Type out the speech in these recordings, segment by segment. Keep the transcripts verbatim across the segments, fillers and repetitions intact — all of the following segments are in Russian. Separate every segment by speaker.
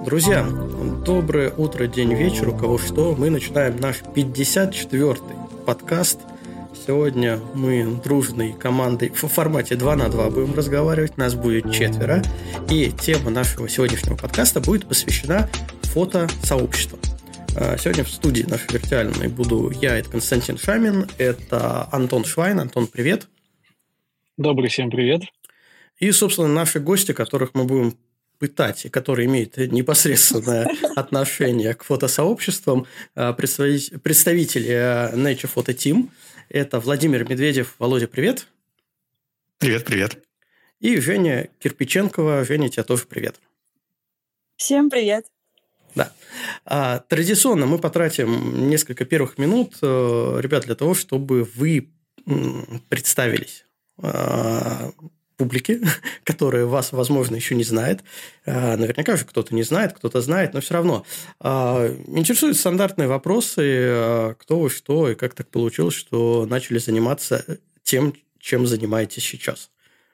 Speaker 1: Друзья, доброе утро, день, вечер, у кого что. Мы начинаем наш пятьдесят четвёртый подкаст. Сегодня мы дружной командой в формате два на два будем разговаривать. Нас будет четверо. И тема нашего сегодняшнего подкаста будет посвящена фотосообществу. Сегодня в студии нашей виртуальной буду я, это Константин Шамин, это Антон Швайн. Антон, привет.
Speaker 2: Добрый всем привет.
Speaker 1: И, собственно, наши гости, которых мы будем пытать, и которые имеют непосредственное отношение к фотосообществам, представители Nature Photo Team. Это Владимир Медведев. Володя, привет.
Speaker 3: Привет, привет.
Speaker 1: И Женя Кирпиченкова. Женя, тебе тоже привет.
Speaker 4: Всем привет.
Speaker 1: Да. А, традиционно мы потратим несколько первых минут, ребят, для того, чтобы вы представились публике, которая вас, возможно, еще не знает. Наверняка же кто-то не знает, кто-то знает, но все равно. Интересуют стандартные вопросы, кто вы, что и как так получилось, что начали заниматься тем, чем занимаетесь сейчас.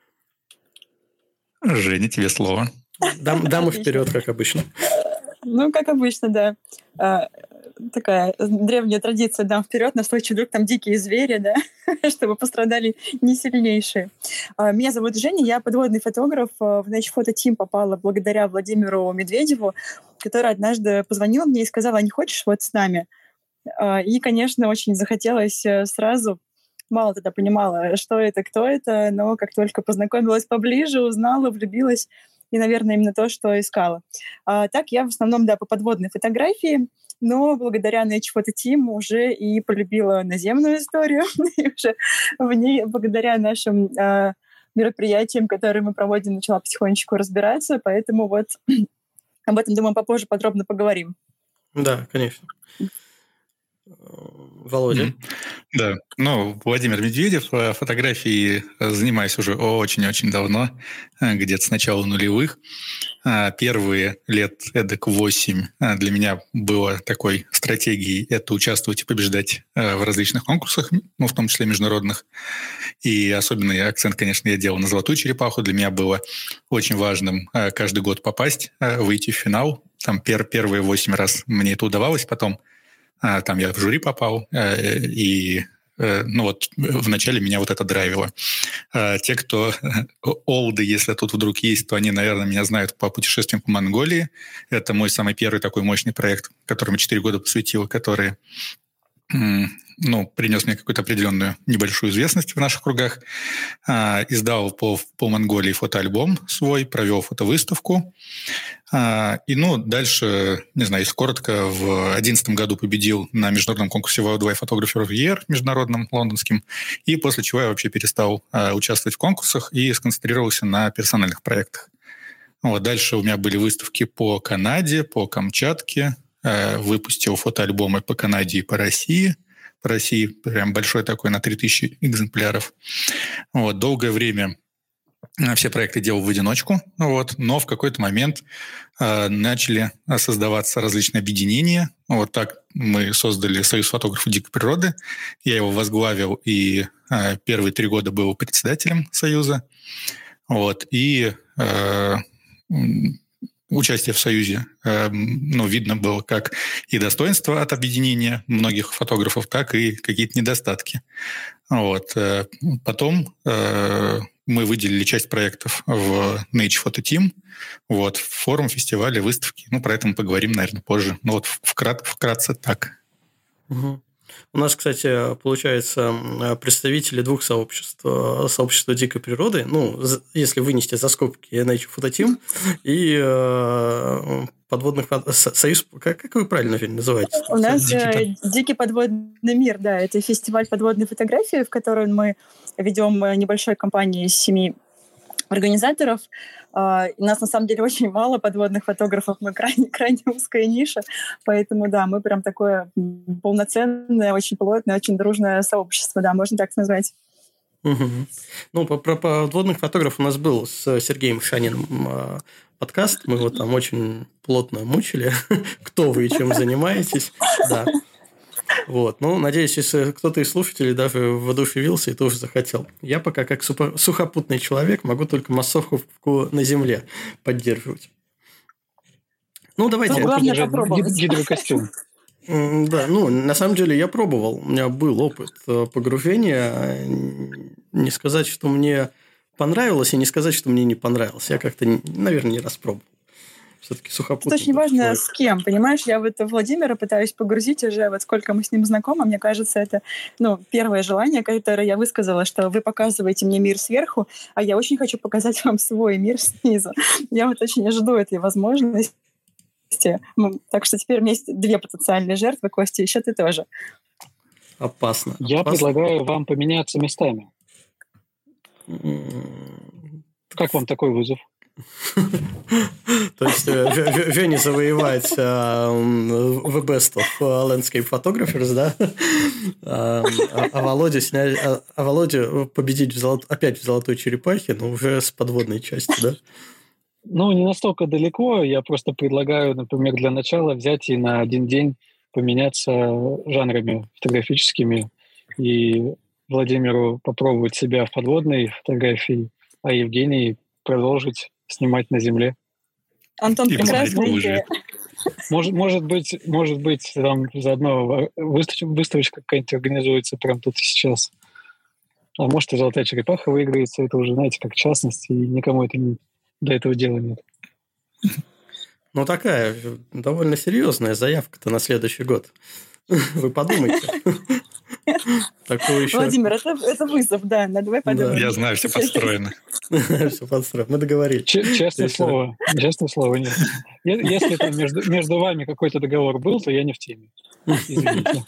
Speaker 3: Женя, тебе слово.
Speaker 1: Дам, дамы вперед, как обычно.
Speaker 4: Ну, как обычно, да. А, такая древняя традиция «дам вперед» на случай, вдруг там дикие звери, да, чтобы пострадали не сильнейшие. А, меня зовут Женя, я подводный фотограф. В Nature Photo Team попала благодаря Владимиру Медведеву, который однажды позвонил мне и сказал: а не хочешь вот с нами? А, и, конечно, очень захотелось сразу. Мало тогда понимала, что это, кто это, но как только познакомилась поближе, узнала, влюбилась. И, наверное, именно то, что искала. А, так я в основном, да, по подводной фотографии, но благодаря Nature Photo Team уже и полюбила наземную историю. И уже в ней, благодаря нашим а, мероприятиям, которые мы проводим, начала потихонечку разбираться. Поэтому вот об этом, думаю, попозже подробно поговорим.
Speaker 1: Да, конечно. Володя.
Speaker 3: Mm-hmm. Да, ну, Владимир Медведев, фотографией занимаюсь уже очень-очень давно, где-то с начала нулевых. Первые лет эдак восемь для меня было такой стратегией — это участвовать и побеждать в различных конкурсах, ну, в том числе международных. И особенный акцент, конечно, я делал на «Золотую черепаху». Для меня было очень важным каждый год попасть, выйти в финал. Там пер- первые восемь раз мне это удавалось, потом там я в жюри попал, и ну вот вначале меня вот это драйвило. Те, кто олды, если тут вдруг есть, то они, наверное, меня знают по путешествиям по Монголии. Это мой самый первый такой мощный проект, которому четыре года посвятил, который ну, принес мне какую-то определенную небольшую известность в наших кругах. А, издал по, по Монголии фотоальбом свой, провел фотовыставку. А, и, ну, дальше, не знаю, если коротко, в две тысячи одиннадцатом году победил на международном конкурсе Worldwide Photographer of the Year, международном, лондонским, и после чего я вообще перестал а, участвовать в конкурсах и сконцентрировался на персональных проектах. Вот, дальше у меня были выставки по Канаде, по Камчатке, выпустил фотоальбомы по Канаде и по России. По России прям большой такой, на три тысячи экземпляров. Вот, долгое время все проекты делал в одиночку, вот, но в какой-то момент э, начали создаваться различные объединения. Вот так мы создали Союз фотографов дикой природы. Я его возглавил и э, первые три года был председателем Союза. Вот, и... Э, участие в Союзе, э, ну, видно было как и достоинства от объединения многих фотографов, так и какие-то недостатки. Вот. Э, потом э, мы выделили часть проектов в Nature Photo Team, вот, форум, фестивали, выставки. Ну, про это мы поговорим, наверное, позже. Ну, вот вкрат, вкратце так.
Speaker 1: Угу. У нас, кстати, получается представители двух сообществ. Сообщество дикой природы, ну, если вынести за скобки Nature Photo Team, и э, подводных союз, как, как вы правильно называете?
Speaker 4: У нас дикий, дикий подводный мир, да, это фестиваль подводной фотографии, в котором мы ведем небольшой компанией из семи организаторов. Uh, у нас, на самом деле, очень мало подводных фотографов, мы крайне, крайне узкая ниша, поэтому, да, мы прям такое полноценное, очень плотное, очень дружное сообщество, да, можно так назвать.
Speaker 1: Угу. Ну, про, про подводных фотографов у нас был с Сергеем Шаниным подкаст, мы его там очень плотно мучили, кто вы и чем занимаетесь, да. Вот. Ну, надеюсь, если кто-то из слушателей даже воодушевился и тоже захотел. Я пока как сухопутный человек могу только массовку на земле поддерживать. Ну, давайте.
Speaker 4: Ну, главное попробовать.
Speaker 2: Гидрокостюм.
Speaker 1: Да, ну, на самом деле я пробовал. У меня был опыт погружения. Не сказать, что мне понравилось, и не сказать, что мне не понравилось. Я как-то, наверное, не распробовал. Все-таки сухопутный.
Speaker 4: Это очень важно,
Speaker 1: человек.
Speaker 4: С кем, понимаешь? Я вот Владимира пытаюсь погрузить уже, вот сколько мы с ним знакомы. Мне кажется, это ну, первое желание, которое я высказала, что вы показываете мне мир сверху, а я очень хочу показать вам свой мир снизу. Я вот очень жду этой возможности. Так что теперь у меня есть две потенциальные жертвы, Костя, еще ты тоже.
Speaker 1: Опасно.
Speaker 2: Я
Speaker 1: опасно.
Speaker 2: предлагаю вам поменяться местами. Как вам такой вызов?
Speaker 1: То есть Вене завоевать The Best of Landscape Photographers, да? А Володя снять, а Володя победить опять в «Золотой черепахе», но уже с подводной частью, да?
Speaker 2: Ну, не настолько далеко. Я просто предлагаю, например, для начала взять и на один день поменяться жанрами фотографическими и Владимиру попробовать себя в подводной фотографии, а Евгений продолжить снимать на земле.
Speaker 4: Антон, прекрасная идея.
Speaker 2: Может, может быть, может быть, там заодно выставочка, выставочка какая-нибудь организуется прямо тут и сейчас. А может, и «Золотая черепаха» выиграется. Это уже, знаете, как частность, и никому это не... до этого дела нет.
Speaker 1: Ну, такая довольно серьезная заявка-то на следующий год. Вы подумайте.
Speaker 4: Еще... Владимир, это, это вызов, да, давай подумаем.
Speaker 3: Я знаю, все подстроено.
Speaker 1: Все подстроено, мы договорились.
Speaker 2: Честное слово, честное слово, нет. Если там между, между вами какой-то договор был, то я не в теме. Извините.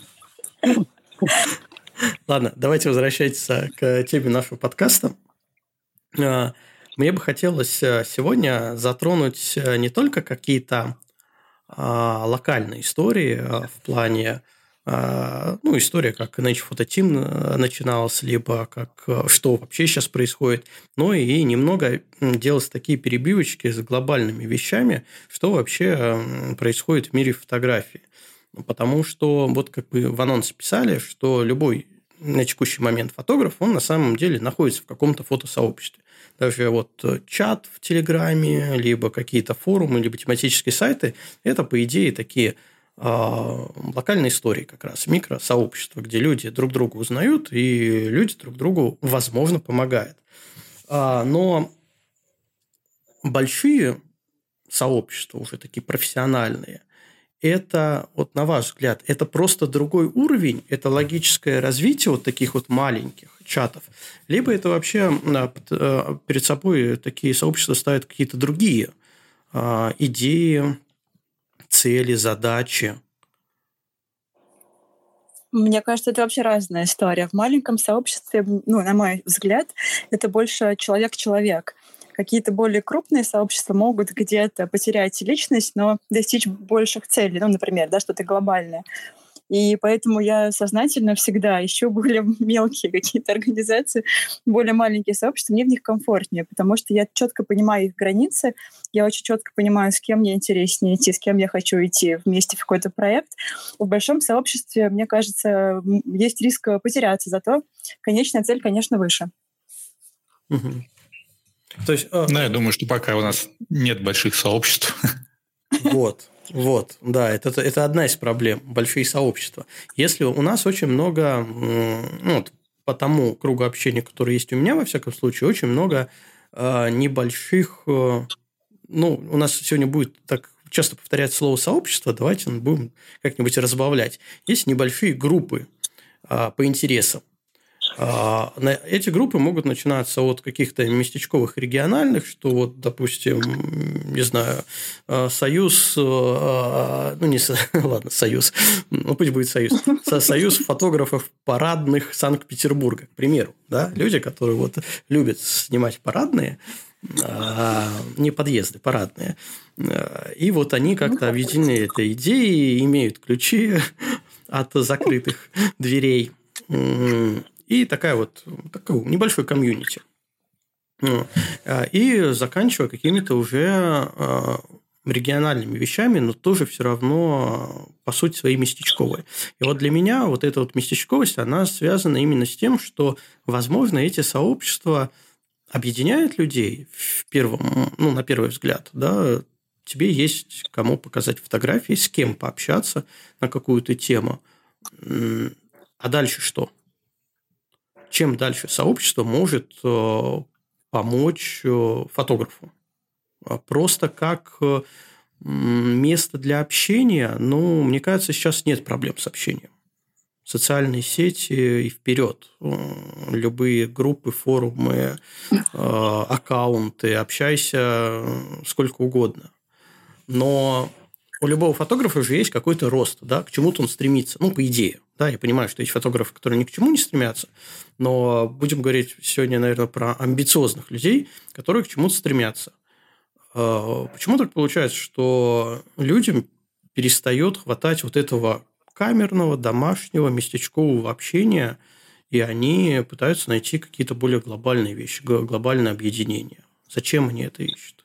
Speaker 1: Ладно, давайте возвращаться к теме нашего подкаста. Мне бы хотелось сегодня затронуть не только какие-то а, локальные истории а, в плане, а, ну, история, как Nature Photo Team начиналась, либо как, что вообще сейчас происходит, но и немного делать такие перебивочки с глобальными вещами, что вообще происходит в мире фотографии. Потому что, вот как вы в анонсе писали, что любой на текущий момент фотограф, он на самом деле находится в каком-то фотосообществе. Даже вот чат в Телеграме, либо какие-то форумы, либо тематические сайты, это, по идее, такие э, локальные истории как раз, микросообщества, где люди друг друга узнают, и люди друг другу, возможно, помогают. А, но большие сообщества, уже такие профессиональные, это, вот на ваш взгляд, это просто другой уровень, это логическое развитие вот таких вот маленьких чатов, либо это вообще перед собой такие сообщества ставят какие-то другие а, идеи, цели, задачи?
Speaker 4: Мне кажется, это вообще разная история. В маленьком сообществе, ну, на мой взгляд, это больше человек-человек. Какие-то более крупные сообщества могут где-то потерять личность, но достичь больших целей, ну, например, да, что-то глобальное. И поэтому я сознательно всегда ищу более мелкие какие-то организации, более маленькие сообщества, мне в них комфортнее, потому что я четко понимаю их границы, я очень четко понимаю, с кем мне интереснее идти, с кем я хочу идти вместе в какой-то проект. В большом сообществе, мне кажется, есть риск потеряться, зато конечная цель, конечно, выше.
Speaker 1: Угу. То есть, э...
Speaker 3: Ну, я думаю, что пока у нас нет больших сообществ.
Speaker 1: Вот, вот, да, это, это одна из проблем, большие сообщества. Если у нас очень много, ну, вот, по тому кругу общения, который есть у меня, во всяком случае, очень много э, небольших, э, ну, у нас сегодня будет так часто повторяться слово «сообщество», давайте будем как-нибудь разбавлять. Есть небольшие группы э, по интересам. Эти группы могут начинаться от каких-то местечковых региональных, что вот, допустим, не знаю, союз, ну не ладно, союз, ну пусть будет союз, союз фотографов парадных Санкт-Петербурга, к примеру, да, люди, которые вот любят снимать парадные, не подъезды, парадные, и вот они как-то объединены этой идеей, имеют ключи от закрытых дверей. И такая вот такой небольшой комьюнити. И заканчивая какими-то уже региональными вещами, но тоже все равно, по сути, свои местечковые. И вот для меня вот эта вот местечковость, она связана именно с тем, что, возможно, эти сообщества объединяют людей в первом, ну, на первый взгляд, да, тебе есть кому показать фотографии, с кем пообщаться на какую-то тему. А дальше что? Чем дальше сообщество может помочь фотографу? Просто как место для общения, ну, мне кажется, сейчас нет проблем с общением. Социальные сети и вперед. Любые группы, форумы, аккаунты. Общайся сколько угодно. Но у любого фотографа же есть какой-то рост, да, к чему-то он стремится. Ну, по идее. Да, я понимаю, что есть фотографы, которые ни к чему не стремятся, но будем говорить сегодня, наверное, про амбициозных людей, которые к чему-то стремятся. Почему так получается, что людям перестает хватать вот этого камерного, домашнего, местечкового общения, и они пытаются найти какие-то более глобальные вещи, глобальное объединение? Зачем они это ищут?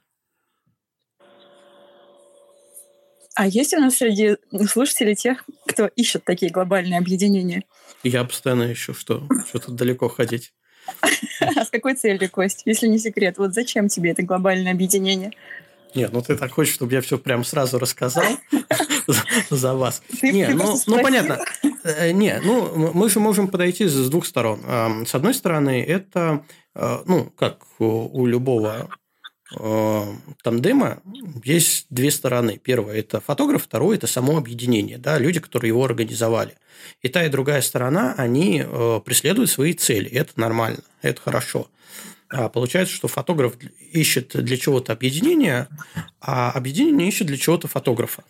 Speaker 4: А есть у нас среди слушателей тех, кто ищет такие глобальные объединения?
Speaker 1: Я постоянно ищу, что что-то далеко ходить.
Speaker 4: А с какой целью, Кость, если не секрет? Вот зачем тебе это глобальное объединение?
Speaker 1: Нет, ну ты так хочешь, чтобы я все прям сразу рассказал за вас. Не, ну понятно. Не, ну мы же можем подойти с двух сторон. С одной стороны, это, ну, как у любого тандема есть две стороны. Первое – это фотограф, второе – это само объединение, да, люди, которые его организовали. И та, и другая сторона, они преследуют свои цели. Это нормально, это хорошо. А получается, что фотограф ищет для чего-то объединения, а объединение ищет для чего-то фотографа.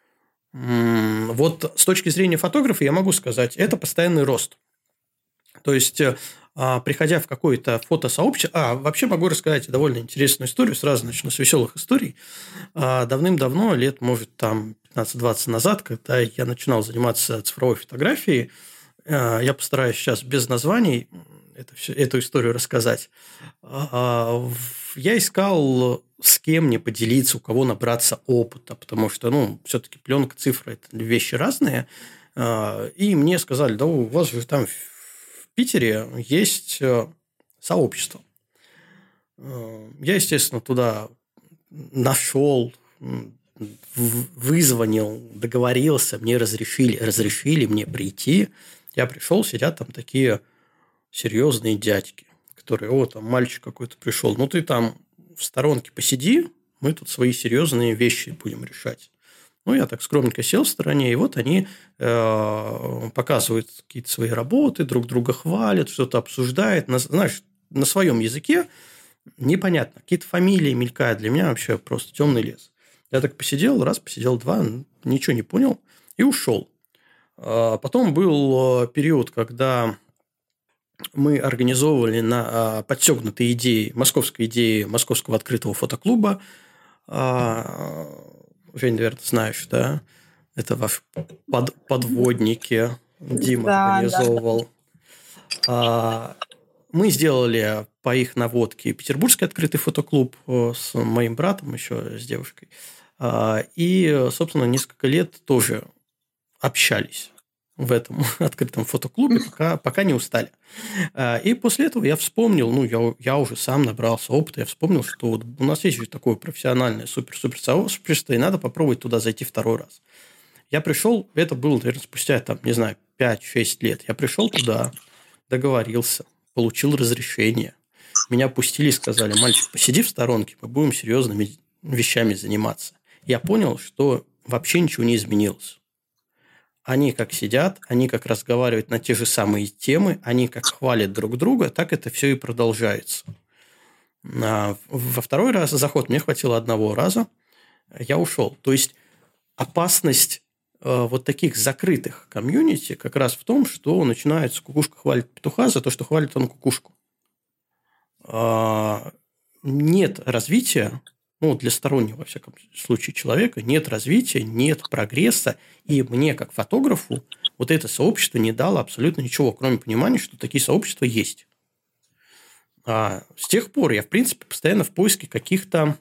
Speaker 1: Вот с точки зрения фотографа я могу сказать, это постоянный рост. То есть, приходя в какое-то фотосообщество... А, вообще могу рассказать довольно интересную историю. Сразу начну с веселых историй. Давным-давно, лет, может, там пятнадцать-двадцать назад, когда я начинал заниматься цифровой фотографией, я постараюсь сейчас без названий это, эту историю рассказать. Я искал, с кем мне поделиться, у кого набраться опыта, потому что, ну, все-таки пленка, цифры – это вещи разные. И мне сказали, да у вас же там в Питере есть сообщество. Я, естественно, туда нашел, вызвонил, договорился, мне разрешили, разрешили мне прийти. Я пришел, сидят там такие серьезные дядьки, которые, о, там мальчик какой-то пришел, ну ты там в сторонке посиди, мы тут свои серьезные вещи будем решать. Ну, я так скромненько сел в стороне, и вот они э, показывают какие-то свои работы, друг друга хвалят, что-то обсуждают, на, знаешь, на своем языке непонятно, какие-то фамилии мелькают, для меня вообще просто темный лес. Я так посидел, раз, посидел, два, ничего не понял и ушел. А потом был период, когда мы организовывали на подстегнутой идее, московской идее Московского открытого фотоклуба. Жень, наверное, знаешь, да? Это ваши под, подводники. Дима да, организовывал. Да. Мы сделали по их наводке Петербургский открытый фотоклуб с моим братом, еще с девушкой. И, собственно, несколько лет тоже общались в этом открытом фотоклубе, пока, пока не устали. И после этого я вспомнил, ну, я, я уже сам набрался опыта, я вспомнил, что вот у нас есть же такое профессиональное супер-супер сообщество, и надо попробовать туда зайти второй раз. Я пришел, это было, наверное, спустя, там, не знаю, пять-шесть лет. Я пришел туда, договорился, получил разрешение. Меня пустили и сказали, мальчик, посиди в сторонке, мы будем серьезными вещами заниматься. Я понял, что вообще ничего не изменилось. Они как сидят, они как разговаривают на те же самые темы, они как хвалят друг друга, так это все и продолжается. А во второй раз заход мне хватило одного раза, я ушел. То есть опасность э, вот таких закрытых комьюнити как раз в том, что начинается кукушка хвалит петуха за то, что хвалит он кукушку. А, нет развития. Ну, для стороннего, во всяком случае, человека нет развития, нет прогресса. И мне, как фотографу, вот это сообщество не дало абсолютно ничего, кроме понимания, что такие сообщества есть. А с тех пор я, в принципе, постоянно в поиске каких-то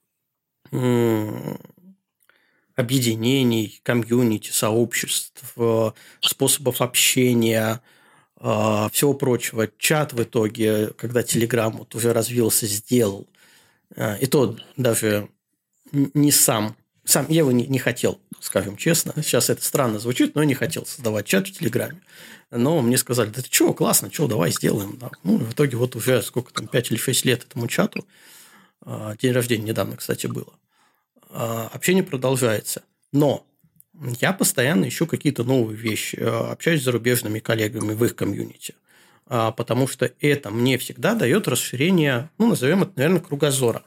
Speaker 1: м- объединений, комьюнити, сообществ, способов общения, всего прочего. Чат в итоге, когда Telegram вот уже развился, сделал. И то даже не сам. Сам я его не, не хотел, скажем честно. Сейчас это странно звучит, но я не хотел создавать чат в Телеграме. Но мне сказали, да ты чего, классно, чего, давай сделаем. Да. Ну, в итоге вот уже сколько там, пять или шесть лет этому чату. День рождения недавно, кстати, было. Общение продолжается. Но я постоянно ищу какие-то новые вещи. Общаюсь с зарубежными коллегами в их комьюнити. Потому что это мне всегда дает расширение, ну, назовем это, наверное, кругозора.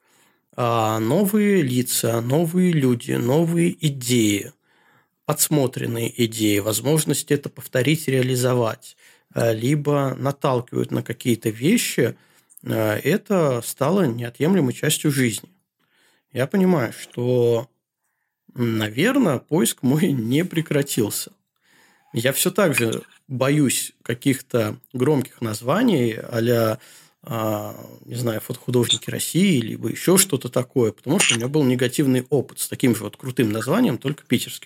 Speaker 1: Новые лица, новые люди, новые идеи, подсмотренные идеи, возможность это повторить, реализовать, либо наталкивают на какие-то вещи, это стало неотъемлемой частью жизни. Я понимаю, что, наверное, поиск мой не прекратился. Я все так же боюсь каких-то громких названий а-ля, не знаю, фотохудожники России, либо еще что-то такое, потому что у меня был негативный опыт с таким же вот крутым названием, только питерским.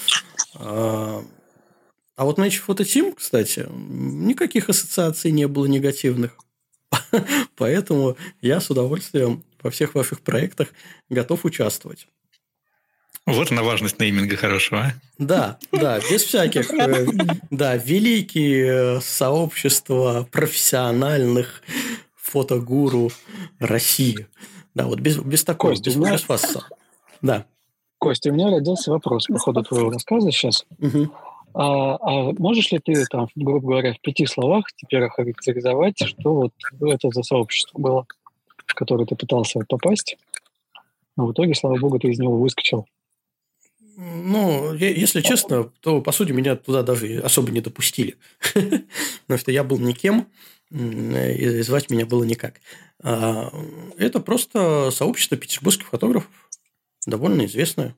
Speaker 1: А вот Nature Photo Team, кстати, никаких ассоциаций не было негативных. Поэтому я с удовольствием во всех ваших проектах готов участвовать.
Speaker 3: Вот она важность нейминга хорошего. А?
Speaker 1: Да, да, без всяких... Да, великие сообщества профессиональных фотогуру России. Да, вот без, без такого,
Speaker 2: Костя,
Speaker 1: без, без фасса. Да.
Speaker 2: Костя, у меня родился вопрос по ходу твоего рассказа сейчас.
Speaker 1: Угу.
Speaker 2: А, а можешь ли ты, там, грубо говоря, в пяти словах теперь охарактеризовать, что вот это за сообщество было, в которое ты пытался попасть, но в итоге, слава богу, ты из него выскочил?
Speaker 1: Ну, если честно, то, по сути, меня туда даже особо не допустили. Потому что я был никем, и звать меня было никак. Это просто сообщество петербургских фотографов, довольно известное.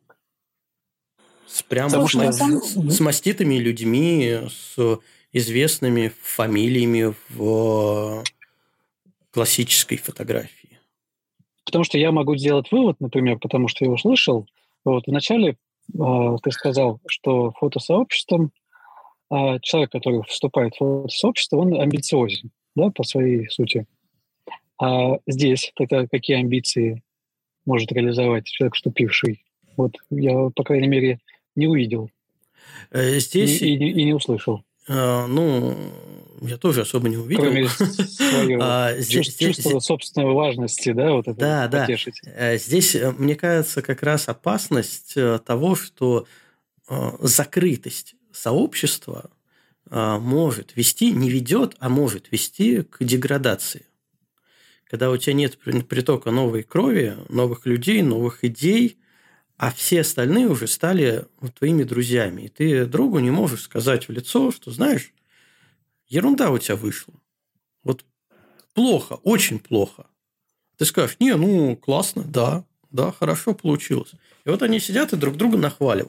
Speaker 1: С прямо с,
Speaker 4: что
Speaker 1: с, с маститыми людьми, с известными фамилиями в классической фотографии.
Speaker 2: Потому что я могу сделать вывод, например, потому что я услышал, вот вначале э, ты сказал, что фотосообществом э, человек, который вступает в фотосообщество, он амбициозен, да, по своей сути. А здесь тогда какие амбиции может реализовать человек, вступивший? Вот я, по крайней мере, не увидел.
Speaker 1: Здесь...
Speaker 2: И, и, и не услышал.
Speaker 1: А, ну, я тоже особо не увидел.
Speaker 2: Кроме своего а, здесь, чувства здесь... собственной важности, да, вот это
Speaker 1: да,
Speaker 2: вот
Speaker 1: да.
Speaker 2: потешить.
Speaker 1: Здесь, мне кажется, как раз опасность того, что закрытость сообщества может вести, не ведет, а может вести к деградации. Когда у тебя нет притока новой крови, новых людей, новых идей, а все остальные уже стали твоими друзьями. И ты другу не можешь сказать в лицо, что, знаешь, ерунда у тебя вышла. Вот плохо, очень плохо. Ты скажешь, не, ну, классно, да, да, хорошо получилось. И вот они сидят и друг друга нахваливают.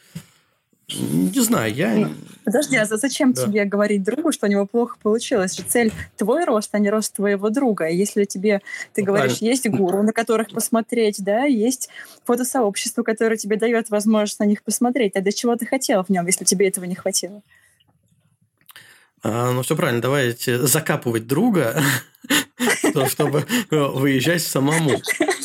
Speaker 1: Не знаю, я...
Speaker 4: Подожди, а зачем
Speaker 1: да.
Speaker 4: тебе говорить другу, что у него плохо получилось? Цель твой рост, а не рост твоего друга. Если тебе, ты ну, говоришь, правильно. Есть гуру, на которых посмотреть, да, есть фотосообщество, которое тебе дает возможность на них посмотреть. А для чего ты хотел в нем, если тебе этого не хватило?
Speaker 1: А, ну, все правильно, давайте закапывать друга, чтобы выезжать самому.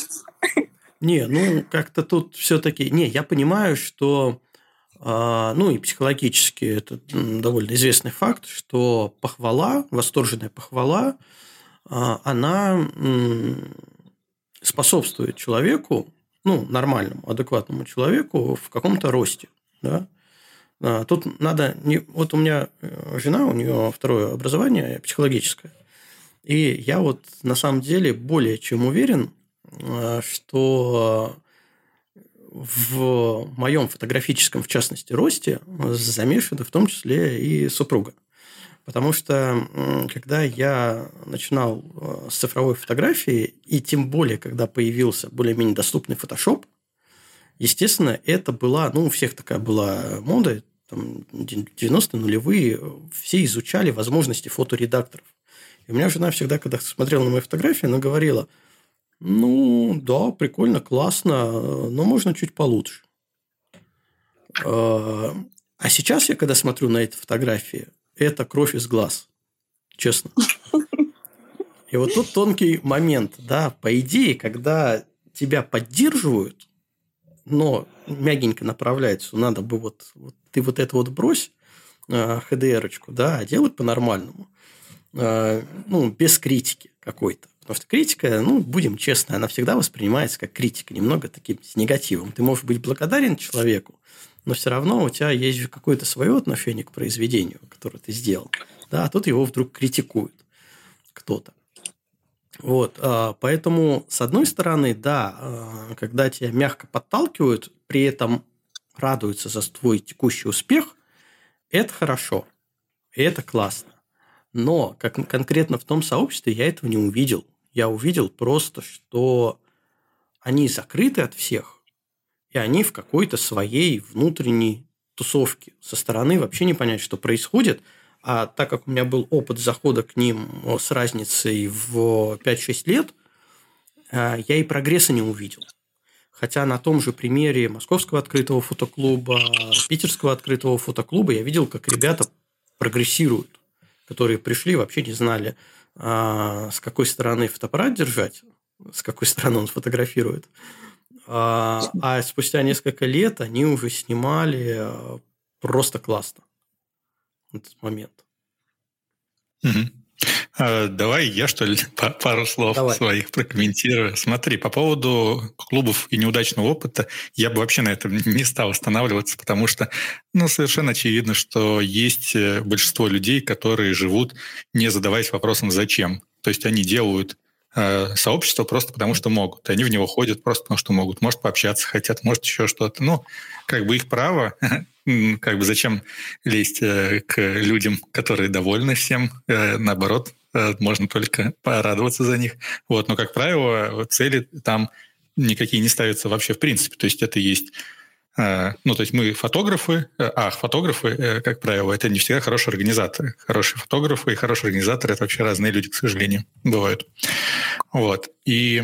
Speaker 1: Не, ну, как-то тут все-таки... Не, я понимаю, что... Ну, и психологически это довольно известный факт, что похвала, восторженная похвала, она способствует человеку, ну, нормальному, адекватному человеку в каком-то росте. Да? Тут надо... Не... Вот у меня жена, у нее второе образование психологическое. И я вот на самом деле более чем уверен, что... в моем фотографическом, в частности, росте замешана в том числе и супруга. Потому что, когда я начинал с цифровой фотографии, и тем более, когда появился более-менее доступный Photoshop, естественно, это была, ну, у всех такая была мода, там, девяностые, нулевые, все изучали возможности фоторедакторов. И у меня жена всегда, когда смотрела на мои фотографии, она говорила... Ну, да, прикольно, классно, но можно чуть получше. А сейчас я, когда смотрю на эти фотографии, это кровь из глаз. Честно. И вот тут тонкий момент. Да, по идее, когда тебя поддерживают, но мягенько направляются, надо бы вот, вот ты вот это вот брось, эйч ди ар-очку, да, а делай по-нормальному. Ну, без критики какой-то. Потому что критика, ну, будем честны, она всегда воспринимается как критика, немного таким с негативом. Ты можешь быть благодарен человеку, но все равно у тебя есть какое-то свое отношение к произведению, которое ты сделал. Да, а тут его вдруг критикуют кто-то. Вот, поэтому, с одной стороны, да, когда тебя мягко подталкивают, при этом радуются за твой текущий успех, это хорошо, и это классно. Но как конкретно в том сообществе я этого не увидел. Я увидел просто, что они закрыты от всех, и они в какой-то своей внутренней тусовке. Со стороны вообще не понять, что происходит. А так как у меня был опыт захода к ним с разницей в пять-шесть лет, я и прогресса не увидел. Хотя на том же примере Московского открытого фотоклуба, Питерского открытого фотоклуба я видел, как ребята прогрессируют, которые пришли, вообще не знали, с какой стороны фотоаппарат держать, с какой стороны он фотографирует. А спустя несколько лет они уже снимали просто классно. Этот момент.
Speaker 3: Угу. А, давай я, что ли, пару слов Давай. своих прокомментирую. Смотри, по поводу клубов и неудачного опыта, я бы вообще на этом не стал останавливаться, потому что, ну, совершенно очевидно, что есть большинство людей, которые живут, не задаваясь вопросом «зачем?». То есть они делают э, сообщество просто потому, что могут. Они в него ходят просто потому, что могут. Может, пообщаться хотят, может, еще что-то. Ну, как бы их право... Как бы зачем лезть э, к людям, которые довольны всем? Э, наоборот, э, можно только порадоваться за них. Вот. Но, как правило, цели там никакие не ставятся вообще в принципе. То есть это есть... Э, ну, то есть мы фотографы, э, а фотографы, э, как правило, это не всегда хорошие организаторы. Хорошие фотографы и хорошие организаторы – это вообще разные люди, к сожалению, бывают. Вот. И...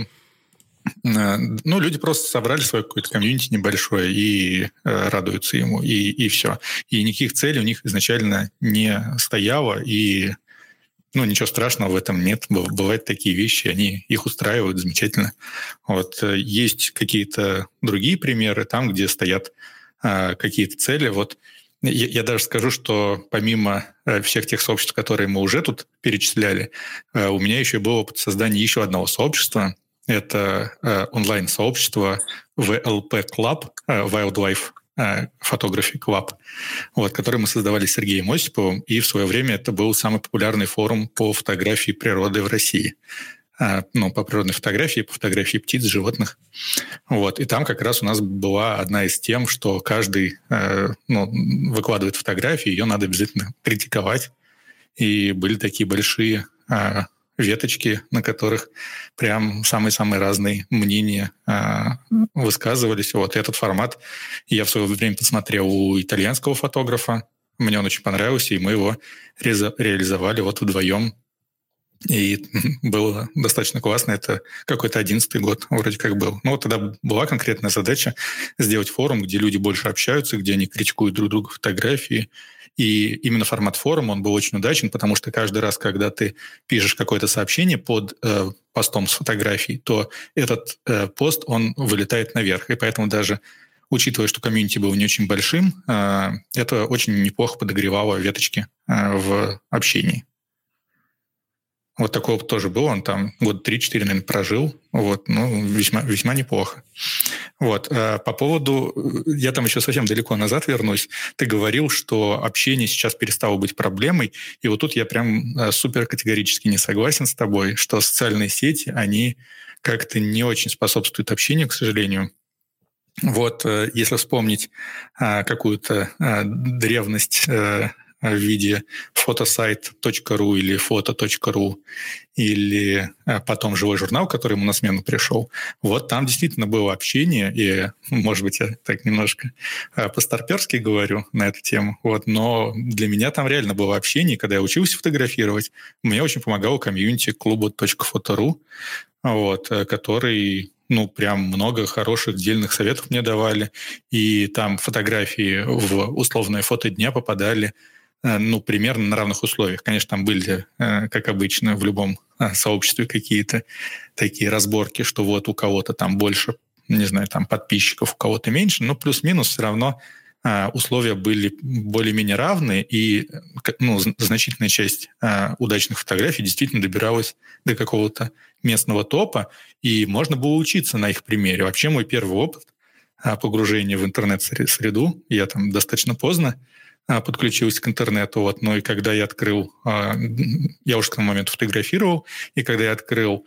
Speaker 3: Ну, люди просто собрали свой какой-то комьюнити небольшое и э, радуются ему, и, и все. И никаких целей у них изначально не стояло, и ну, ничего страшного в этом нет. Бывают такие вещи, они их устраивают замечательно. Вот. Есть какие-то другие примеры, там, где стоят э, какие-то цели. Вот я, я даже скажу, что помимо э, всех тех сообществ, которые мы уже тут перечисляли, э, у меня еще был опыт создания еще одного сообщества. Это э, онлайн-сообщество ви эл пи Club, э, Wildlife э, Photography Club, вот, который мы создавали с Сергеем Осиповым, и в свое время это был самый популярный форум по фотографии природы в России. Э, ну, по природной фотографии, по фотографии птиц, животных. Вот, и там как раз у нас была одна из тем, что каждый э, ну, выкладывает фотографии, ее надо обязательно критиковать. И были такие большие... Э, веточки, на которых прям самые-самые разные мнения э, высказывались. Вот этот формат я в свое время посмотрел у итальянского фотографа. Мне он очень понравился, и мы его ре- реализовали вот вдвоем. И было достаточно классно. Это какой-то одиннадцатый год вроде как был. Ну вот тогда была конкретная задача сделать форум, где люди больше общаются, где они критикуют друг друга фотографии. И именно формат форума, он был очень удачен, потому что каждый раз, когда ты пишешь какое-то сообщение под э, постом с фотографией, то этот э, пост, он вылетает наверх. И поэтому даже, учитывая, что комьюнити был не очень большим, э, это очень неплохо подогревало веточки э, в общении. Вот такой опыт тоже был, он там год три-четыре, наверное, прожил, вот, ну, весьма, весьма неплохо. Вот, по поводу, я там еще совсем далеко назад вернусь, ты говорил, что общение сейчас перестало быть проблемой, и вот тут я прям супер категорически не согласен с тобой, что социальные сети, они как-то не очень способствуют общению, к сожалению. Вот, если вспомнить какую-то древность в виде фотосайт точка ру или фото точка ру или потом живой журнал, который ему на смену пришел. Вот там действительно было общение, и, может быть, я так немножко по-старперски говорю на эту тему, вот, но для меня там реально было общение. Когда я учился фотографировать, мне очень помогал комьюнити клуба точка фото точка ру, вот, который... ну, прям много хороших, дельных советов мне давали. И там фотографии в условное фото дня попадали, ну, примерно на равных условиях. Конечно, там были, как обычно, в любом сообществе какие-то такие разборки, что вот у кого-то там больше, не знаю, там подписчиков, у кого-то меньше, но плюс-минус все равно условия были более-менее равны, и ну, значительная часть удачных фотографий действительно добиралась до какого-то местного топа, и можно было учиться на их примере. Вообще мой первый опыт погружения в интернет-среду, я там достаточно поздно подключился к интернету, вот, но и когда я открыл, я уже к тому моменту фотографировал, и когда я открыл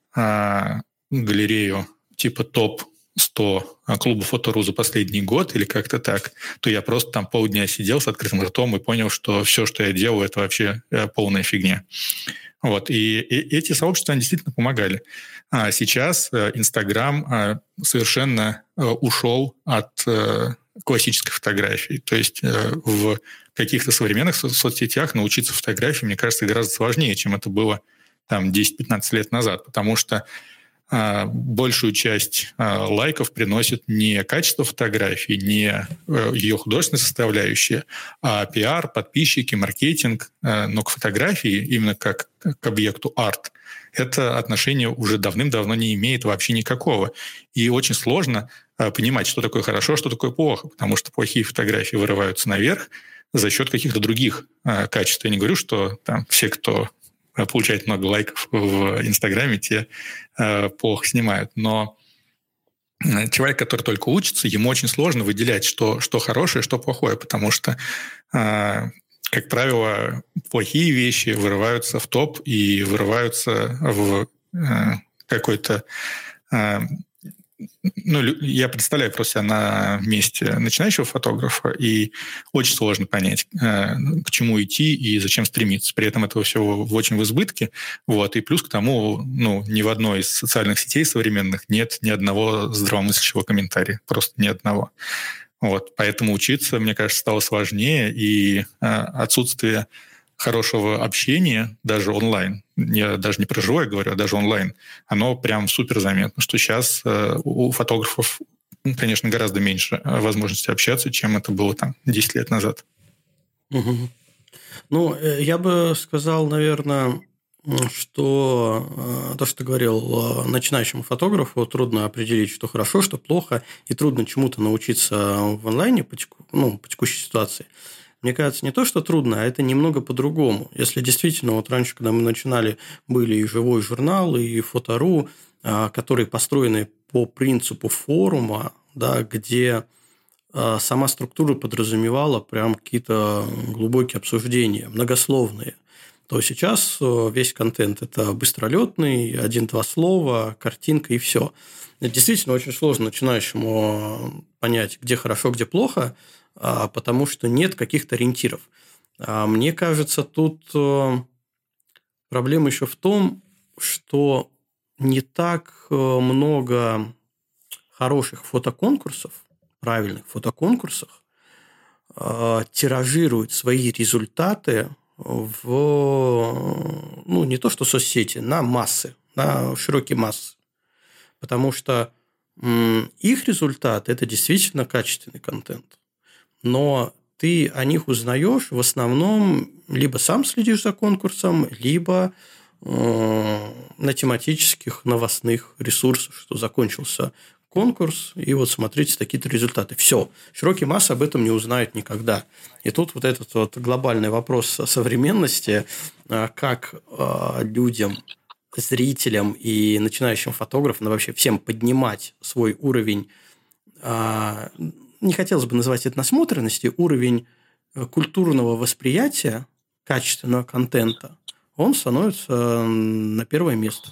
Speaker 3: галерею типа топ сто клуба Фотору за последний год или как-то так, то я просто там полдня сидел с открытым ртом и понял, что все, что я делаю, это вообще полная фигня. Вот. И, и эти сообщества они действительно помогали. А сейчас Инстаграм совершенно ушел от классической фотографии. То есть в каких-то современных со- соцсетях научиться фотографии, мне кажется, гораздо сложнее, чем это было там десять-пятнадцать лет назад, потому что большую часть лайков приносит не качество фотографии, не ее художественная составляющая, а пиар, подписчики, маркетинг. Но к фотографии, именно как к объекту арт, это отношение уже давным-давно не имеет вообще никакого. И очень сложно понимать, что такое хорошо, что такое плохо, потому что плохие фотографии вырываются наверх за счет каких-то других качеств. Я не говорю, что там все, кто получает много лайков в Инстаграме, те э, плохо снимают. Но человек, который только учится, ему очень сложно выделять, что, что хорошее, что плохое, потому что, э, как правило, плохие вещи вырываются в топ и вырываются в э, какой-то... Э, ну, я представляю просто себя на месте начинающего фотографа, и очень сложно понять, к чему идти и зачем стремиться. При этом этого всего очень в избытке. Вот. И плюс к тому, ну, ни в одной из социальных сетей современных нет ни одного здравомыслящего комментария. Просто ни одного. Вот. Поэтому учиться, мне кажется, стало сложнее, и отсутствие хорошего общения, даже онлайн, я даже не про живое говорю, а даже онлайн, оно прям супер заметно, что сейчас э, у фотографов, конечно, гораздо меньше возможности общаться, чем это было там десять лет назад.
Speaker 1: Угу. Ну, я бы сказал, наверное, что то, что ты говорил, начинающему фотографу трудно определить, что хорошо, что плохо, и трудно чему-то научиться в онлайне по, теку, ну, по текущей ситуации. Мне кажется, не то, что трудно, а это немного по-другому. Если действительно, вот раньше, когда мы начинали, были и живой журнал, и Фотору, которые построены по принципу форума, да, где сама структура подразумевала прям какие-то глубокие обсуждения, многословные, то сейчас весь контент – это быстролетный, один-два слова, картинка и все. Это действительно очень сложно начинающему понять, где хорошо, где плохо, потому что нет каких-то ориентиров. Мне кажется, тут проблема еще в том, что не так много хороших фотоконкурсов, правильных фотоконкурсов, тиражируют свои результаты в, ну, не то что соцсети, на массы, на широкие массы. Потому что их результат – это действительно качественный контент. Но ты о них узнаешь в основном либо сам следишь за конкурсом, либо э, на тематических новостных ресурсах, что закончился конкурс, и вот смотрите такие-то результаты. Все. Широкие массы об этом не узнают никогда. И тут вот этот вот глобальный вопрос современности, как э, людям, зрителям и начинающим фотографам, ну, вообще всем поднимать свой уровень, э, не хотелось бы называть это насмотренности, уровень культурного восприятия качественного контента, он становится на первое место.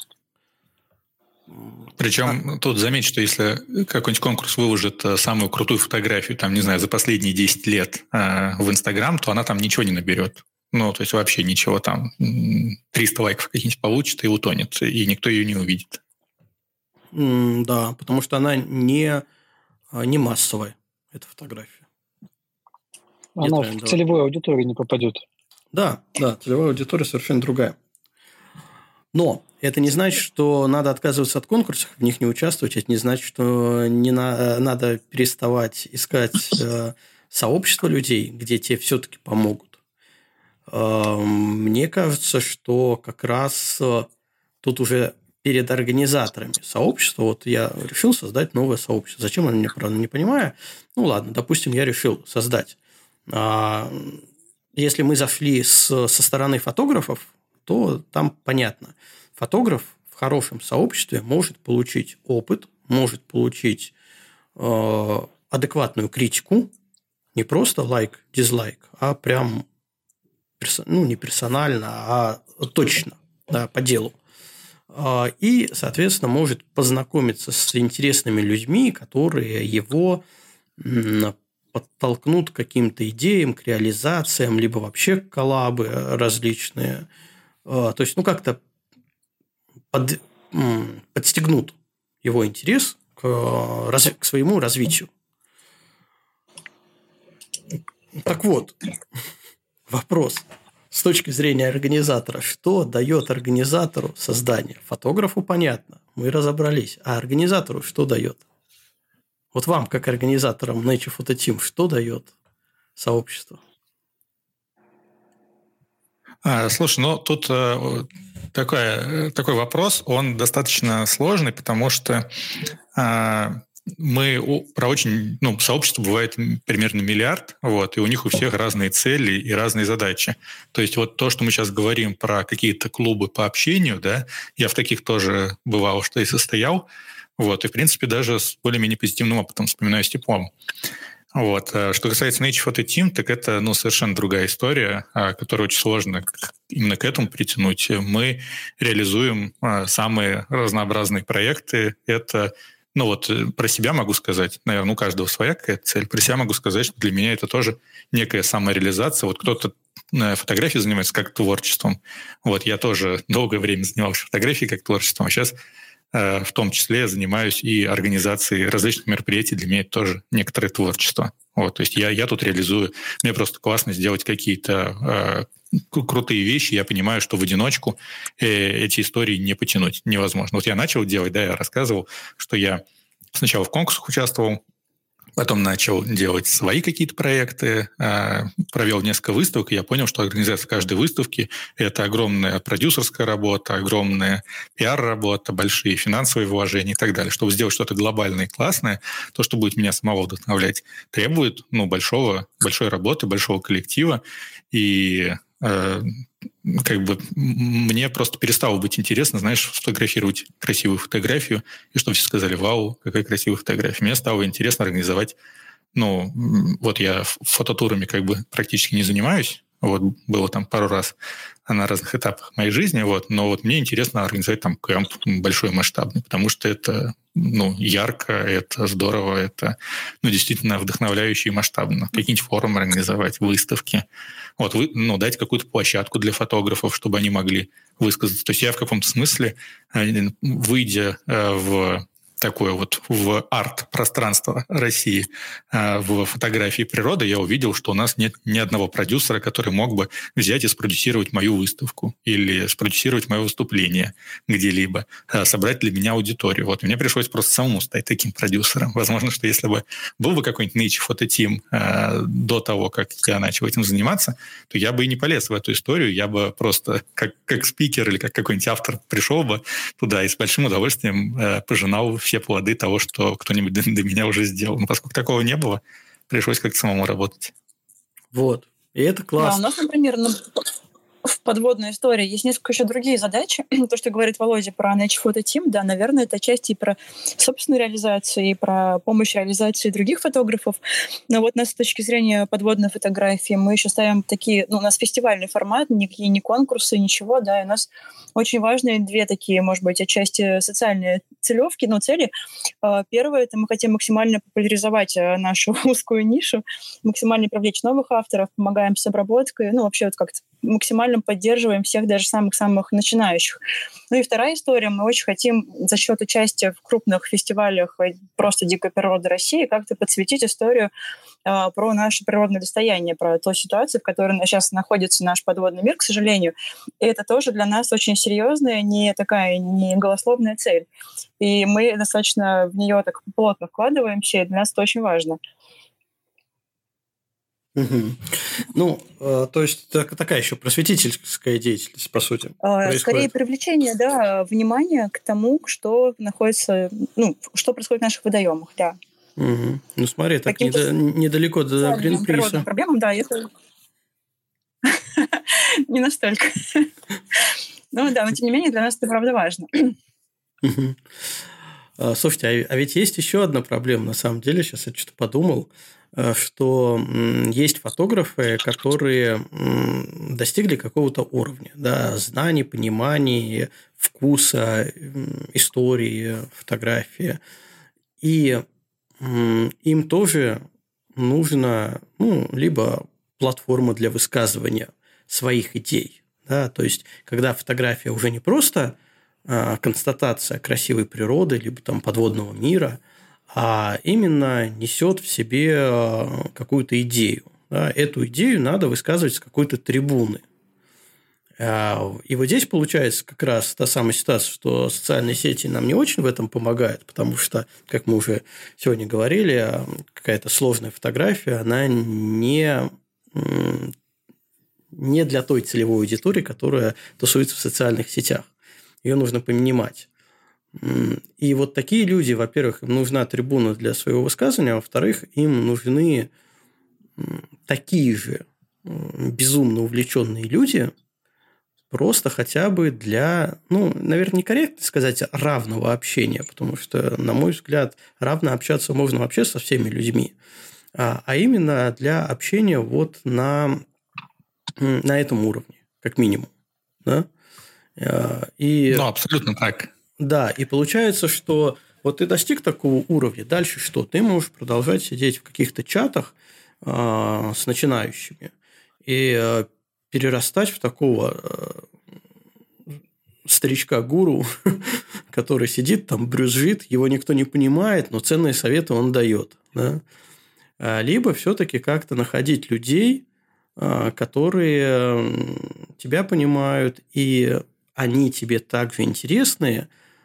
Speaker 3: Причем а... тут заметь, что если какой-нибудь конкурс выложит самую крутую фотографию, там, не знаю, за последние десять лет э, в Инстаграм, то она там ничего не наберет. Ну, то есть вообще ничего там. триста лайков каких-нибудь получит и утонет, и никто ее не увидит.
Speaker 1: Mm, да, потому что она не, не массовая. Это фотография.
Speaker 2: Она в целевую аудиторию не попадет.
Speaker 1: Да, да, целевая аудитория совершенно другая. Но это не значит, что надо отказываться от конкурсов, в них не участвовать. Это не значит, что не на, надо переставать искать э, сообщество людей, где те все-таки помогут. Э, мне кажется, что как раз тут уже перед организаторами сообщества, вот я решил создать новое сообщество. Зачем оно мне, правда, не понимаю. Ну, ладно, допустим, я решил создать. Если мы зашли с, со стороны фотографов, то там понятно. Фотограф в хорошем сообществе может получить опыт, может получить э, адекватную критику, не просто лайк, дизлайк, а прям перс, ну, не персонально, а точно, да, по делу. И, соответственно, может познакомиться с интересными людьми, которые его подтолкнут к каким-то идеям, к реализациям, либо вообще коллабы различные. То есть, ну, как-то под, подстегнут его интерес к, к своему развитию. Так вот, вопрос. С точки зрения организатора, что дает организатору создание? Фотографу понятно, мы разобрались. А организатору что дает? Вот вам, как организаторам Nature Photo Team, что дает сообщество?
Speaker 3: А, слушай, ну тут э, такой, такой вопрос, он достаточно сложный, потому что э, мы про очень, ну, сообщество бывает примерно миллиард, вот, и у них у всех разные цели и разные задачи. То есть вот то, что мы сейчас говорим про какие-то клубы по общению, да, я в таких тоже бывал, что и состоял, вот, и в принципе даже с более-менее позитивным опытом вспоминаю с теплом. Вот. Что касается Nature Photo Team, так это, ну, совершенно другая история, которую очень сложно именно к этому притянуть. Мы реализуем самые разнообразные проекты. Это, ну вот, про себя могу сказать, наверное, у каждого своя какая-то цель. Про себя могу сказать, что для меня это тоже некая самореализация. Вот кто-то фотографией занимается как творчеством. Вот я тоже долгое время занимался фотографией как творчеством, а сейчас в том числе я занимаюсь и организацией различных мероприятий. Для меня это тоже некоторое творчество. Вот, то есть я, я тут реализую. Мне просто классно сделать какие-то э, крутые вещи. Я понимаю, что в одиночку э, эти истории не потянуть невозможно. Вот я начал делать, да, я рассказывал, что я сначала в конкурсах участвовал, потом начал делать свои какие-то проекты, провел несколько выставок, и я понял, что организация каждой выставки – это огромная продюсерская работа, огромная пиар-работа, большие финансовые вложения и так далее. Чтобы сделать что-то глобальное и классное, то, что будет меня самого вдохновлять, требует, ну, большого, большой работы, большого коллектива. И э, как бы мне просто перестало быть интересно, знаешь, фотографировать красивую фотографию, и чтобы все сказали: вау, какая красивая фотография. Мне стало интересно организовать, ну, вот я фототурами как бы практически не занимаюсь, вот было там пару раз на разных этапах моей жизни, вот, но вот мне интересно организовать там кэмп большой, масштабный, потому что это, ну, ярко, это здорово, это, ну, действительно вдохновляюще и масштабно. Какие-нибудь форумы организовать, выставки, вот, вы, ну, дать какую-то площадку для фотографов, чтобы они могли высказаться. То есть я в каком-то смысле, выйдя в такое вот в арт-пространство России, в фотографии природы, я увидел, что у нас нет ни одного продюсера, который мог бы взять и спродюсировать мою выставку или спродюсировать мое выступление где-либо, собрать для меня аудиторию. Вот мне пришлось просто самому стать таким продюсером. Возможно, что если бы был бы какой-нибудь Nature Photo Team до того, как я начал этим заниматься, то я бы и не полез в эту историю, я бы просто как, как спикер или как какой-нибудь автор пришел бы туда и с большим удовольствием пожинал все плоды того, что кто-нибудь до, до меня уже сделал. Но поскольку такого не было, пришлось как-то самому работать.
Speaker 1: Вот. И это классно.
Speaker 4: Да, у нас, например, ну, в подводной истории есть несколько еще другие задачи. То, что говорит Володя про Nature Photo Team, да, наверное, это отчасти и про собственную реализацию, и про помощь реализации других фотографов. Но вот нас с точки зрения подводной фотографии мы еще ставим такие... Ну, у нас фестивальный формат, никакие не конкурсы, ничего, да, и у нас очень важные две такие, может быть, отчасти социальные целевки, но цели. Первое — это мы хотим максимально популяризовать нашу узкую нишу, максимально привлечь новых авторов, помогаем с обработкой, ну, вообще вот как-то максимально поддерживаем всех, даже самых-самых начинающих. Ну и вторая история. Мы очень хотим за счет участия в крупных фестивалях просто дикой природы России как-то подсветить историю э, про наше природное достояние, про ту ситуацию, в которой сейчас находится наш подводный мир, к сожалению. И это тоже для нас очень серьезная, не такая, не голословная цель. И мы достаточно в нее так плотно вкладываемся, и для нас это очень важно.
Speaker 1: Угу. Ну, э, то есть так, такая еще просветительская деятельность, по сути.
Speaker 4: А,
Speaker 1: происходит.
Speaker 4: Скорее привлечение, да, внимания к тому, что находится, ну, что происходит в наших водоемах, да.
Speaker 1: Угу. Ну, смотри, так
Speaker 4: Каким-то
Speaker 1: недо- недалеко до
Speaker 4: социальным,
Speaker 1: Гринписа.
Speaker 4: природным проблемам, да, это не настолько. Ну да, но тем не менее для нас это правда важно.
Speaker 1: Мгм. А, Слушайте, а а ведь есть еще одна проблема, на самом деле, сейчас я что-то подумал, э, что м, есть фотографы, которые м, достигли какого-то уровня, да, знаний, понимания, вкуса, м, истории, фотографии. И м, им тоже нужна, ну, либо платформа для высказывания своих идей. Да? То есть, когда фотография уже не просто а, констатация красивой природы, либо там подводного мира, а именно несет в себе а, какую-то идею. Да? Эту идею надо высказывать с какой-то трибуны. А, И вот здесь получается как раз та самая ситуация, что социальные сети нам не очень в этом помогают, потому что, как мы уже сегодня говорили, а, какая-то сложная фотография, она не, м, не для той целевой аудитории, которая тусуется в социальных сетях. Ее нужно понимать. М, И вот такие люди, во-первых, им нужна трибуна для своего высказывания, а во-вторых, им нужны м, такие же м, безумно увлеченные люди, просто хотя бы для, ну, наверное, некорректно сказать равного общения, потому что, на мой взгляд, равно общаться можно вообще со всеми людьми, а, а именно для общения вот на, м, на этом уровне, как минимум. Да? А, И
Speaker 3: Ну, абсолютно так.
Speaker 1: да, и получается, что вот ты достиг такого уровня, дальше что? Ты можешь продолжать сидеть в каких-то чатах а, с начинающими и а, перерастать в такого а, старичка-гуру, который сидит там, брюзжит, его никто не понимает, но ценные советы он дает. Да? А, Либо все-таки как-то находить людей, а, которые м, тебя понимают, и они тебе также интересны.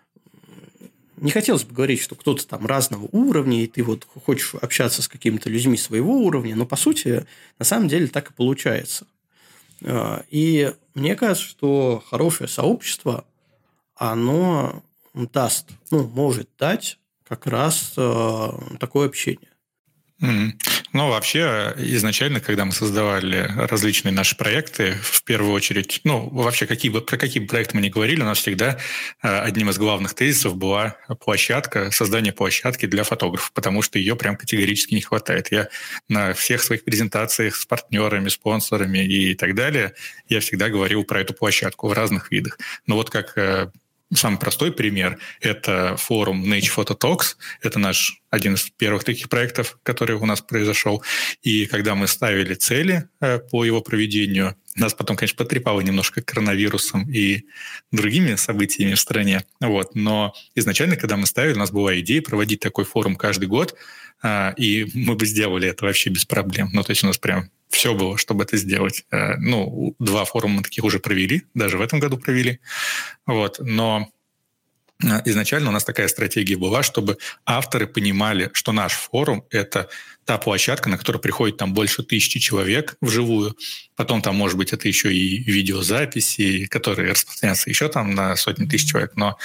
Speaker 1: Не хотелось бы говорить, что кто-то там разного уровня, и ты вот хочешь общаться с какими-то людьми своего уровня, но по сути, на самом деле так и получается. А, И мне кажется, что хорошее сообщество, оно даст, ну, может дать как раз э, такое общение.
Speaker 3: Мгм. Ну, вообще, изначально, когда мы создавали различные наши проекты, в первую очередь, ну, вообще, какие бы, про какие бы проекты мы ни говорили, у нас всегда э, одним из главных тезисов была площадка, создание площадки для фотографов, потому что ее прям категорически не хватает. Я на всех своих презентациях с партнерами, спонсорами и так далее, я всегда говорил про эту площадку в разных видах. Но вот как э, самый простой пример – это форум Nature Photo Talks. Это наш один из первых таких проектов, который у нас произошел. И когда мы ставили цели э, по его проведению, нас потом, конечно, потрепало немножко коронавирусом и другими событиями в стране. Вот. Но изначально, когда мы ставили, у нас была идея проводить такой форум каждый год, э, и мы бы сделали это вообще без проблем. Ну, то есть у нас прям все было, чтобы это сделать. Э, ну, два форума мы таких уже провели, даже в этом году провели. Вот. Но изначально у нас такая стратегия была, чтобы авторы понимали, что наш форум – это та площадка, на которую приходит там больше тысячи человек вживую. Потом там, может быть, это еще и видеозаписи, которые распространяются еще там на сотни тысяч человек. Но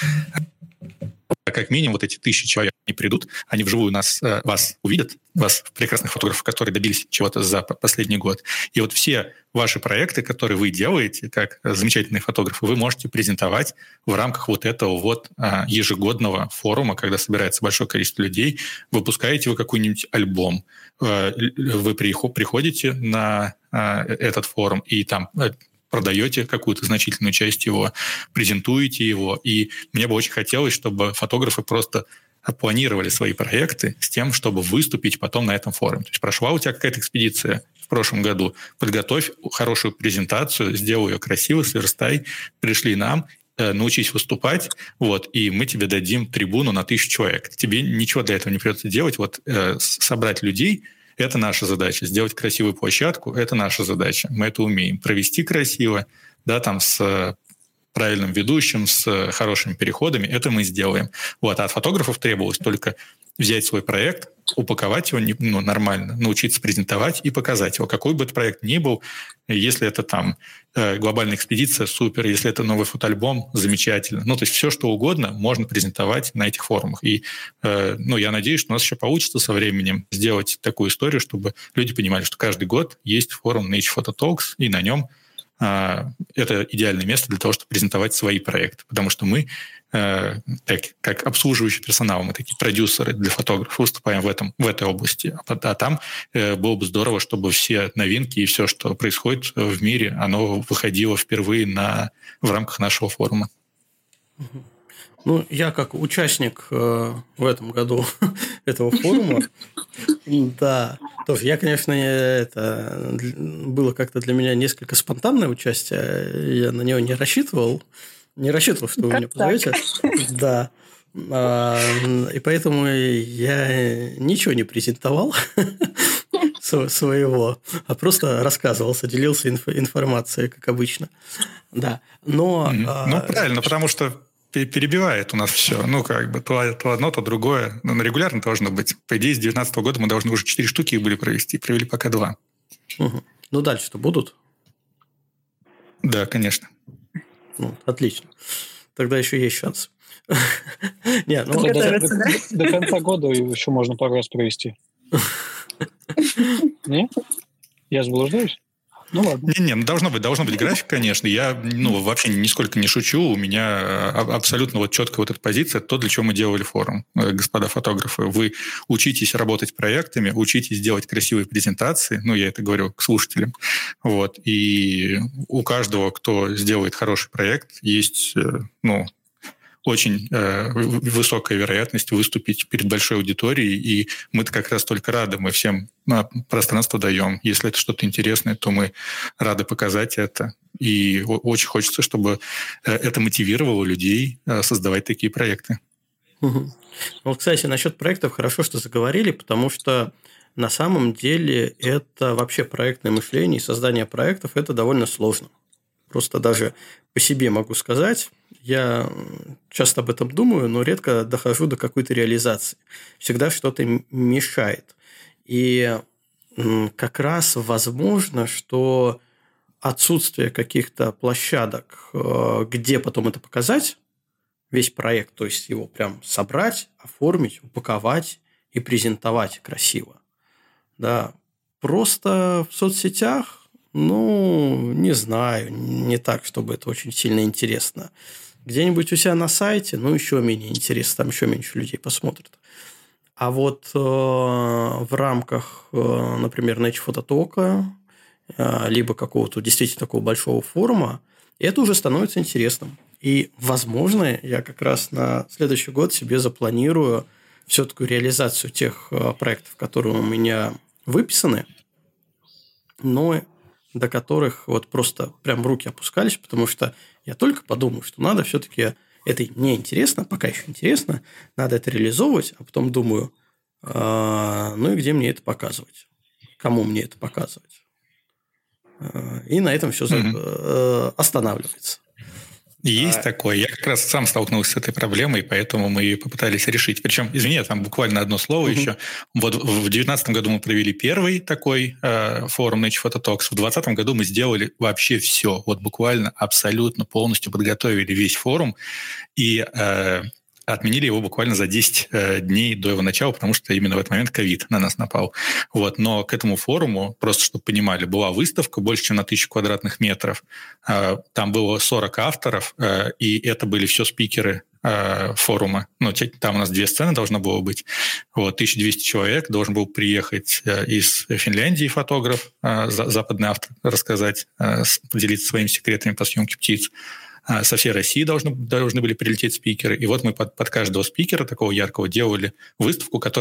Speaker 3: как минимум вот эти тысячи человек не придут, они вживую нас, вас увидят, вас, прекрасных фотографов, которые добились чего-то за последний год. И вот все ваши проекты, которые вы делаете, как замечательные фотографы, вы можете презентовать в рамках вот этого вот ежегодного форума, когда собирается большое количество людей, выпускаете вы какой-нибудь альбом, вы приходите на этот форум и там продаете какую-то значительную часть его, презентуете его. И мне бы очень хотелось, чтобы фотографы просто планировали свои проекты с тем, чтобы выступить потом на этом форуме. То есть прошла у тебя какая-то экспедиция в прошлом году, подготовь хорошую презентацию, сделай ее красиво, сверстай, пришли нам, научись выступать, вот, и мы тебе дадим трибуну на тысячу человек. Тебе ничего для этого не придется делать, вот э, собрать людей – это наша задача. Сделать красивую площадку – это наша задача. Мы это умеем. Провести красиво, да, там с правильным ведущим, с хорошими переходами, это мы сделаем. Вот. А от фотографов требовалось только взять свой проект, упаковать его ну, нормально, научиться презентовать и показать его. Какой бы этот проект ни был, если это там глобальная экспедиция, супер, если это новый фотоальбом, замечательно. Ну, то есть все, что угодно можно презентовать на этих форумах. И ну, я надеюсь, что у нас еще получится со временем сделать такую историю, чтобы люди понимали, что каждый год есть форум Nature Photo Talks, и на нем это идеальное место для того, чтобы презентовать свои проекты. Потому что мы, так, как обслуживающий персонал, мы такие продюсеры для фотографов, выступаем в, этом, в этой области. А там было бы здорово, чтобы все новинки и все, что происходит в мире, оно выходило впервые на, в рамках нашего форума.
Speaker 1: Ну, я как участник э, в этом году этого форума, да, тоже я, конечно, это было как-то для меня несколько спонтанное участие, я на него не рассчитывал, не рассчитывал, что вы меня позовете, да, и поэтому я ничего не презентовал своего, а просто рассказывался, делился информацией, как обычно, да, но...
Speaker 3: Ну, правильно, потому что перебивает у нас все. Ну, как бы, то, то одно, то другое. Но регулярно должно быть. По идее, с две тысячи девятнадцатого года мы должны уже четыре штуки были провести. Провели пока два.
Speaker 1: Угу. Ну, дальше-то будут?
Speaker 3: Да, конечно.
Speaker 1: Ну, отлично. Тогда еще есть шанс.
Speaker 2: Нет, ну, до конца года еще можно пару раз провести. Нет? Я заблуждаюсь? Ну ладно.
Speaker 3: Не-не, ну должно быть, должно быть график, конечно. Я ну, вообще нисколько не шучу. У меня абсолютно вот четкая вот эта позиция, то, для чего мы делали форум, господа фотографы. Вы учитесь работать проектами, учитесь делать красивые презентации. Ну, я это говорю к слушателям. Вот. И у каждого, кто сделает хороший проект, есть, ну, очень э, высокая вероятность выступить перед большой аудиторией, и мы-то как раз только рады, мы всем ну, пространство даем. Если это что-то интересное, то мы рады показать это. И очень хочется, чтобы это мотивировало людей создавать такие проекты.
Speaker 1: Угу. Вот, кстати, насчет проектов хорошо, что заговорили, потому что на самом деле это вообще проектное мышление и создание проектов – это довольно сложно. Просто даже по себе могу сказать, я часто об этом думаю, но редко дохожу до какой-то реализации. Всегда что-то мешает. И как раз возможно, что отсутствие каких-то площадок, где потом это показать, весь проект, то есть его прям собрать, оформить, упаковать и презентовать красиво. Да, просто в соцсетях, ну, не знаю, не так, чтобы это очень сильно интересно. Где-нибудь у себя на сайте, ну, еще менее интересно, там еще меньше людей посмотрят. А вот э, в рамках, э, например, Nature Photo Talk, э, либо какого-то действительно такого большого форума, это уже становится интересным. И, возможно, я как раз на следующий год себе запланирую все-таки реализацию тех э, проектов, которые у меня выписаны, но до которых вот просто прям руки опускались, потому что я только подумал, что надо все-таки, это мне интересно, пока еще интересно, надо это реализовывать, а потом думаю, э, ну и где мне это показывать, кому мне это показывать. Э, и на этом все mm-hmm. э, останавливается.
Speaker 3: Есть а... такое. Я как раз сам столкнулся с этой проблемой, поэтому мы ее попытались решить. Причем, извини, там буквально одно слово uh-huh. еще. Вот в две тысячи девятнадцатом году мы провели первый такой э, форум Nature Photo Talks. В две тысячи двадцатом году мы сделали вообще все. Вот буквально абсолютно полностью подготовили весь форум и э, отменили его буквально за десять э, дней до его начала, потому что именно в этот момент ковид на нас напал. Вот. Но к этому форуму, просто чтобы понимали, была выставка больше, чем на тысячу квадратных метров. Э, там было сорок авторов, э, и это были все спикеры э, форума. Ну, там у нас две сцены должно было быть. Вот. тысяча двести человек, должен был приехать э, из Финляндии фотограф, э, западный автор, рассказать, э, поделиться своими секретами по съемке птиц. Со всей России должны, должны были прилететь спикеры. И вот мы под, под каждого спикера, такого яркого, делали выставку, которая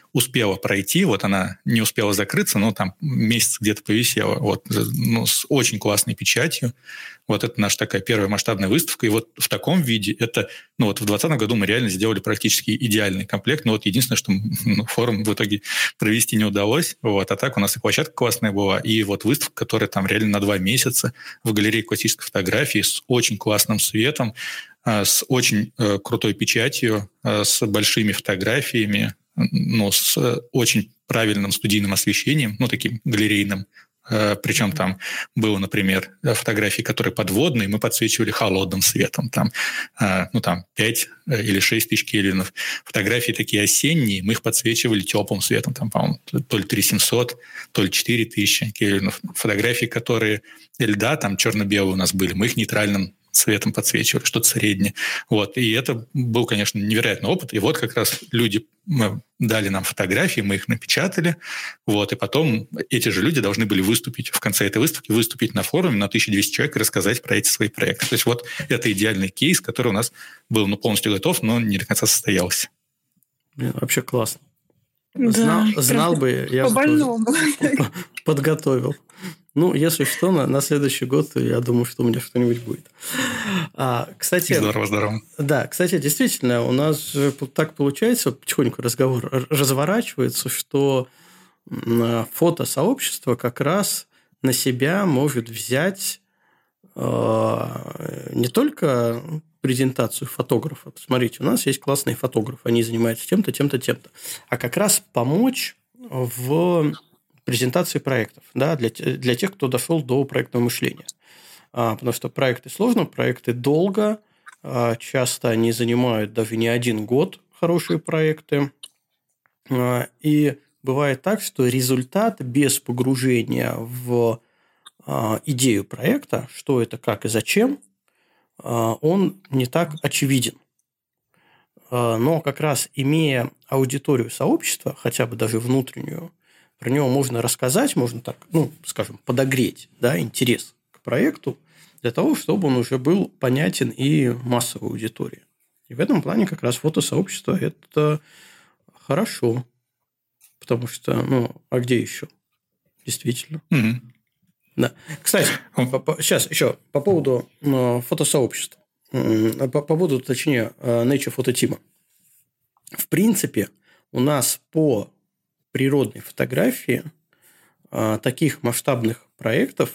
Speaker 3: успела пройти, вот она не успела закрыться, но там месяц где-то повисела, вот, ну, с очень классной печатью. Вот это наша такая первая масштабная выставка, и вот в таком виде это, ну вот в двадцатом году мы реально сделали практически идеальный комплект, но вот единственное, что ну, форум в итоге провести не удалось, вот, а так у нас и площадка классная была, и вот выставка, которая там реально на два месяца в галерее классической фотографии с очень классным светом, с очень э, крутой печатью, э, с большими фотографиями, ну, с очень правильным студийным освещением, ну, таким галерейным. Э, причем там было, например, фотографии, которые подводные, мы подсвечивали холодным светом, там, э, ну, там, пять или шесть тысяч кельвинов. Фотографии такие осенние, мы их подсвечивали теплым светом, там, по-моему, то ли три тысячи семьсот, то ли четыре тысячи кельвинов. Фотографии, которые льда, там, черно-белые у нас были, мы их нейтральным цветом подсвечивали, что-то среднее. Вот. И это был, конечно, невероятный опыт. И вот как раз люди дали нам фотографии, мы их напечатали. Вот. И потом эти же люди должны были выступить в конце этой выставки, выступить на форуме на тысячу двести человек и рассказать про эти свои проекты. То есть вот это идеальный кейс, который у нас был ну, полностью готов, но не до конца состоялся.
Speaker 1: Блин, вообще классно.
Speaker 4: Да,
Speaker 1: знал, знал бы, я
Speaker 4: бы
Speaker 1: подготовил. Ну, если что, на, на следующий год, я думаю, что у меня что-нибудь будет. А, кстати,
Speaker 3: здорово, здорово.
Speaker 1: Да, кстати, действительно, у нас же так получается, потихоньку разговор разворачивается, что фотосообщество как раз на себя может взять э, не только презентацию фотографа. Смотрите, у нас есть классные фотографы, они занимаются тем-то, тем-то, тем-то. А как раз помочь в презентации проектов, да, для, для тех, кто дошел до проектного мышления. А, потому что проекты сложно, проекты долго, а, часто они занимают даже не один год, хорошие проекты. А, и бывает так, что результат без погружения в а, идею проекта, что это, как и зачем, а, он не так очевиден. А, но как раз имея аудиторию сообщества, хотя бы даже внутреннюю, про него можно рассказать, можно так, ну, скажем, подогреть, да, интерес к проекту для того, чтобы он уже был понятен и массовой аудитории. И в этом плане как раз фотосообщество – это хорошо, потому что, ну, а где еще? Действительно.
Speaker 3: Mm-hmm.
Speaker 1: Да. Кстати, по, по, сейчас еще по поводу э, фотосообщества, по, по поводу, точнее, Nature Photo Team. В принципе, у нас по природной фотографии а, таких масштабных проектов,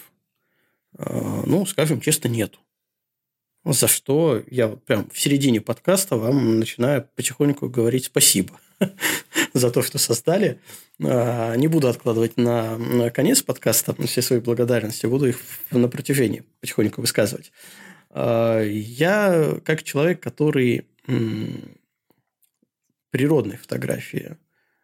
Speaker 1: а, ну, скажем честно, нету. За что я прям в середине подкаста вам начинаю потихоньку говорить спасибо за то, что создали. А, не буду откладывать на, на конец подкаста все свои благодарности, буду их на протяжении потихоньку высказывать. А, я, как человек, который м- природной фотографией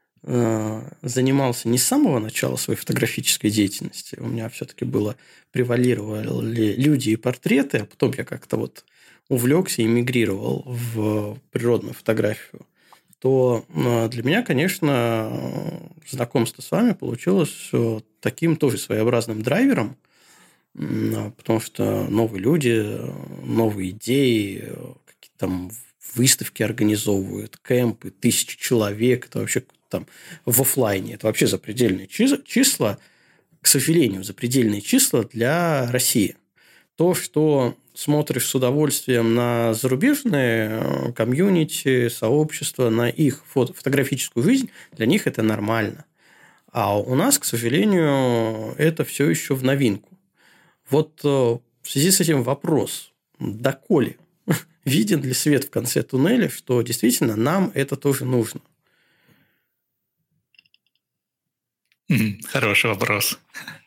Speaker 1: занимался не с самого начала своей фотографической деятельности. У меня все-таки было превалировали люди и портреты, а потом я как-то вот увлекся и мигрировал в природную фотографию. То для меня, конечно, знакомство с вами получилось таким тоже своеобразным драйвером, потому что новые люди, новые идеи, какие-то там выставки организовывают, кемпы, тысячи человек, это вообще там в офлайне. Это вообще запредельные числа, к сожалению, запредельные числа для России. То, что смотришь с удовольствием на зарубежные комьюнити, сообщества, на их фото- фотографическую жизнь, для них это нормально. А у нас, к сожалению, это все еще в новинку. Вот в связи с этим вопрос, доколе виден ли свет в конце туннеля, что действительно нам это тоже нужно?
Speaker 3: Хороший вопрос.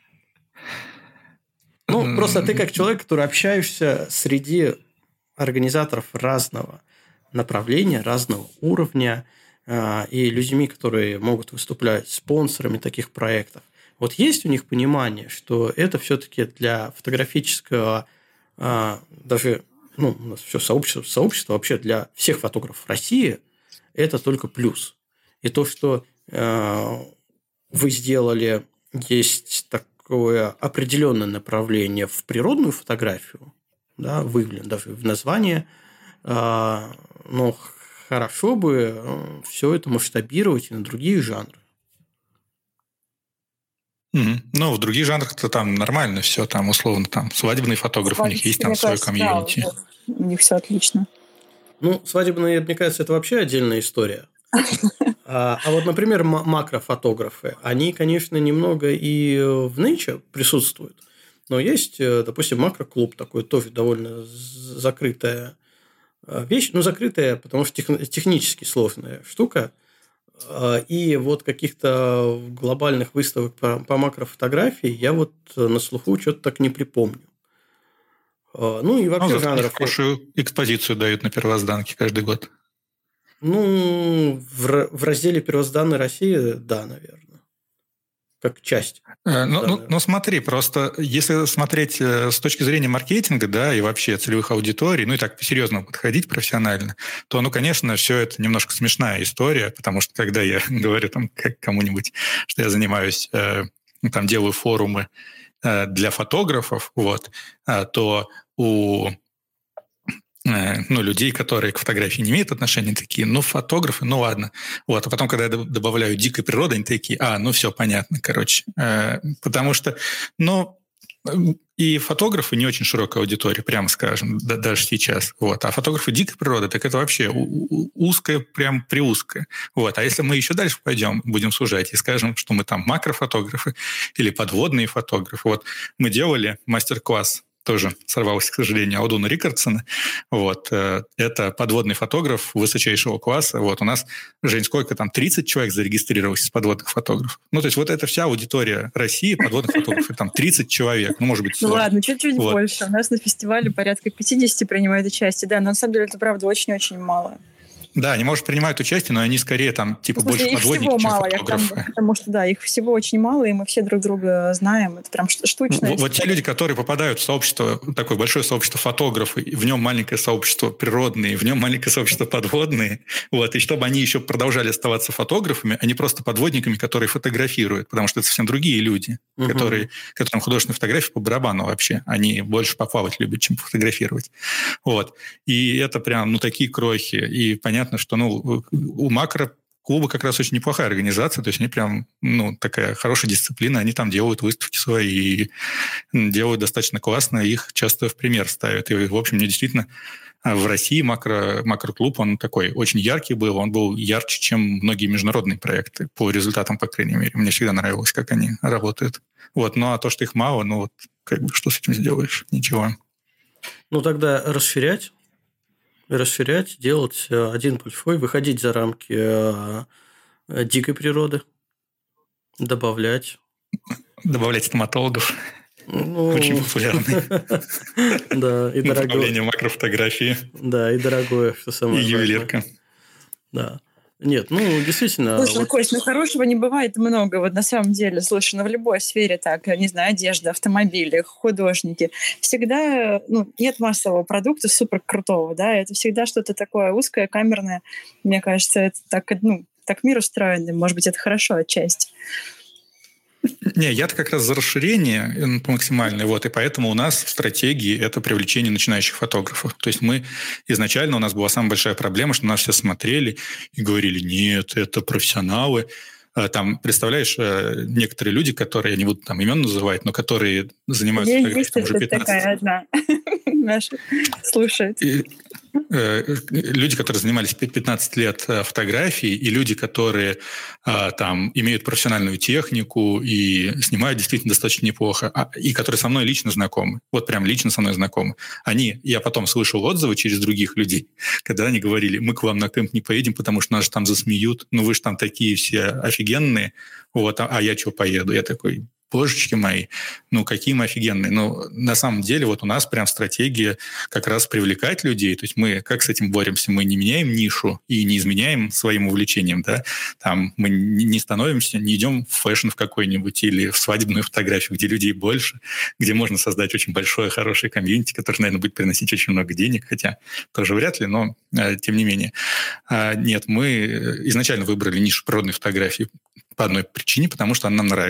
Speaker 1: Ну, просто ты как человек, который общаешься среди организаторов разного направления, разного уровня, и людьми, которые могут выступать спонсорами таких проектов. Вот есть у них понимание, что это все-таки для фотографического, даже, ну, у нас все сообщество, сообщество вообще для всех фотографов России, это только плюс. И то, что вы сделали, есть такое определенное направление в природную фотографию, да, выявлено даже в названии, но хорошо бы все это масштабировать и на другие жанры.
Speaker 3: Mm-hmm. Ну, в других жанрах-то там нормально все, там условно, там свадебный фотограф, у них есть там свой комьюнити.
Speaker 4: Да, у них все отлично.
Speaker 1: Ну, свадебные, мне кажется, это вообще отдельная история. А, а вот, например, макрофотографы, они, конечно, немного и в Nature присутствуют, но есть, допустим, макроклуб такой, тоже довольно закрытая вещь, ну, закрытая, потому что тех, технически сложная штука. И вот каких-то глобальных выставок по, по макрофотографии я вот на слуху что-то так не припомню. Ну, и вообще ну, жанров...
Speaker 3: Хорошую экспозицию дают на первозданке каждый год.
Speaker 1: Ну, в, в разделе «Первозданной России», да, наверное. Как часть.
Speaker 3: Ну, ну, ну, смотри, просто если смотреть с точки зрения маркетинга, да, и вообще целевых аудиторий, ну, и так по-серьезному подходить профессионально, то, ну, конечно, все это немножко смешная история, потому что, когда я говорю там кому-нибудь, что я занимаюсь, там, делаю форумы для фотографов, вот, то у... ну, людей, которые к фотографии не имеют отношения, такие, ну, фотографы, ну, ладно. Вот, а потом, когда я добавляю дикой природы, они такие, а, ну, все понятно, короче. Потому что, ну, и фотографы не очень широкая аудитория, прямо скажем, да, даже сейчас. Вот. А фотографы дикой природы, так это вообще узкое, прям приузкое. Вот. А если мы еще дальше пойдем, будем сужать и скажем, что мы там макрофотографы или подводные фотографы. Вот мы делали мастер-класс, тоже сорвался, к сожалению, Аудуна Рикардсона. Вот. Это подводный фотограф высочайшего класса. Вот. У нас, Жень, сколько там, тридцать человек зарегистрировалось из подводных фотографов. Ну, то есть вот это вся аудитория России, подводных фотографов, там тридцать человек, ну, может быть, сорок.
Speaker 4: Ну, ладно, чуть-чуть вот. Больше. У нас на фестивале порядка пятьдесят принимает участие. Да, но на самом деле это, правда, очень-очень мало.
Speaker 3: Да, они, может, принимают участие, но они скорее там, типа, больше подводники, чем
Speaker 4: мало,
Speaker 3: фотографы.
Speaker 4: Там, потому что, да, их всего очень мало, и мы все друг друга знаем. Это прям штучная
Speaker 3: Вот, вот те люди, которые попадают в сообщество, такое большое сообщество фотографов, в нем маленькое сообщество природные, в нем маленькое сообщество подводные, вот, и чтобы они еще продолжали оставаться фотографами, а не просто подводниками, которые фотографируют, потому что это совсем другие люди, угу. которые, которым художественная фотография по барабану вообще. Они больше поплавать любят, чем фотографировать. Вот. И это прям, ну, такие крохи. И понятно, Понятно, что ну, у макро-клуба как раз очень неплохая организация, то есть они прям, ну, такая хорошая дисциплина, они там делают выставки свои и делают достаточно классно, их часто в пример ставят. И, в общем, мне действительно в России макро, макро-клуб, он такой очень яркий был, он был ярче, чем многие международные проекты, по результатам, по крайней мере. Мне всегда нравилось, как они работают. Вот. Ну, а то, что их мало, ну, вот, как бы, что с этим сделаешь? Ничего.
Speaker 1: Ну, тогда расширять. расширять, делать один портфолио, выходить за рамки дикой природы, добавлять.
Speaker 3: Добавлять стоматологов.
Speaker 1: Ну,
Speaker 3: очень популярный.
Speaker 1: Да, и дорогое.
Speaker 3: Направление макрофотографии.
Speaker 1: Да, и дорогое, что самое
Speaker 3: И ювелирка.
Speaker 1: Да. Нет, ну, действительно...
Speaker 4: Слушай, вот... Кость, ну, хорошего не бывает много, вот на самом деле. Слушай, ну, в любой сфере так, не знаю, одежда, автомобили, художники. Всегда, ну, нет массового продукта супер крутого, да, это всегда что-то такое узкое, камерное. Мне кажется, это так, ну, так мир устроен, может быть, это хорошо отчасти.
Speaker 3: Не, я-то как раз за расширение максимальное, вот, и поэтому у нас в стратегии это привлечение начинающих фотографов. То есть мы изначально, у нас была самая большая проблема, что нас все смотрели и говорили, нет, это профессионалы. Там, представляешь, некоторые люди, которые, я не буду там имен называть, но которые занимаются фотографией уже пятнадцать лет.
Speaker 4: Такая одна наша слушает.
Speaker 3: И, люди, которые занимались пятнадцать лет фотографией, и люди, которые там имеют профессиональную технику и снимают действительно достаточно неплохо, и которые со мной лично знакомы, вот прям лично со мной знакомы. Они, я потом слышал отзывы через других людей, когда они говорили, мы к вам на кемп не поедем, потому что нас же там засмеют, ну вы же там такие все офигенные, вот, а, а я что поеду? Я такой... Божечки мои, ну, какие мы офигенные. Но на самом деле вот у нас прям стратегия как раз привлекать людей. То есть мы как с этим боремся? Мы не меняем нишу и не изменяем своим увлечением, да? Там мы не становимся, не идем в фэшн в какой-нибудь или в свадебную фотографию, где людей больше, где можно создать очень большое, хорошее комьюнити, которое, наверное, будет приносить очень много денег, хотя тоже вряд ли, но э, тем не менее. А, нет, мы изначально выбрали нишу природной фотографии по одной причине, потому что она нам нравится.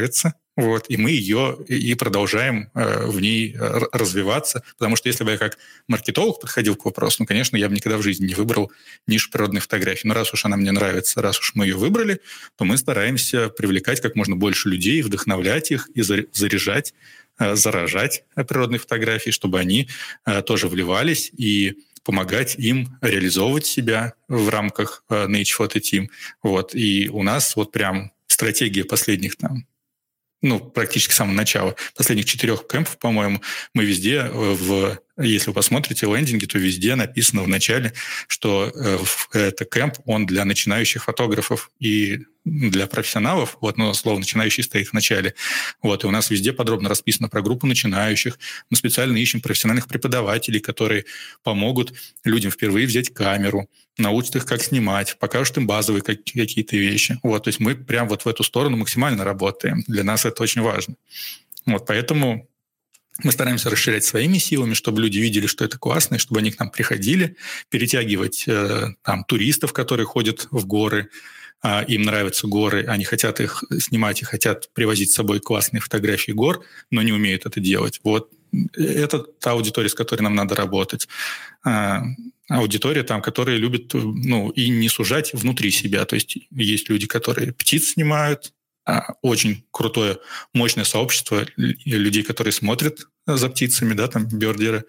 Speaker 3: Вот, и мы ее и продолжаем э, в ней развиваться, потому что если бы я как маркетолог подходил к вопросу, ну, конечно, я бы никогда в жизни не выбрал нишу природной фотографии. Но раз уж она мне нравится, раз уж мы ее выбрали, то мы стараемся привлекать как можно больше людей, вдохновлять их и заряжать, э, заражать природной фотографией, чтобы они э, тоже вливались и помогать им реализовывать себя в рамках э, Nature Photo Team. Вот, и у нас вот прям стратегия последних там ну, практически с самого начала, последних четырех кемпов, по-моему, мы везде, в, если вы посмотрите лендинги, то везде написано в начале, что это кемп, он для начинающих фотографов и для профессионалов, вот, но слово «начинающий» стоит в начале. Вот, и у нас везде подробно расписано про группу начинающих. Мы специально ищем профессиональных преподавателей, которые помогут людям впервые взять камеру, научат их, как снимать, покажут им базовые какие-то вещи. Вот, то есть мы прям вот в эту сторону максимально работаем. Для нас это очень важно. Вот, поэтому мы стараемся расширять своими силами, чтобы люди видели, что это классно, и чтобы они к нам приходили, перетягивать э, там, туристов, которые ходят в горы, э, им нравятся горы, они хотят их снимать и хотят привозить с собой классные фотографии гор, но не умеют это делать. Вот это та аудитория, с которой нам надо работать. Э, аудитория там, которая любит, ну, и не сужать внутри себя. То есть есть люди, которые птиц снимают, очень крутое, мощное сообщество людей, которые смотрят за птицами, да, там, бёрдеры.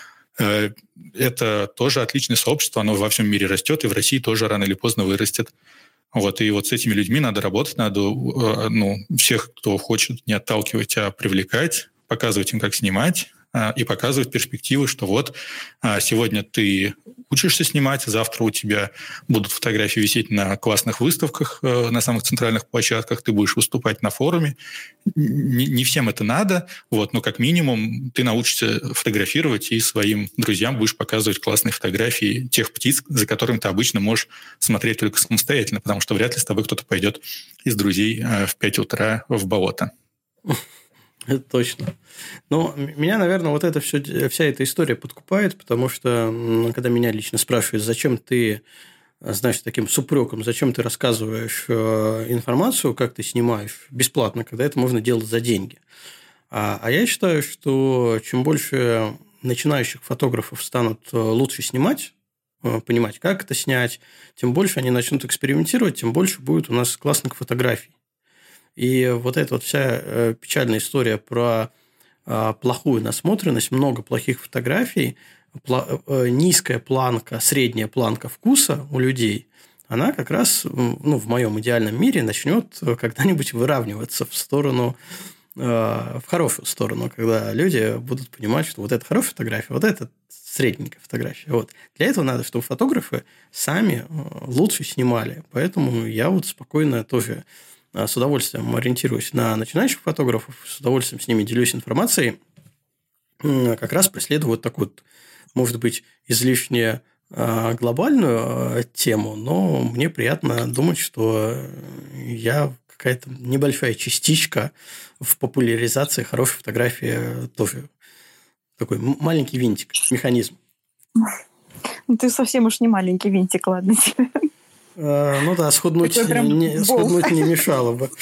Speaker 3: Это тоже отличное сообщество, оно во всем мире растет, и в России тоже рано или поздно вырастет. Вот, и вот с этими людьми надо работать, надо, ну, всех, кто хочет, не отталкивать, а привлекать, показывать им, как снимать, и показывать перспективы, что вот сегодня ты учишься снимать, завтра у тебя будут фотографии висеть на классных выставках, на самых центральных площадках, ты будешь выступать на форуме. Не, не всем это надо, вот, но как минимум ты научишься фотографировать и своим друзьям будешь показывать классные фотографии тех птиц, за которыми ты обычно можешь смотреть только самостоятельно, потому что вряд ли с тобой кто-то пойдет из друзей в пять утра в болото.
Speaker 1: Это точно. Но меня, наверное, вот это все, вся эта история подкупает, потому что, когда меня лично спрашивают, зачем ты, знаешь, таким с упреком, зачем ты рассказываешь информацию, как ты снимаешь бесплатно, когда это можно делать за деньги. А, а я считаю, что чем больше начинающих фотографов станут лучше снимать, понимать, как это снять, тем больше они начнут экспериментировать, тем больше будет у нас классных фотографий. И вот эта вот вся печальная история про плохую насмотренность, много плохих фотографий, низкая планка, средняя планка вкуса у людей, она как раз, ну, в моем идеальном мире начнет когда-нибудь выравниваться в сторону, в хорошую сторону, когда люди будут понимать, что вот это хорошая фотография, вот это средненькая фотография. Вот. Для этого надо, чтобы фотографы сами лучше снимали. Поэтому я вот спокойно тоже с удовольствием ориентируюсь на начинающих фотографов, с удовольствием с ними делюсь информацией, как раз преследую вот такую, может быть, излишне глобальную тему, но мне приятно думать, что я какая-то небольшая частичка в популяризации хорошей фотографии, тоже такой маленький винтик, механизм.
Speaker 4: Ты совсем уж не маленький винтик, ладно тебе.
Speaker 1: А, ну да, сходнуть не, сходнуть не мешало бы.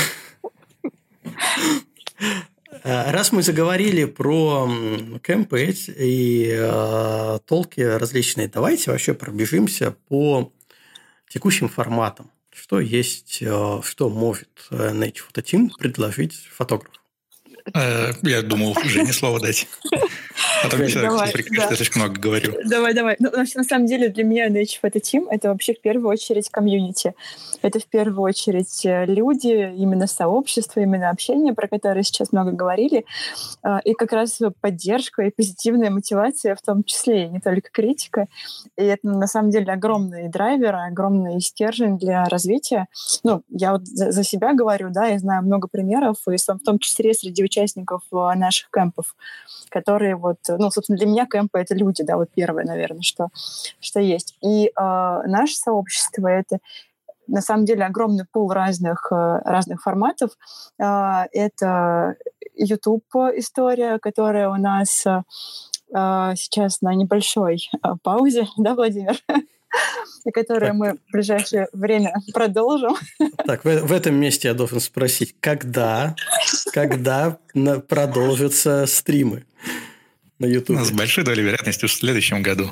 Speaker 1: Раз мы заговорили про кемпы и э, толки различные, давайте вообще пробежимся по текущим форматам. Что есть, э, что может Nature Photo Team предложить фотографу?
Speaker 3: Я думал, Жене слово дать. А то мне человек прикажет, я слишком много говорю.
Speaker 4: Давай, давай. Ну, на самом деле, для меня Nature Photo Team — это вообще в первую очередь комьюнити. Это в первую очередь люди, именно сообщество, именно общение, про которое сейчас много говорили. И как раз поддержка и позитивная мотивация в том числе, и не только критика. И это, на самом деле, огромный драйвер, огромный стержень для развития. Ну, я вот за, за себя говорю, да, я знаю много примеров, и в том числе среди участников наших кемпов, которые вот, ну, собственно, для меня кемпы — это люди, да, вот первое, наверное, что, что есть. И э, наше сообщество — это, на самом деле, огромный пул разных, разных форматов. Э, это YouTube-история, которая у нас э, сейчас на небольшой э, паузе, да, Владимир? И которую мы в ближайшее время продолжим.
Speaker 1: Так, в, в этом месте я должен спросить, когда? когда продолжатся стримы на YouTube.
Speaker 3: С большой долей вероятности в следующем году.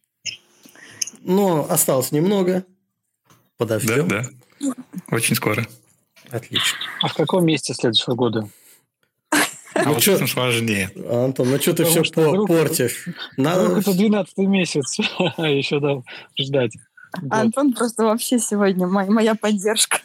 Speaker 1: Но осталось немного. Подождем.
Speaker 3: Да, да. Очень скоро.
Speaker 1: Отлично.
Speaker 2: А в каком месяце следующего года?
Speaker 3: А ну вот что это сложнее.
Speaker 1: Антон, ну что ты все вдруг, портишь?
Speaker 2: Надо... Вдруг это двенадцатый месяц. Еще да, ждать.
Speaker 4: Антон вот. Просто вообще сегодня моя, моя поддержка.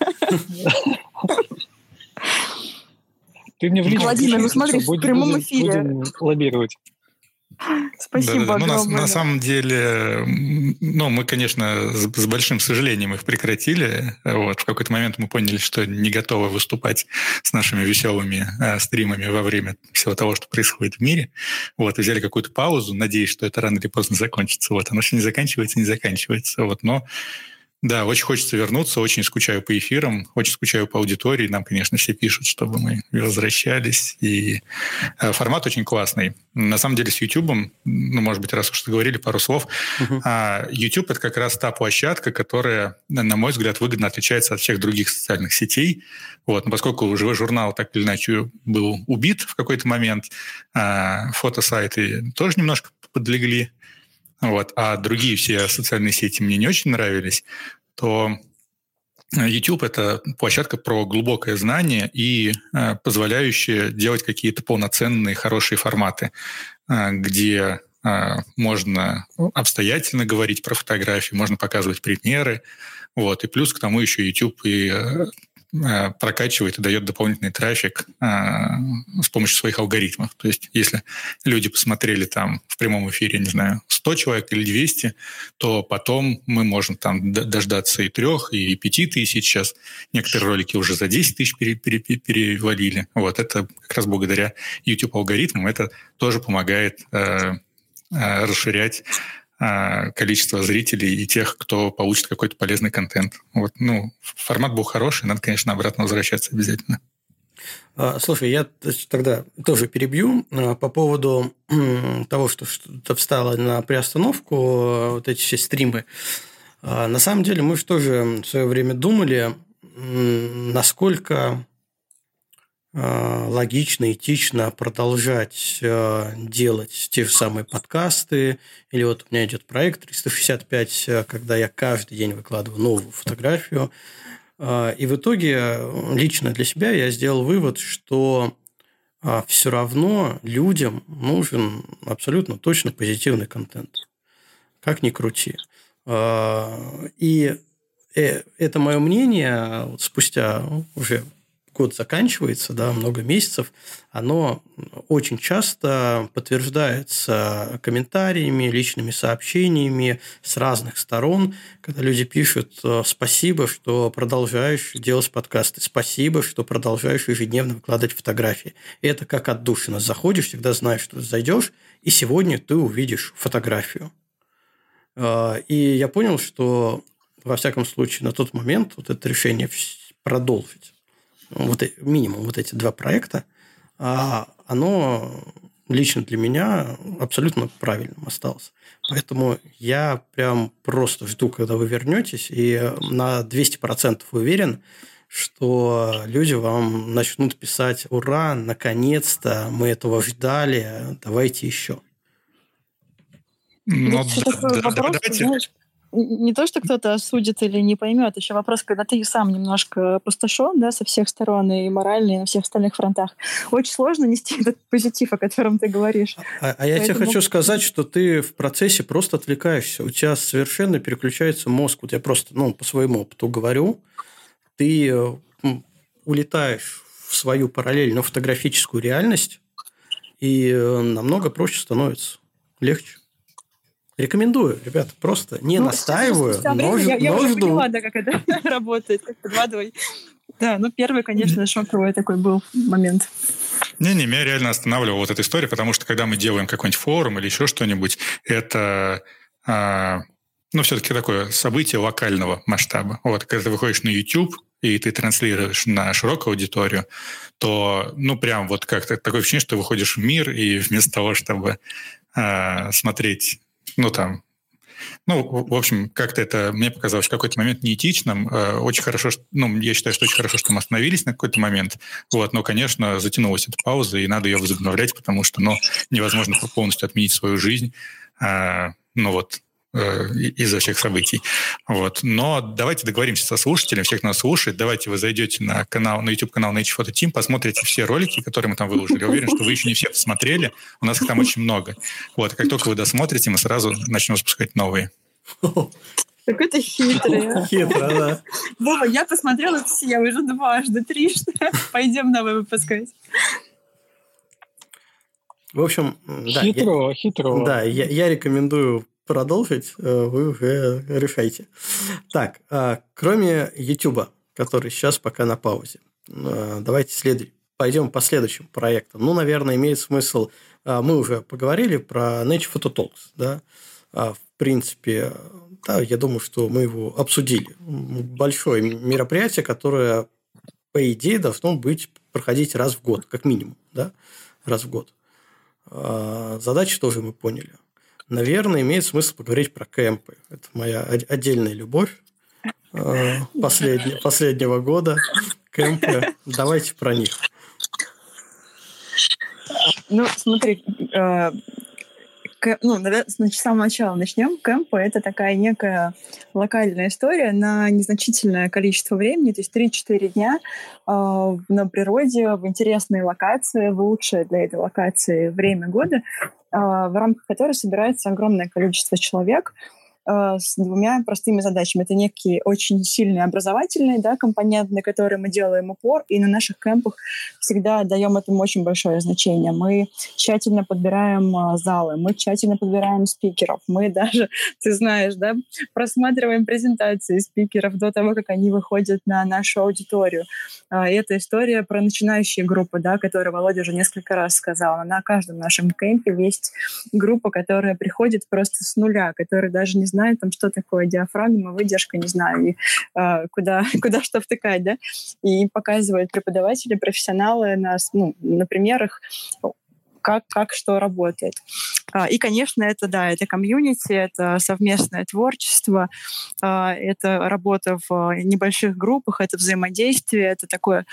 Speaker 2: Ты мне в личном
Speaker 4: Владимир, ну смотри, в прямом эфире.
Speaker 2: Будем лоббировать.
Speaker 4: Спасибо
Speaker 3: да, да, да.
Speaker 4: огромное.
Speaker 3: Ну, на, на самом деле, ну, мы, конечно, с, с большим сожалением их прекратили. Вот. В какой-то момент мы поняли, что не готовы выступать с нашими веселыми э, стримами во время всего того, что происходит в мире. Вот. И взяли какую-то паузу, надеясь, что это рано или поздно закончится. Вот. Оно все не заканчивается, не заканчивается. Вот. Но да, очень хочется вернуться, очень скучаю по эфирам, очень скучаю по аудитории. Нам, конечно, все пишут, чтобы мы возвращались. И формат очень классный. На самом деле с YouTube, ну, может быть, раз уж говорили пару слов, uh-huh. YouTube — это как раз та площадка, которая, на мой взгляд, выгодно отличается от всех других социальных сетей. Вот. Но поскольку живой журнал так или иначе был убит в какой-то момент, фотосайты тоже немножко подлегли, вот, а другие все социальные сети мне не очень нравились, то YouTube — это площадка про глубокое знание и э, позволяющая делать какие-то полноценные, хорошие форматы, э, где э, можно обстоятельно говорить про фотографии, можно показывать примеры. Вот, и плюс к тому еще YouTube и э, прокачивает и дает дополнительный трафик э, с помощью своих алгоритмов. То есть если люди посмотрели там в прямом эфире, не знаю, сто человек или двести, то потом мы можем там дождаться и трех, и пяти тысяч. Сейчас некоторые ролики уже за десять тысяч пере, пере, перевалили. Вот это как раз благодаря YouTube-алгоритмам. Это тоже помогает э, э, расширять количество зрителей и тех, кто получит какой-то полезный контент. Вот, ну, формат был хороший, надо, конечно, обратно возвращаться обязательно.
Speaker 1: Слушай, я тогда тоже перебью по поводу того, что что-то встало на приостановку, вот эти все стримы. На самом деле мы же тоже в свое время думали, насколько логично, этично продолжать делать те же самые подкасты. Или вот у меня идет проект триста шестьдесят пять, когда я каждый день выкладываю новую фотографию. И в итоге лично для себя я сделал вывод, что все равно людям нужен абсолютно точно позитивный контент. Как ни крути. И это мое мнение вот спустя уже год заканчивается, да, много месяцев, оно очень часто подтверждается комментариями, личными сообщениями с разных сторон, когда люди пишут: спасибо, что продолжаешь делать подкасты, спасибо, что продолжаешь ежедневно выкладывать фотографии. И это как отдушина. Заходишь, всегда знаешь, что ты зайдешь, и сегодня ты увидишь фотографию. И я понял, что, во всяком случае, на тот момент вот это решение продолжить вот минимум вот эти два проекта, оно лично для меня абсолютно правильным осталось. Поэтому я прям просто жду, когда вы вернетесь, и на двести процентов уверен, что люди вам начнут писать: ура, наконец-то, мы этого ждали, давайте еще.
Speaker 4: Ну, да, да, вопрос, давайте. Знаешь, не то, что кто-то осудит или не поймет, еще вопрос, когда ты сам немножко опустошен, да, со всех сторон, и морально, и на всех остальных фронтах. Очень сложно нести этот позитив, о котором ты говоришь.
Speaker 1: А, а я Поэтому... тебе хочу сказать, что ты в процессе просто отвлекаешься. У тебя совершенно переключается мозг. Вот я просто, ну, по своему опыту говорю, ты улетаешь в свою параллельно фотографическую реальность, и намного проще становится, легче. Рекомендую, ребята, просто не ну, настаиваю, но, но
Speaker 4: я, я
Speaker 1: но
Speaker 4: уже
Speaker 1: жду.
Speaker 4: поняла, да, как это работает, как подвадывай. Да, ну первый, конечно, шоковый такой был момент.
Speaker 3: Не-не, меня реально останавливала вот эта история, потому что когда мы делаем какой-нибудь форум или еще что-нибудь, это, а, ну, все-таки такое событие локального масштаба. Вот, когда ты выходишь на YouTube и ты транслируешь на широкую аудиторию, то, ну, прям вот как-то такое ощущение, что ты выходишь в мир, и вместо того, чтобы а, смотреть, ну, там, Ну, в общем, как-то это мне показалось в какой-то момент неэтичным. Очень хорошо, что, ну, я считаю, что очень хорошо, что мы остановились на какой-то момент. Вот, но, конечно, затянулась эта пауза, и надо ее возобновлять, потому что, ну, невозможно полностью отменить свою жизнь. Ну, вот, из-за всех событий. Вот. Но давайте договоримся со слушателем, всех нас слушает. Давайте вы зайдете на канал, на YouTube-канал Nature Photo Team, посмотрите все ролики, которые мы там выложили. Я уверен, что вы еще не все посмотрели. У нас их там очень много. Вот. Как только вы досмотрите, мы сразу начнем запускать новые.
Speaker 4: Какой ты хитрый.
Speaker 1: Хитро, да.
Speaker 4: Вова, я посмотрела все, уже дважды, трижды. Пойдем новые выпускать.
Speaker 1: В общем, да.
Speaker 2: Хитро,
Speaker 1: я,
Speaker 2: хитро.
Speaker 1: Да, я, я рекомендую продолжить, вы уже решайте. Так, кроме YouTube, который сейчас пока на паузе, давайте следуем. Пойдем по следующим проектам. Ну, наверное, имеет смысл... Мы уже поговорили про Nature Photo Talks, да? В принципе, да, я думаю, что мы его обсудили. Большое мероприятие, которое, по идее, должно быть проходить раз в год, как минимум, да? Раз в год. Задачи тоже мы поняли. Наверное, имеет смысл поговорить про кемпы. Это моя отдельная любовь последнего, последнего года. Кемпы. Давайте про них.
Speaker 4: Ну, смотри, э, к, ну, с самого начала начнем. Кемпы — это такая некая локальная история на незначительное количество времени, то есть три-четыре дня э, на природе, в интересной локации, в лучшее для этой локации время года, э, в рамках которой собирается огромное количество человек э, с двумя простыми задачами. Это некий очень сильный образовательный, да, компонент, на который мы делаем упор, и на наших кемпах всегда даем этому очень большое значение. Мы тщательно подбираем э, залы, мы тщательно подбираем спикеров, мы даже, ты знаешь, да, просматриваем презентации спикеров до того, как они выходят на нашу аудиторию. Э, это история про начинающие группы, да, которую Володя уже несколько раз сказал. На каждом нашем кемпе есть группа, которая приходит просто с нуля, которая даже не знает, там, что такое диафрагма, выдержка, не знаю, и, э, куда, куда что втыкать, да, и показывают преподаватели, профессионалы на, ну, на примерах, как, как что работает. И, конечно, это, да, это комьюнити, это совместное творчество, это работа в небольших группах, это взаимодействие, это такое,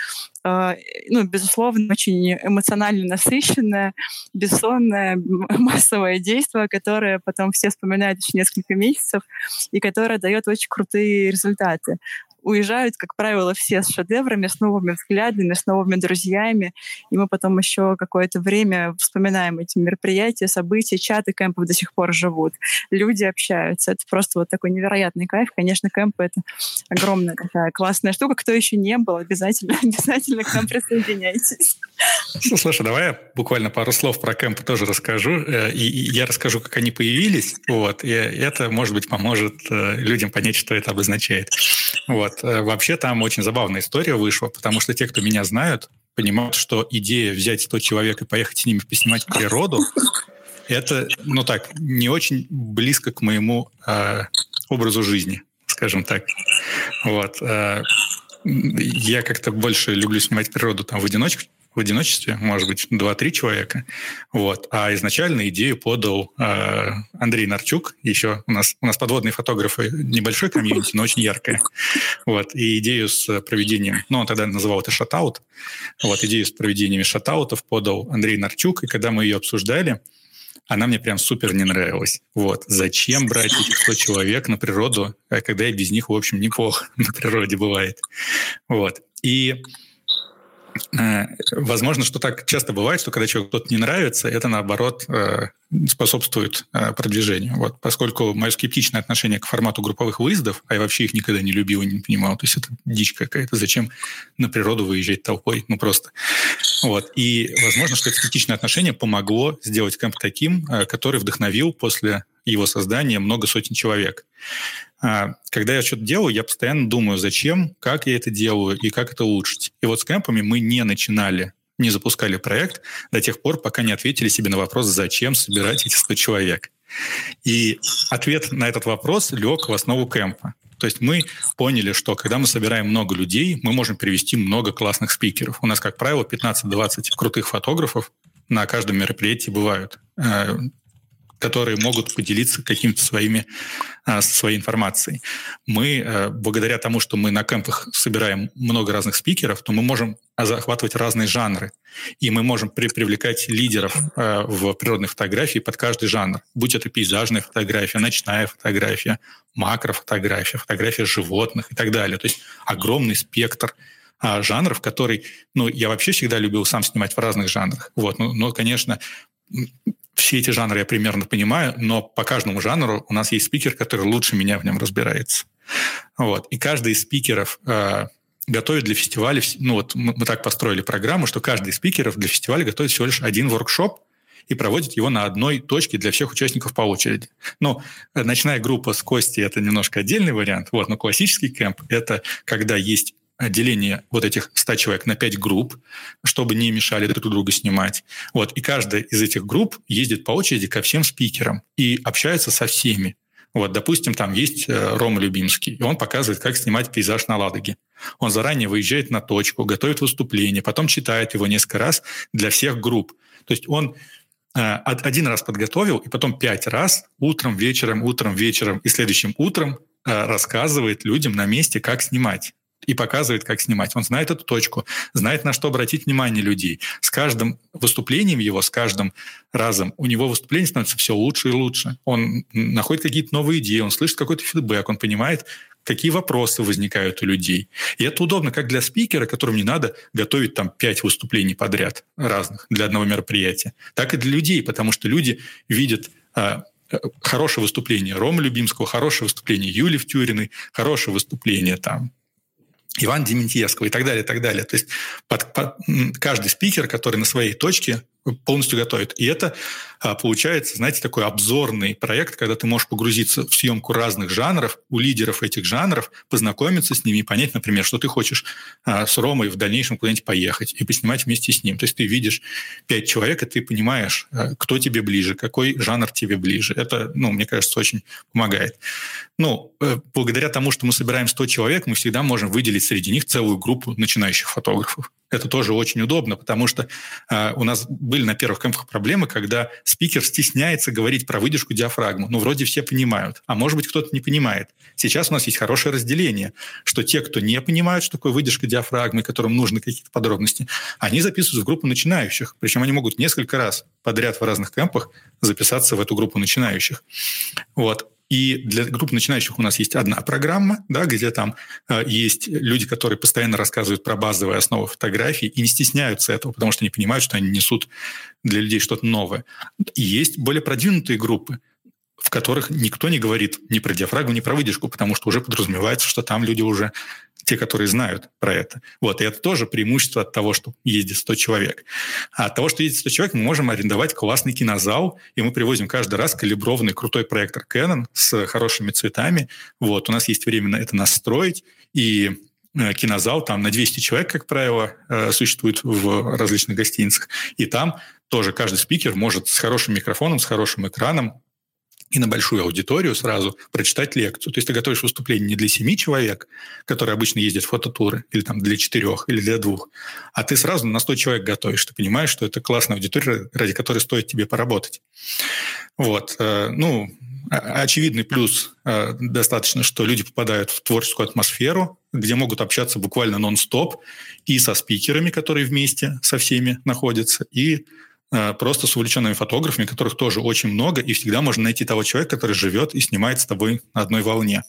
Speaker 4: ну, безусловно, очень эмоционально насыщенное, бессонное, массовое действие, которое потом все вспоминают еще несколько месяцев и которое дает очень крутые результаты. Уезжают, как правило, все с шедеврами, с новыми взглядами, с новыми друзьями. И мы потом еще какое-то время вспоминаем эти мероприятия, события, чаты кемпов до сих пор живут. Люди общаются. Это просто вот такой невероятный кайф. Конечно, кемпы — это огромная такая классная штука. Кто еще не был, обязательно, обязательно к нам присоединяйтесь.
Speaker 3: Слушай, давай я буквально пару слов про кемпы тоже расскажу. И, и я расскажу, как они появились. Вот. И это, может быть, поможет людям понять, что это обозначает. Вот. Вообще там очень забавная история вышла, потому что те, кто меня знают, понимают, что идея взять сто человек и поехать с ними поснимать природу, это, ну так, не очень близко к моему э, образу жизни, скажем так. Вот. Э, я как-то больше люблю снимать природу там в одиночку, в одиночестве, может быть, два-три человека. Вот. А изначально идею подал э, Андрей Нарчук. Еще у нас, у нас подводные фотографы, небольшой комьюнити, но очень яркая. Вот. И идею с проведением, ну, он тогда называл это шатаут. Вот. Идею с проведениями шатаутов подал Андрей Нарчук. И когда мы ее обсуждали, она мне прям супер не нравилась. Вот. Зачем брать этих сто человек на природу, когда и без них, в общем, неплохо на природе бывает. Вот. И возможно, что так часто бывает, что когда человеку кто-то не нравится, это, наоборот, способствует продвижению. Вот. Поскольку мое скептичное отношение к формату групповых выездов, а я вообще их никогда не любил и не понимал, то есть это дичь какая-то. Зачем на природу выезжать толпой? Ну, просто. Вот. И, возможно, что это скептичное отношение помогло сделать кемп таким, который вдохновил после его создания много сотен человек. Когда я что-то делаю, я постоянно думаю, зачем, как я это делаю и как это улучшить. И вот с кемпами мы не начинали, не запускали проект до тех пор, пока не ответили себе на вопрос, зачем собирать эти сто человек. И ответ на этот вопрос лег в основу кемпа. То есть мы поняли, что когда мы собираем много людей, мы можем привести много классных спикеров. У нас, как правило, пятнадцать-двадцать крутых фотографов на каждом мероприятии бывают. которые могут поделиться какими-то своими, своей информацией. Мы, благодаря тому, что мы на кемпах собираем много разных спикеров, то мы можем захватывать разные жанры. И мы можем при- привлекать лидеров в природной фотографии под каждый жанр. Будь это пейзажная фотография, ночная фотография, макрофотография, фотография животных и так далее. То есть огромный спектр жанров, который... Ну, я вообще всегда любил сам снимать в разных жанрах. Вот. Но, но, конечно... Все эти жанры я примерно понимаю, но по каждому жанру у нас есть спикер, который лучше меня в нем разбирается. Вот. И каждый из спикеров э, готовит для фестиваля... Ну вот мы, мы так построили программу, что каждый из спикеров для фестиваля готовит всего лишь один воркшоп и проводит его на одной точке для всех участников по очереди. Ну, ночная группа с Костей – это немножко отдельный вариант, вот, но классический кемп – это когда есть деление вот этих ста человек на пять групп, чтобы не мешали друг другу снимать. Вот. И каждая из этих групп ездит по очереди ко всем спикерам и общается со всеми. Вот, допустим, там есть Рома Любимский, и он показывает, как снимать пейзаж на Ладоге. Он заранее выезжает на точку, готовит выступление, потом читает его несколько раз для всех групп. То есть он один раз подготовил, и потом пять раз утром, вечером, утром, вечером и следующим утром рассказывает людям на месте, как снимать. И показывает, как снимать. Он знает эту точку, знает, на что обратить внимание людей. С каждым выступлением его, с каждым разом у него выступление становится все лучше и лучше. Он находит какие-то новые идеи, он слышит какой-то фидбэк, он понимает, какие вопросы возникают у людей. И это удобно как для спикера, которому не надо готовить там пять выступлений подряд разных для одного мероприятия, так и для людей, потому что люди видят а, хорошее выступление Ромы Любимского, хорошее выступление Юли Втюриной, хорошее выступление там Ивана Дементьевского и так далее, и так далее. То есть под, под, каждый спикер, который на своей точке, полностью готовит. И это а, получается, знаете, такой обзорный проект, когда ты можешь погрузиться в съемку разных жанров, у лидеров этих жанров, познакомиться с ними и понять, например, что ты хочешь а, с Ромой в дальнейшем куда-нибудь поехать и поснимать вместе с ним. То есть ты видишь пять человек, и ты понимаешь, а, кто тебе ближе, какой жанр тебе ближе. Это, ну, мне кажется, очень помогает. Ну, благодаря тому, что мы собираем сто человек, мы всегда можем выделить среди них целую группу начинающих фотографов. Это тоже очень удобно, потому что э, у нас были на первых кемпах проблемы, когда спикер стесняется говорить про выдержку диафрагму. Ну, вроде все понимают, а может быть, кто-то не понимает. Сейчас у нас есть хорошее разделение, что те, кто не понимают, что такое выдержка диафрагмы, которым нужны какие-то подробности, они записываются в группу начинающих. Причем они могут несколько раз подряд в разных кемпах записаться в эту группу начинающих. Вот. И для группы начинающих у нас есть одна программа, да, где там э, есть люди, которые постоянно рассказывают про базовые основы фотографии и не стесняются этого, потому что они понимают, что они несут для людей что-то новое. И есть более продвинутые группы, в которых никто не говорит ни про диафрагму, ни про выдержку, потому что уже подразумевается, что там люди уже те, которые знают про это. Вот. И это тоже преимущество от того, что ездит сто человек. А от того, что ездит сто человек, мы можем арендовать классный кинозал, и мы привозим каждый раз калиброванный крутой проектор Canon с хорошими цветами. Вот. У нас есть время на это настроить, и кинозал там на двести человек, как правило, существует в различных гостиницах. И там тоже каждый спикер может с хорошим микрофоном, с хорошим экраном и на большую аудиторию сразу прочитать лекцию. То есть ты готовишь выступление не для семи человек, которые обычно ездят в фототуры, или там для четырех, или для двух, а ты сразу на сто человек готовишь. Ты понимаешь, что это классная аудитория, ради которой стоит тебе поработать. Вот. Ну, очевидный плюс достаточно, что люди попадают в творческую атмосферу, где могут общаться буквально нон-стоп и со спикерами, которые вместе со всеми находятся, и просто с увлеченными фотографами, которых тоже очень много, и всегда можно найти того человека, который живет и снимает с тобой на одной волне.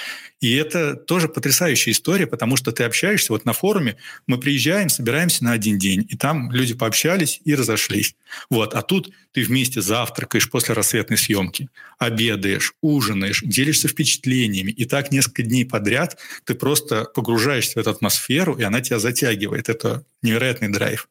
Speaker 3: И это тоже потрясающая история, потому что ты общаешься, вот на форуме мы приезжаем, собираемся на один день, и там люди пообщались и разошлись. Вот. А тут ты вместе завтракаешь после рассветной съемки, обедаешь, ужинаешь, делишься впечатлениями, и так несколько дней подряд ты просто погружаешься в эту атмосферу, и она тебя затягивает. Это невероятный драйв.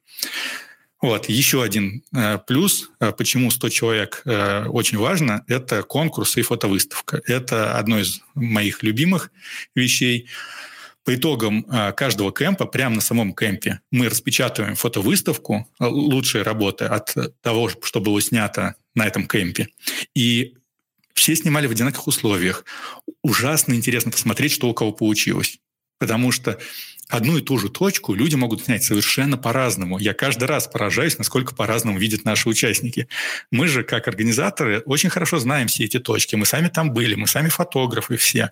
Speaker 3: Вот. Еще один э, плюс, э, почему сто человек э, очень важно, это конкурсы и фотовыставка. Это одно из моих любимых вещей. По итогам э, каждого кемпа, прямо на самом кемпе, мы распечатываем фотовыставку, э, лучшие работы от того, что было снято на этом кемпе. И все снимали в одинаковых условиях. Ужасно интересно посмотреть, что у кого получилось. потому что одну и ту же точку люди могут снять совершенно по-разному. Я каждый раз поражаюсь, насколько по-разному видят наши участники. Мы же, как организаторы, очень хорошо знаем все эти точки. Мы сами там были, мы сами фотографы все.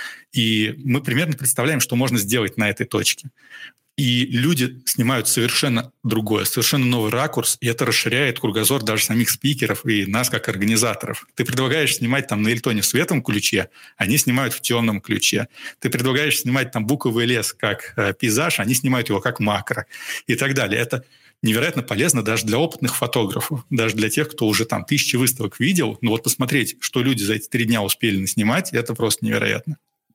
Speaker 3: И мы примерно представляем, что можно сделать на этой точке. И люди снимают совершенно другое, совершенно новый ракурс, и это расширяет кругозор даже самих спикеров и нас как организаторов. Ты предлагаешь снимать там на Эльтоне в светлом ключе, они снимают в темном ключе. Ты предлагаешь снимать там буковый лес как э, пейзаж, они снимают его как макро и так далее. Это невероятно полезно даже для опытных фотографов, даже для тех, кто уже там тысячи выставок видел. Но вот посмотреть, что люди за эти три дня успели наснимать, это просто невероятно.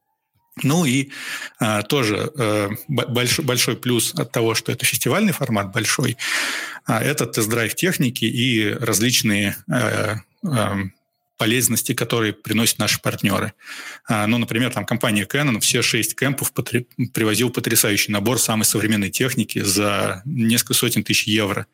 Speaker 3: Ну и а, тоже а, большой, большой плюс от того, что это фестивальный формат большой, а, это тест-драйв техники и различные а, а, полезности, которые приносят наши партнеры. А, ну, например, там компания Canon все шесть кемпов потри- привозил потрясающий набор самой современной техники за несколько сотен тысяч евро.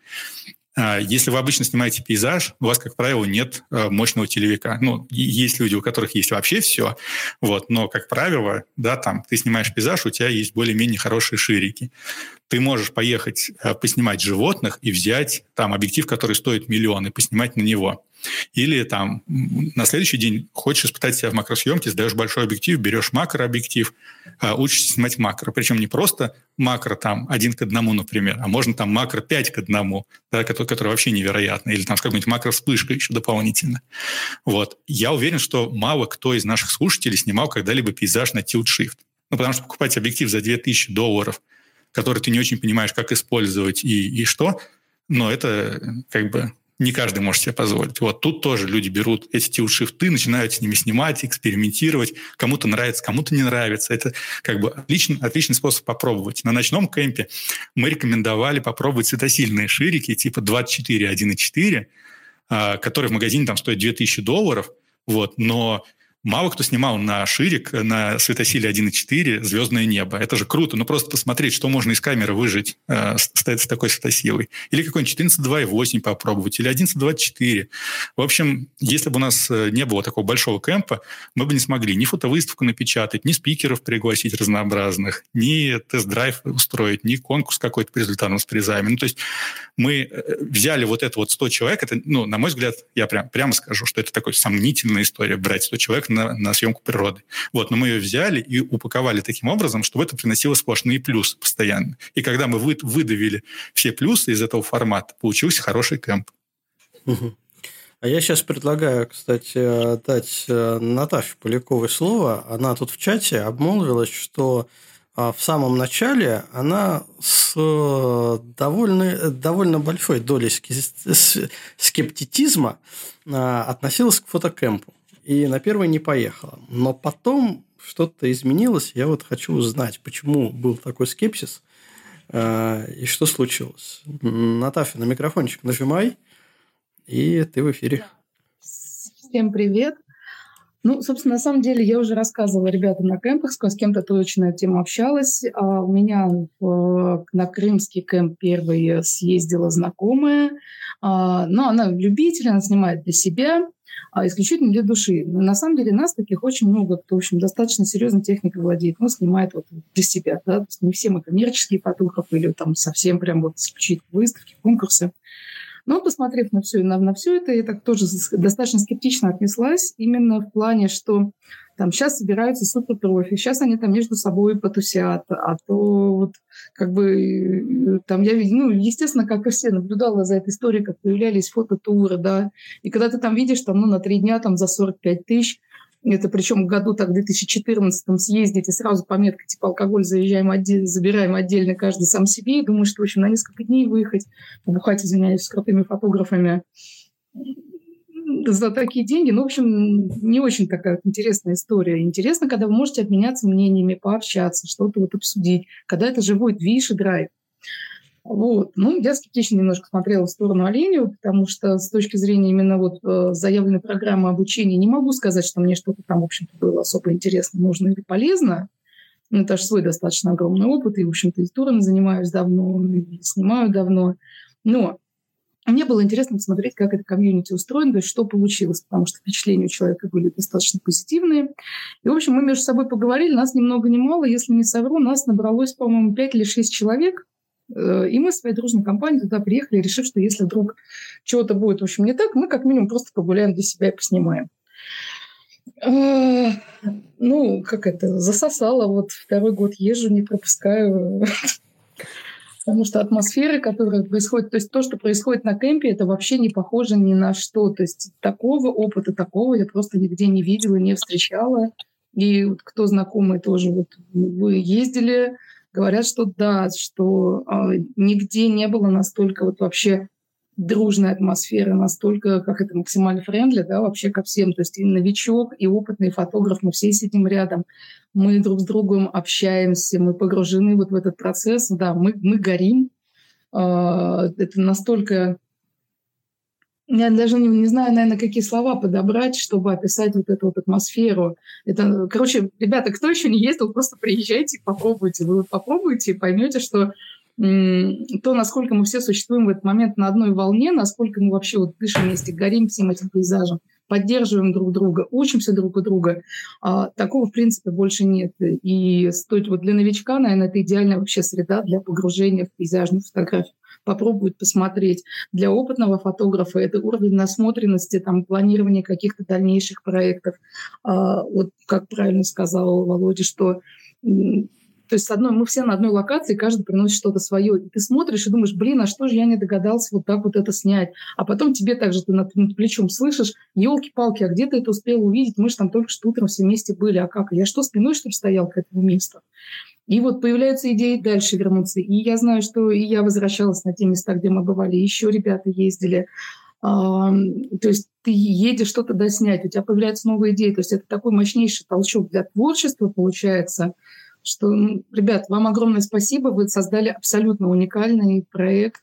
Speaker 3: Если вы обычно снимаете пейзаж, у вас, как правило, нет мощного телевика. Ну, есть люди, у которых есть вообще все, вот, но, как правило, да, там, ты снимаешь пейзаж, у тебя есть более-менее хорошие ширики. Ты можешь поехать поснимать животных и взять там объектив, который стоит миллион, и поснимать на него. Или там на следующий день хочешь испытать себя в макросъемке, сдаешь большой объектив, берешь макрообъектив, учишься снимать макро. Причем не просто макро там один к одному, например, а можно там макро пять к одному, да, который, который вообще невероятно. Или там с какой-нибудь макро-вспышкой еще дополнительно. Вот. Я уверен, что мало кто из наших слушателей снимал когда-либо пейзаж на Tilt Shift. Ну, потому что покупать объектив за две тысячи долларов, который ты не очень понимаешь, как использовать и, и что, но это как бы не каждый может себе позволить. Вот тут тоже люди берут эти тилт-шифты, начинают с ними снимать, экспериментировать. Кому-то нравится, кому-то не нравится. Это как бы отличный, отличный способ попробовать. На ночном кемпе мы рекомендовали попробовать светосильные ширики типа двадцать четыре один и четыре, которые в магазине там стоят две тысячи долларов. Вот, но мало кто снимал на ширик, на светосиле один и четыре «Звездное небо». Это же круто. Ну, просто посмотреть, что можно из камеры выжить э, с, с такой светосилой. Или какой-нибудь четырнадцать два и восемь попробовать, или одиннадцать двадцать четыре. В общем, если бы у нас не было такого большого кемпа, мы бы не смогли ни фотовыставку напечатать, ни спикеров пригласить разнообразных, ни тест-драйв устроить, ни конкурс какой-то по результатам с призами. Ну, то есть мы взяли вот это вот сто человек. Это, ну, на мой взгляд, я прям, прямо скажу, что это такая сомнительная история, брать сто человек На, на съемку природы. Вот, но мы ее взяли и упаковали таким образом, чтобы это приносило сплошные плюсы постоянно. И когда мы вы, выдавили все плюсы из этого формата, получился хороший кемп.
Speaker 1: Угу. А я сейчас предлагаю, кстати, дать Наташе Поляковой слово. Она тут в чате обмолвилась, что в самом начале она с довольно, довольно большой долей скептицизма относилась к фотокемпу. И на первый не поехала. Но потом что-то изменилось. Я вот хочу узнать, почему был такой скепсис э, и что случилось. Наташа, на микрофончик нажимай, и ты в эфире.
Speaker 5: Всем привет. Ну, собственно, на самом деле я уже рассказывала ребятам на кемпах, с кем-то точно на эту тему общалась. А у меня в, на крымский кемп первый съездила знакомая. А, но она любитель, она снимает для себя, а исключительно для души. Но на самом деле нас таких очень много, кто, в общем, достаточно серьезной техникой владеет, но снимает вот для себя. Да? То есть не все мы коммерческие фотографы или там совсем прям вот исключительно выставки, конкурсы. Но, посмотрев на все, на, на все это, я так тоже достаточно скептично отнеслась, именно в плане, что там сейчас собираются суперпрофи, сейчас они там между собой потусят, а то вот как бы там я, ну, естественно, как и все, наблюдала за этой историей, как появлялись фототуры, да, и когда ты там видишь там, ну, на три дня там за сорок пять тысяч, это причем в году так в две тысячи четырнадцатом съездить и сразу пометка типа алкоголь заезжаем отдельно, забираем отдельно каждый сам себе и думаешь, что в общем на несколько дней выехать, побухать, извиняюсь, с крутыми фотографами за такие деньги. Ну, в общем, не очень такая интересная история. Интересно, когда вы можете обменяться мнениями, пообщаться, что-то вот обсудить, когда это живой движ и драйв. Вот. Ну, я скептично немножко смотрела в сторону Оленева, потому что с точки зрения именно вот заявленной программы обучения не могу сказать, что мне что-то там, в общем-то, было особо интересно, нужно или полезно. Ну, это же свой достаточно огромный опыт, и, в общем-то, и турами занимаюсь давно, и снимаю давно. Но Мне было интересно посмотреть, как это комьюнити устроено, то есть что получилось, потому что впечатления у человека были достаточно позитивные. И, в общем, мы между собой поговорили, нас ни много ни мало, если не совру, нас набралось, по-моему, пять или шесть человек, и мы своей дружной компанией туда приехали, решив, что если вдруг чего-то будет, в общем, не так, мы как минимум просто погуляем для себя и поснимаем. Ну, как это, засосало, вот второй год езжу, не пропускаю... Потому что атмосфера, которая происходит, то есть то, что происходит на кемпе, это вообще не похоже ни на что. То есть такого опыта, такого я просто нигде не видела, не встречала. И вот кто знакомые тоже, вот вы ездили, говорят, что да, что э, нигде не было настолько вот вообще дружная атмосфера, настолько, как это, максимально френдли, да, вообще ко всем. То есть и новичок, и опытный фотограф, мы все сидим рядом, мы друг с другом общаемся, мы погружены вот в этот процесс, да, мы, мы горим. Это настолько... Я даже не, не знаю, наверное, какие слова подобрать, чтобы описать вот эту вот атмосферу. Это, короче, ребята, кто еще не ездил, просто приезжайте и попробуйте. Вы попробуйте и поймете, что то, насколько мы все существуем в этот момент на одной волне, насколько мы вообще вот дышим вместе, горим всем этим пейзажем, поддерживаем друг друга, учимся друг у друга. А, такого, в принципе, больше нет. И стоит вот для новичка, наверное, это идеальная вообще среда для погружения в пейзажную фотографию. Попробует посмотреть. Для опытного фотографа это уровень насмотренности, там, планирования каких-то дальнейших проектов. А, вот как правильно сказал Володя, что... То есть с одной, мы все на одной локации, каждый приносит что-то свое. И ты смотришь и думаешь, блин, а что же я не догадался вот так вот это снять? А потом тебе также ты над, над плечом слышишь, елки-палки, а где ты это успел увидеть? Мы же там только что утром все вместе были. А как? Я что, спиной, что ли, стоял к этому месту? И вот появляются идеи дальше вернуться. И я знаю, что и я возвращалась на те места, где мы бывали, еще ребята ездили. А, то есть ты едешь что-то доснять, у тебя появляются новые идеи. То есть это такой мощнейший толчок для творчества получается, что, ну, ребят, вам огромное спасибо, вы создали абсолютно уникальный проект,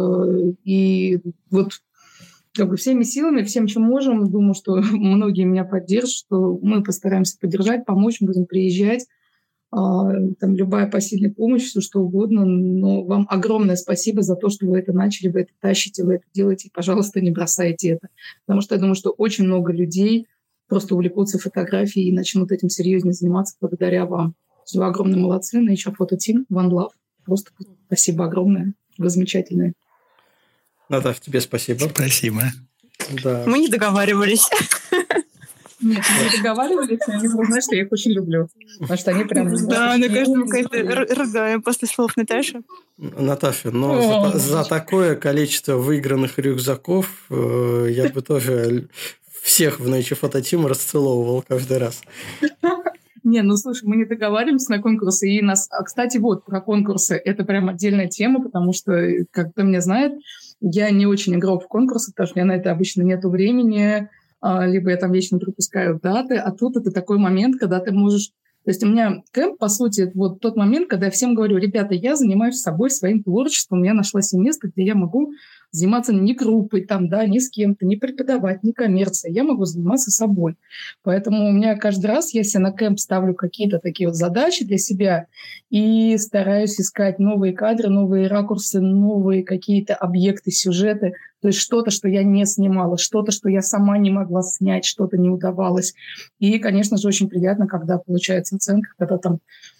Speaker 5: и вот как бы всеми силами, всем, чем можем, думаю, что многие меня поддержат, что мы постараемся поддержать, помочь, будем приезжать, там любая посильная помощь, все что угодно, но вам огромное спасибо за то, что вы это начали, вы это тащите, вы это делаете, и, пожалуйста, не бросайте это, потому что я думаю, что очень много людей просто увлекутся фотографией и начнут этим серьезнее заниматься благодаря вам. Вы огромные молодцы, Nature Photo Team, One Love. Просто спасибо огромное, вы замечательные.
Speaker 1: Наташа, тебе спасибо.
Speaker 3: Спасибо.
Speaker 4: Да. Мы не договаривались.
Speaker 5: Нет, мы не договаривались, но они знают, что я их очень люблю. Потому что они прям...
Speaker 4: Да, на каждом какая-то рыдаем после слов Наташи.
Speaker 1: Наташа, но за, за такое количество выигранных рюкзаков э, я бы тоже всех в Nature Photo Team расцеловывал каждый раз.
Speaker 5: Не, ну слушай, мы не договариваемся на конкурсы. И нас... А, кстати, вот про конкурсы. Это прям отдельная тема, потому что, как кто меня знает, я не очень игрок в конкурсы, потому что у меня на это обычно нету времени, либо я там вечно пропускаю даты. А тут это такой момент, когда ты можешь... То есть у меня кэмп, по сути, это вот тот момент, когда я всем говорю, ребята, я занимаюсь собой, своим творчеством, я нашла себе место, где я могу заниматься не группой, там, да, ни с кем-то, не преподавать, не коммерцией. Я могу заниматься собой. Поэтому у меня каждый раз, я себе на кэмп ставлю какие-то такие вот задачи для себя и стараюсь искать новые кадры, новые ракурсы, новые какие-то объекты, сюжеты. То есть что-то, что я не снимала, что-то, что я сама не могла снять, что-то не удавалось. И, конечно же, очень приятно, когда получается оценка, когда там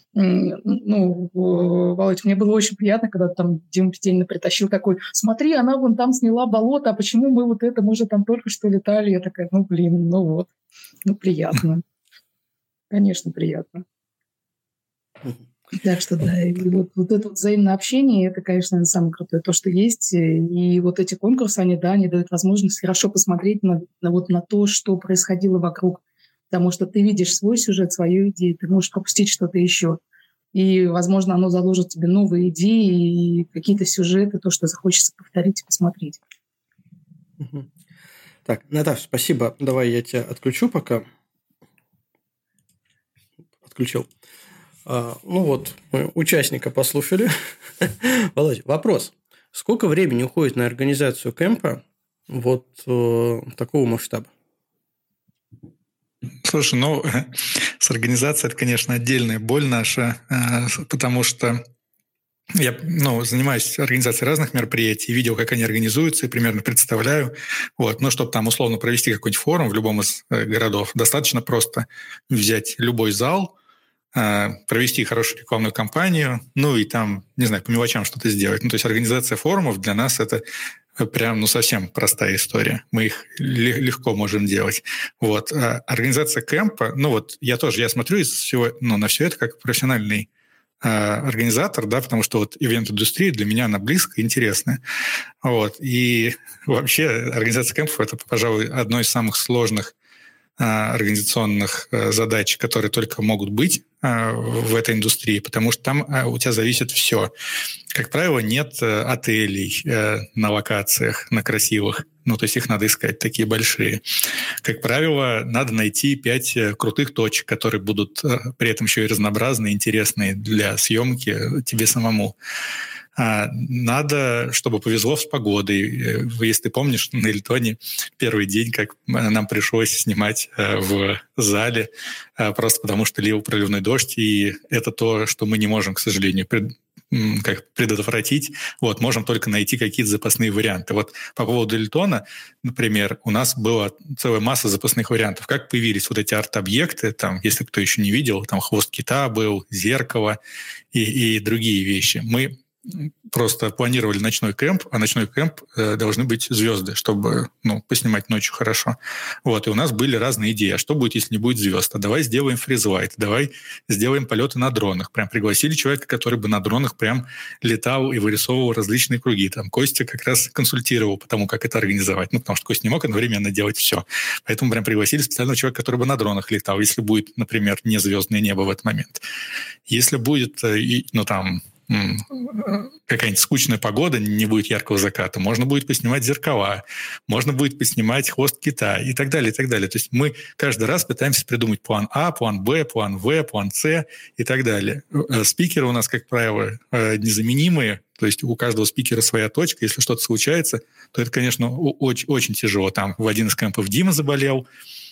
Speaker 5: ну, Володь, мне было очень приятно, когда там Дима Петелина притащил такой, смотри, она вон там сняла болото, а почему мы вот это, мы же там только что летали. Я такая, ну, блин, ну вот, ну, приятно. Конечно, приятно. Так что, да, и вот, вот это вот взаимное общение, это, конечно, наверное, самое крутое, то, что есть. И вот эти конкурсы, они, да, они дают возможность хорошо посмотреть на, на, вот, на то, что происходило вокруг. Потому что ты видишь свой сюжет, свою идею, ты можешь пропустить что-то еще. И, возможно, оно заложит тебе новые идеи и какие-то сюжеты, то, что захочется повторить и посмотреть.
Speaker 1: Угу. Так, Наташа, спасибо. Давай я тебя отключу пока. Отключил. А, ну вот, мы участника послушали. Володя, вопрос. Сколько времени уходит на организацию кемпа вот э, такого масштаба?
Speaker 3: Слушай, ну, с организацией это, конечно, отдельная боль наша, потому что Я ну, занимаюсь организацией разных мероприятий, видел, как они организуются, и примерно представляю. Вот. Но чтобы там условно провести какой-нибудь форум в любом из э, городов, достаточно просто взять любой зал, э, провести хорошую рекламную кампанию, ну и там, не знаю, по мелочам что-то сделать. Ну, то есть организация форумов для нас это прям ну, совсем простая история. Мы их л- легко можем делать. Вот. А организация кемпа, ну вот я тоже, я смотрю из всего, ну, на все это как профессиональный организатор, да, потому что вот ивент-индустрия для меня она близкая, интересная. Вот. И вообще организация кемпов – это, пожалуй, одно из самых сложных а, организационных а, задач, которые только могут быть а, в этой индустрии, потому что там а, у тебя зависит все. Как правило, нет а, отелей а, на локациях, на красивых. Ну, то есть их надо искать, такие большие. Как правило, надо найти пять крутых точек, которые будут при этом еще и разнообразные, интересные для съемки тебе самому. Надо, чтобы повезло с погодой. Если ты помнишь, на Эльтоне первый день, как нам пришлось снимать в зале, просто потому что лил проливной дождь, и это то, что мы не можем, к сожалению, как предотвратить, вот, можем только найти какие-то запасные варианты. Вот по поводу Эльтона, например, у нас была целая масса запасных вариантов. Как появились вот эти арт-объекты, там, если кто еще не видел, там хвост кита был, зеркало и, и другие вещи. Мы просто планировали ночной кемп, а ночной кемп э, должны быть звезды, чтобы ну, поснимать ночью хорошо. Вот, и у нас были разные идеи. А что будет, если не будет звезд? А давай сделаем фризлайт, давай сделаем полеты на дронах. Прям пригласили человека, который бы на дронах прям летал и вырисовывал различные круги. Там Костя как раз консультировал по тому, как это организовать. Ну, потому что Костя не мог одновременно делать все. Поэтому прям пригласили специального человека, который бы на дронах летал, если будет, например, не звездное небо в этот момент. Если будет, ну, там, какая-нибудь скучная погода, не будет яркого заката, можно будет поснимать зеркала, можно будет поснимать хвост кита и так далее, и так далее. То есть мы каждый раз пытаемся придумать план А, план Б, план В, план С и так далее. Спикеры у нас, как правило, незаменимые, то есть у каждого спикера своя точка. Если что-то случается, то это, конечно, очень, очень тяжело. Там в один из кемпов Дима заболел,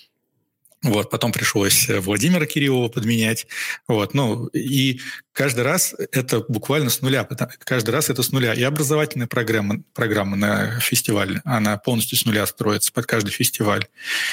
Speaker 3: вот, потом пришлось Владимира Кириллова подменять. Вот, ну, и каждый раз это буквально с нуля. Каждый раз это с нуля. И образовательная программа, программа на фестивале, она полностью с нуля строится под каждый фестиваль.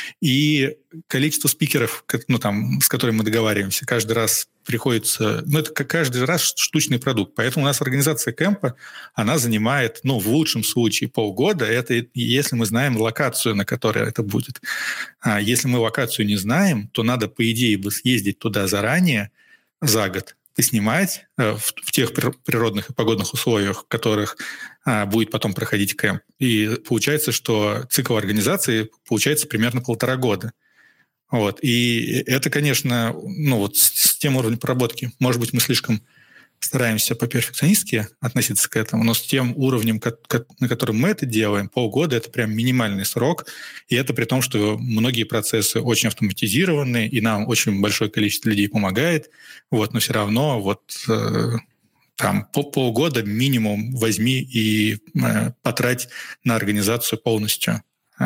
Speaker 3: И количество спикеров, ну, там, с которыми мы договариваемся, каждый раз приходится... Ну, это как каждый раз штучный продукт. Поэтому у нас организация кемпа, она занимает, ну, в лучшем случае полгода. Это если мы знаем локацию, на которой это будет. А если мы локацию не знаем, то надо, по идее, бы съездить туда заранее, за год, поснимать в, в тех природных и погодных условиях, в которых а, будет потом проходить кемп. И получается, что цикл организации получается примерно полтора года. Вот. И это, конечно, ну вот с, с тем уровнем проработки, может быть, мы слишком стараемся по-перфекционистски относиться к этому, но с тем уровнем, на котором мы это делаем, полгода – это прям минимальный срок, и это при том, что многие процессы очень автоматизированы, и нам очень большое количество людей помогает, вот, но все равно вот э, там полгода минимум возьми и э, потрать на организацию полностью.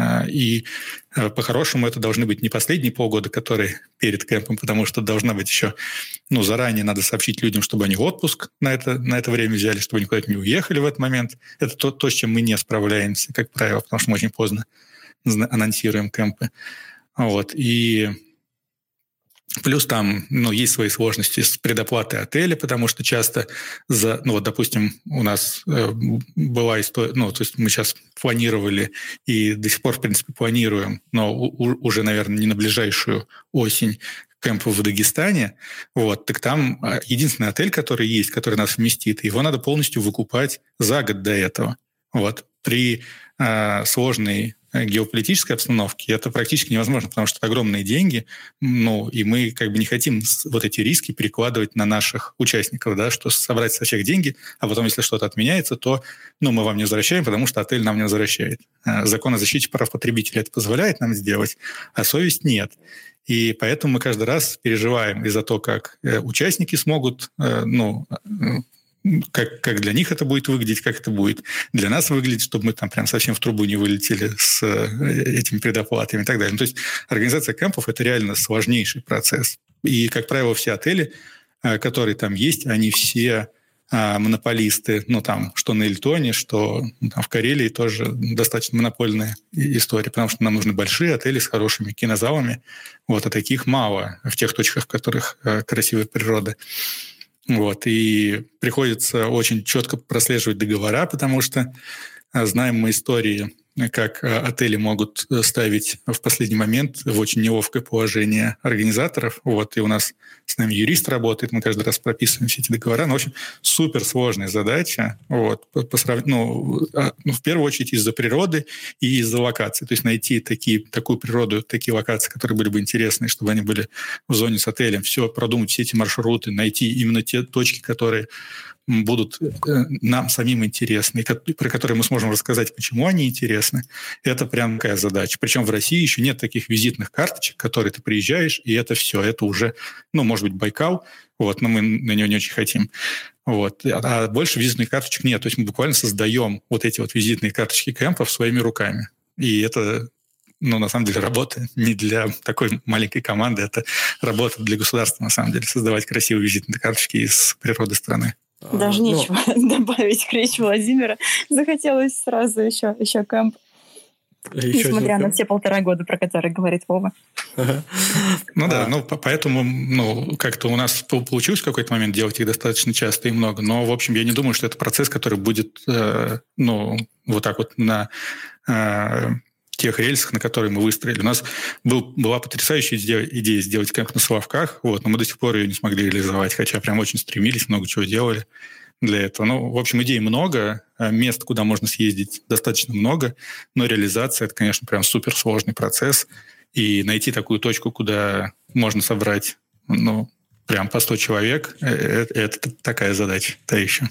Speaker 3: И по-хорошему это должны быть не последние полгода, которые перед кемпом, потому что должна быть еще, ну, заранее надо сообщить людям, чтобы они отпуск на это, на это время взяли, чтобы они куда-то не уехали в этот момент. Это то, то, с чем мы не справляемся, как правило, потому что мы очень поздно анонсируем кемпы. Вот. И плюс там, ну, есть свои сложности с предоплатой отеля, потому что часто, за, ну, вот, допустим, у нас э, была история, ну, то есть мы сейчас планировали и до сих пор, в принципе, планируем, но у, уже, наверное, не на ближайшую осень, кемп в Дагестане, вот, так там единственный отель, который есть, который нас вместит, его надо полностью выкупать за год до этого. Вот. При э, сложной геополитической обстановки это практически невозможно, потому что это огромные деньги, ну, и мы как бы не хотим вот эти риски перекладывать на наших участников, да, что собрать со всех деньги, а потом, если что-то отменяется, то, ну, мы вам не возвращаем, потому что отель нам не возвращает. Закон о защите прав потребителя это позволяет нам сделать, а совесть нет. И поэтому мы каждый раз переживаем из-за того, как участники смогут, ну, Как, как для них это будет выглядеть, как это будет для нас выглядеть, чтобы мы там прям совсем в трубу не вылетели с этими предоплатами и так далее. Ну, то есть организация кемпов – это реально сложнейший процесс. И, как правило, все отели, которые там есть, они все а, монополисты, ну, там, что на Эльтоне, что ну, там, в Карелии тоже достаточно монопольная история, потому что нам нужны большие отели с хорошими кинозалами, вот, а таких мало в тех точках, в которых а, красивая природа. Вот, и приходится очень четко прослеживать договора, потому что а, знаем мы истории, как отели могут ставить в последний момент в очень неловкое положение организаторов. Вот, и у нас с нами юрист работает, мы каждый раз прописываем все эти договора. Ну, в общем, суперсложная задача. Вот, по, по срав... ну, ну, в первую очередь из-за природы и из-за локаций. То есть найти такие, такую природу, такие локации, которые были бы интересны, чтобы они были в зоне с отелем. Все, продумать все эти маршруты, найти именно те точки, которые будут нам самим интересны, про которые мы сможем рассказать, почему они интересны. Это прям такая задача. Причем в России еще нет таких визитных карточек, которые ты приезжаешь, и это все. Это уже, ну, может быть, Байкал, вот, но мы на него не очень хотим. Вот. А больше визитных карточек нет. То есть мы буквально создаем вот эти вот визитные карточки кемпов своими руками. И это, ну, на самом деле, работа не для такой маленькой команды, это работа для государства, на самом деле, создавать красивые визитные карточки из природы страны.
Speaker 4: Даже а, нечего но... добавить к речи Владимира. Захотелось сразу еще, еще кэмп. Еще несмотря на те полтора года, про которые говорит Вова.
Speaker 3: Ага. Ну да, ну поэтому ну, как-то у нас получилось в какой-то момент делать их достаточно часто и много. Но, в общем, я не думаю, что это процесс, который будет э, ну, вот так вот на... Э, тех рельсах, на которые мы выстроили. У нас был, была потрясающая идея, идея сделать кемп на Соловках, вот, но мы до сих пор ее не смогли реализовать, хотя прям очень стремились, много чего делали для этого. Ну, в общем, идей много, мест, куда можно съездить, достаточно много, но реализация – это, конечно, прям суперсложный процесс, и найти такую точку, куда можно собрать, ну, прям по сто человек, это, это такая задача, та еще.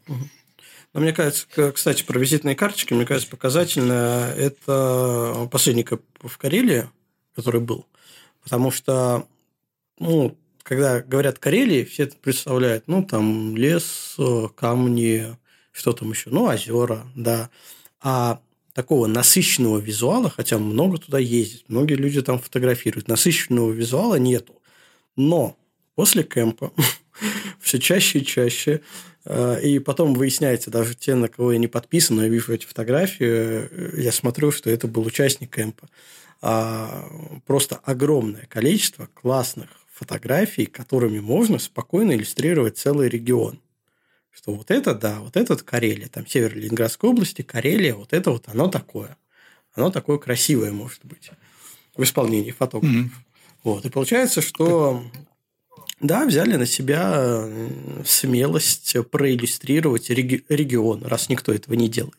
Speaker 1: Но мне кажется, кстати, про визитные карточки, мне кажется, показательно это последний кемп в Карелии, который был. Потому что, ну, когда говорят Карелии, все это представляют, ну, там лес, камни, что там еще, ну, озера, да. А такого насыщенного визуала, хотя много туда ездит, многие люди там фотографируют, насыщенного визуала нету. Но после кемпа все чаще и чаще, и потом выясняется, даже те, на кого я не подписан, но я вижу эти фотографии, я смотрю, что это был участник кемпа. Просто огромное количество классных фотографий, которыми можно спокойно иллюстрировать целый регион. Что вот это, да, вот это Карелия, там север Ленинградской области, Карелия, вот это вот оно такое. Оно такое красивое может быть в исполнении фотографов. Mm-hmm. Вот. И получается, что... Да, взяли на себя смелость проиллюстрировать реги- регион, раз никто этого не делает.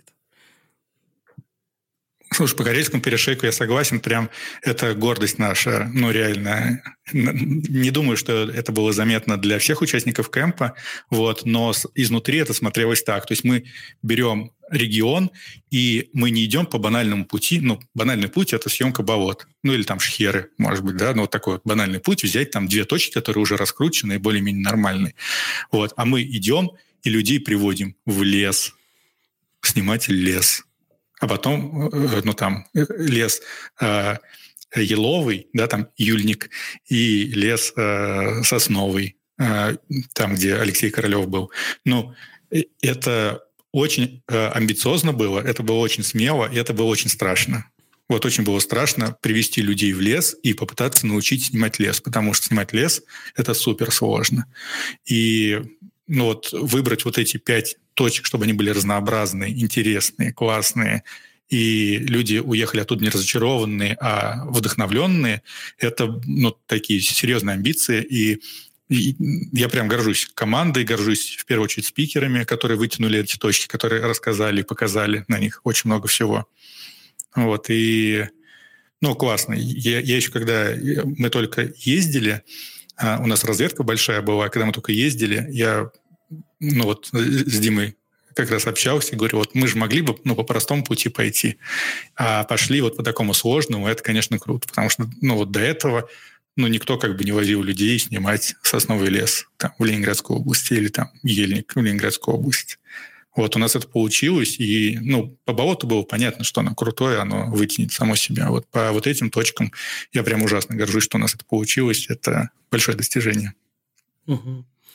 Speaker 3: Слушай, по карельскому перешейку я согласен, прям это гордость наша, ну реально. Не думаю, что это было заметно для всех участников кемпа, вот, но изнутри это смотрелось так. То есть мы берем регион, и мы не идем по банальному пути. Ну, банальный путь – это съемка болот. Ну, или там шхеры, может быть, да. Ну, вот такой вот банальный путь – взять там две точки, которые уже раскручены и более-менее нормальные. Вот. А мы идем и людей приводим в лес, снимать лес. А потом, ну, там, лес э, еловый, да, там, юльник, и лес э, сосновый, э, там, где Алексей Королев был. Ну, это очень э, амбициозно было, это было очень смело, и это было очень страшно. Вот очень было страшно привести людей в лес и попытаться научить снимать лес, потому что снимать лес – это суперсложно. И ну, вот, выбрать вот эти пять точек, чтобы они были разнообразные, интересные, классные, и люди уехали оттуда не разочарованные, а вдохновленные, это ну, такие серьезные амбиции, и И я прям горжусь командой, горжусь в первую очередь спикерами, которые вытянули эти точки, которые рассказали, показали на них очень много всего. Вот, и, ну, классно. Я, я еще, когда мы только ездили, у нас разведка большая была, когда мы только ездили, я, ну, вот с Димой как раз общался и говорю, вот мы же могли бы, ну, по простому пути пойти, а пошли вот по такому сложному, это, конечно, круто, потому что, ну, вот до этого ну, никто как бы не возил людей снимать сосновый лес там, в Ленинградской области или там ельник в Ленинградской области. Вот у нас это получилось, и ну, по болоту было понятно, что оно крутое, оно вытянет само себя. Вот по вот этим точкам я прям ужасно горжусь, что у нас это получилось. Это большое достижение.
Speaker 1: Угу.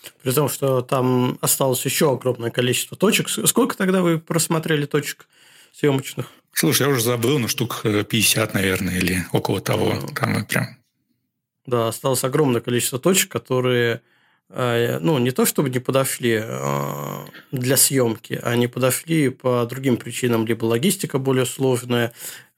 Speaker 1: При том, что там осталось еще огромное количество точек. Сколько тогда вы просмотрели точек съемочных?
Speaker 3: Слушай, я уже забыл, ну, штук пятьдесят, наверное, или около того. Там прям...
Speaker 1: Да, осталось огромное количество точек, которые, ну, не то чтобы не подошли для съемки, а не подошли по другим причинам. Либо логистика более сложная,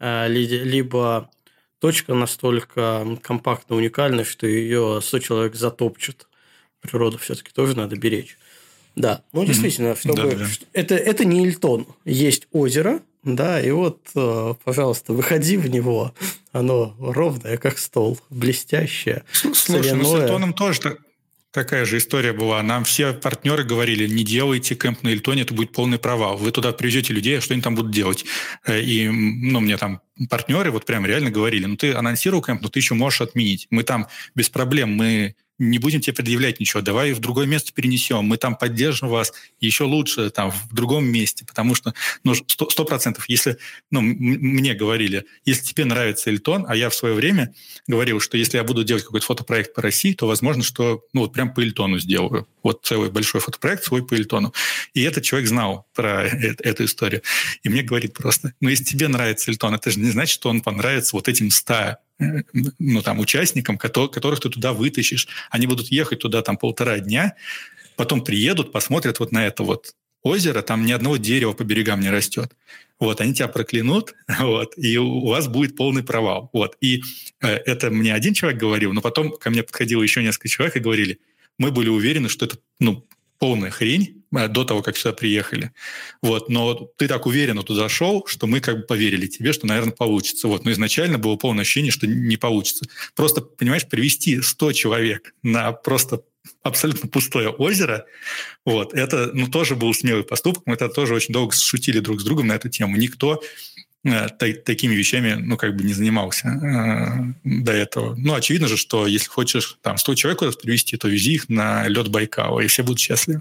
Speaker 1: либо точка настолько компактно уникальная, что ее сто человек затопчет. Природу все-таки тоже надо беречь. Да, ну, действительно, mm-hmm. чтобы... Да, да. Это, это не Ильтон. Есть озеро, да, и вот, пожалуйста, выходи в него. Оно ровное, как стол, блестящее,
Speaker 3: Слушай, соляное. Ну, с Ильтоном тоже так, такая же история была. Нам все партнеры говорили, не делайте кемп на Ильтоне, это будет полный провал. Вы туда привезете людей, а что они там будут делать? И, ну, мне там партнеры вот прям реально говорили, ну, ты анонсировал кемп, но ты еще можешь отменить. Мы там без проблем, мы... не будем тебе предъявлять ничего, давай в другое место перенесем, мы там поддержим вас еще лучше там в другом месте, потому что ну, сто процентов, если, ну, м- мне говорили, если тебе нравится Ильтон, а я в свое время говорил, что если я буду делать какой-то фотопроект по России, то возможно, что ну, вот прям по Ильтону сделаю. Вот целый большой фотопроект свой по Ильтону. И этот человек знал про э- эту историю. И мне говорит просто, ну, если тебе нравится Ильтон, это же не значит, что он понравится вот этим ста ну, там, участникам, которых ты туда вытащишь. Они будут ехать туда там полтора дня, потом приедут, посмотрят вот на это вот озеро, там ни одного дерева по берегам не растет. Вот, они тебя проклянут, вот, и у вас будет полный провал. Вот. И э, это мне один человек говорил, но потом ко мне подходило еще несколько человек и говорили, мы были уверены, что это, ну, полная хрень до того, как сюда приехали. Вот. Но ты так уверенно туда шел, что мы как бы поверили тебе, что, наверное, получится. Вот. Но изначально было полное ощущение, что не получится. Просто, понимаешь, привести сто человек на просто абсолютно пустое озеро, вот, это ну, тоже был смелый поступок. Мы это тоже очень долго шутили друг с другом на эту тему. Никто э, та- такими вещами, ну, как бы не занимался э, до этого. Ну, очевидно же, что если хочешь там сто человек куда-то привезти, то вези их на лед Байкала, и все будут счастливы.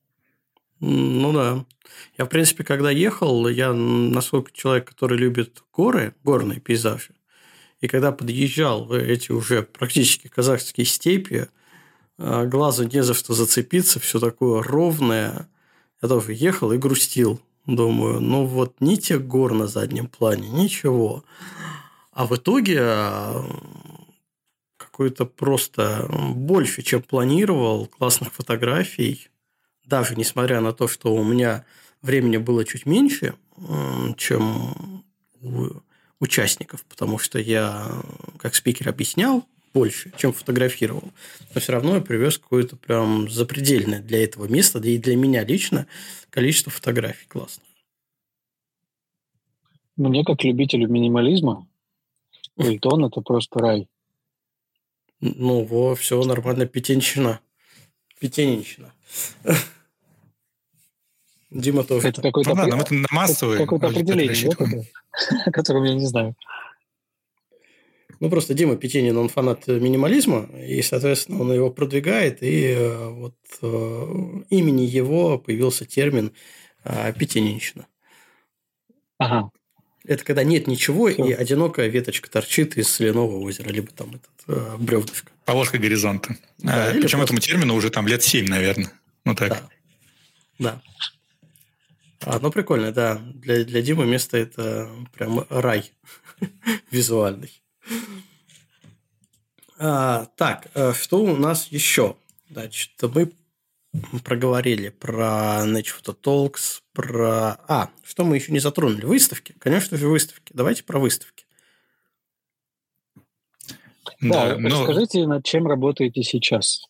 Speaker 1: Ну да. Я, в принципе, когда ехал, я насколько человек, который любит горы, горные пейзажи, и когда подъезжал в эти уже практически казахские степи, глазу не за что зацепиться, все такое ровное, я тоже ехал и грустил. Думаю, ну вот ни тех гор на заднем плане, ничего. А в итоге какой-то просто больше, чем планировал, классных фотографий. Даже несмотря на то, что у меня времени было чуть меньше, чем у участников, потому что я как спикер объяснял больше, чем фотографировал, но все равно я привез какое-то прям запредельное для этого места, да и для меня лично, количество фотографий классных.
Speaker 2: Мне, как любителю минимализма, Ильтон – это просто рай.
Speaker 1: Ну, во, все нормально, пятенщина. Пятенщина. Дима тоже.
Speaker 2: Это какое-то,
Speaker 3: ну, да, это массовое
Speaker 2: какое-то определение, да, которое я не знаю.
Speaker 1: Ну, просто Дима Петенин, он фанат минимализма, и, соответственно, он его продвигает, и вот э, имени его появился термин э, пятенинщина.
Speaker 2: Ага.
Speaker 1: Это когда нет ничего,
Speaker 2: Все.
Speaker 1: И одинокая веточка торчит из соляного озера, либо там этот э, бревнышко.
Speaker 3: Полоска горизонта.
Speaker 1: Да,
Speaker 3: а, причем
Speaker 1: просто...
Speaker 3: этому термину уже там лет семь, наверное. Ну так.
Speaker 1: Да. Да. А, ну, прикольно, да. Для, для Димы место это прям рай визуальный. А, так, что у нас еще? Значит, мы проговорили про Nature Photo Talks, про... А, что мы еще не затронули? Выставки. Конечно же, выставки. Давайте про выставки.
Speaker 2: Да,
Speaker 3: Да, но...
Speaker 2: расскажите, над чем работаете сейчас.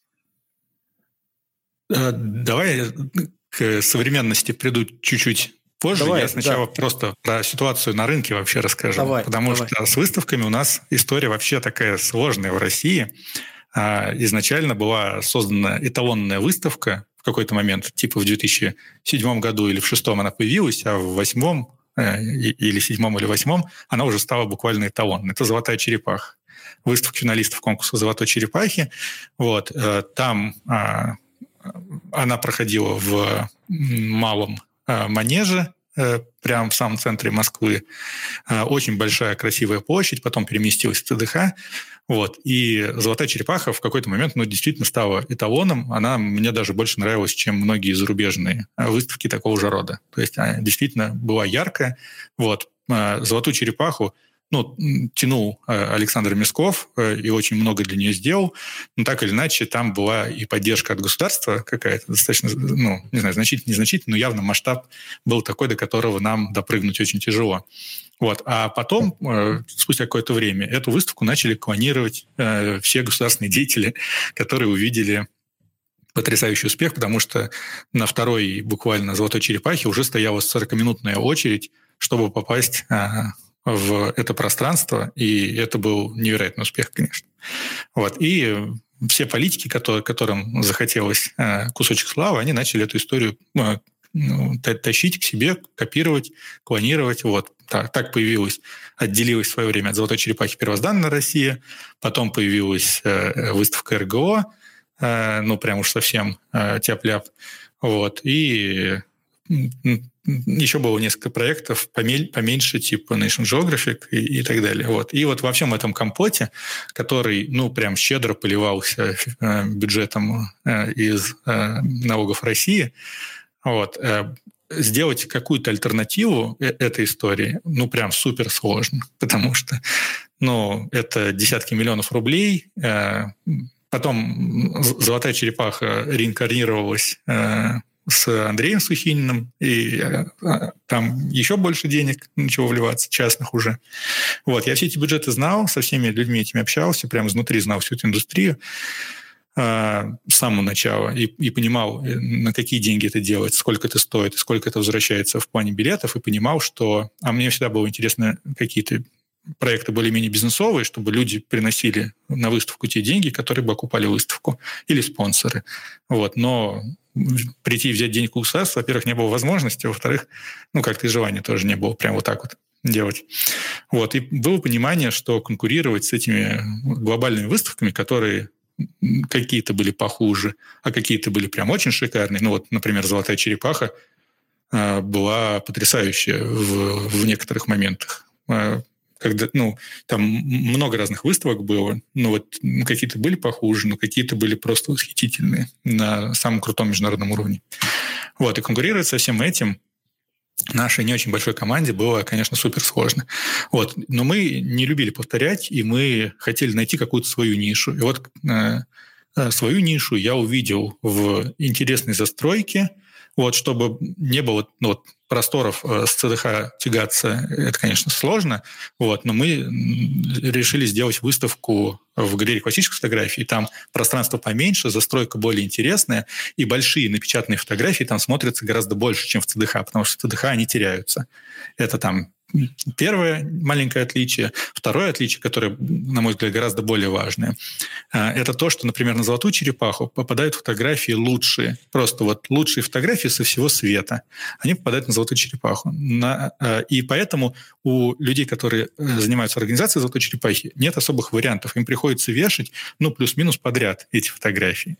Speaker 3: Давай к современности приду чуть-чуть позже.
Speaker 1: Давай,
Speaker 3: Я сначала
Speaker 1: да.
Speaker 3: просто про ситуацию на рынке вообще расскажу.
Speaker 1: Давай,
Speaker 3: потому
Speaker 1: давай.
Speaker 3: что с выставками у нас история вообще такая сложная в России. Изначально была создана эталонная выставка в какой-то момент, типа в две тысячи седьмом году или в шестом она появилась, а в восьмом или седьмом или восьмом она уже стала буквально эталонной. Это «Золотая черепаха». Выставка финалистов конкурса «Золотой черепахи». Вот. Там она проходила в малом манеже, прямо в самом центре Москвы. Очень большая красивая площадь, потом переместилась в ЦДХ. Вот. И «Золотая черепаха» в какой-то момент ну, действительно стала эталоном. Она мне даже больше нравилась, чем многие зарубежные выставки такого же рода. То есть она действительно была яркая. Вот. «Золотую черепаху» ну, тянул Александр Мясков и очень много для нее сделал. Но так или иначе, там была и поддержка от государства какая-то достаточно, ну, не знаю, значительно, незначительно, но явно масштаб был такой, до которого нам допрыгнуть очень тяжело. Вот. А потом, спустя какое-то время, эту выставку начали клонировать все государственные деятели, которые увидели потрясающий успех, потому что на второй буквально «Золотой черепахе» уже стояла сорокаминутная очередь, чтобы попасть в это пространство, и это был невероятный успех, конечно. Вот. И все политики, которые, которым захотелось кусочек славы, они начали эту историю ну, тащить к себе, копировать, клонировать. Вот. Так, так появилась, отделилась в свое время от «Золотой черепахи» первозданная Россия, потом появилась выставка эр гэ о, ну, прям уж совсем тяп-ляп. Вот. И еще было несколько проектов поменьше, типа National Geographic и, и так далее. Вот. И вот во всем этом компоте, который, ну, прям щедро поливался бюджетом из налогов России, вот, сделать какую-то альтернативу этой истории, ну, прям супер сложно, потому что, ну, это десятки миллионов рублей. Потом «Золотая черепаха» реинкарнировалась с Андреем Сухининым, и а, там еще больше денег начало вливаться, частных уже. Вот. Я все эти бюджеты знал, со всеми людьми этими общался, прямо изнутри знал всю эту индустрию а, с самого начала и, и понимал, на какие деньги это делать, сколько это стоит, сколько это возвращается в плане билетов, и понимал, что... А мне всегда было интересно какие-то проекты более-менее бизнесовые, чтобы люди приносили на выставку те деньги, которые бы окупали выставку, или спонсоры. Вот. Но прийти и взять денег у государства, во-первых, не было возможности, во-вторых, ну, как-то и желания тоже не было прям вот так вот делать. Вот. И было понимание, что конкурировать с этими глобальными выставками, которые какие-то были похуже, а какие-то были прям очень шикарные. Ну, вот, например, «Золотая черепаха» была потрясающая в, в некоторых моментах. Когда, ну, там много разных выставок было, ну, вот какие-то были похуже, но какие-то были просто восхитительные на самом крутом международном уровне. Вот, и конкурировать со всем этим нашей не очень большой команде было, конечно, супер сложно. Вот, но мы не любили повторять, и мы хотели найти какую-то свою нишу. И вот э, свою нишу я увидел в интересной застройке, вот, чтобы не было ну, вот, просторов с цэ дэ ха тягаться, это, конечно, сложно, вот, но мы решили сделать выставку в галерее классической фотографии, там пространство поменьше, застройка более интересная, и большие напечатанные фотографии там смотрятся гораздо больше, чем в цэ дэ ха, потому что в цэ дэ ха они теряются. Это там первое маленькое отличие. Второе отличие, которое, на мой взгляд, гораздо более важное, это то, что, например, на «Золотую черепаху» попадают фотографии лучшие, просто вот лучшие фотографии со всего света. Они попадают на «Золотую черепаху». На, и поэтому у людей, которые занимаются организацией «Золотой черепахи», нет особых вариантов. Им приходится вешать, ну, плюс-минус подряд эти фотографии.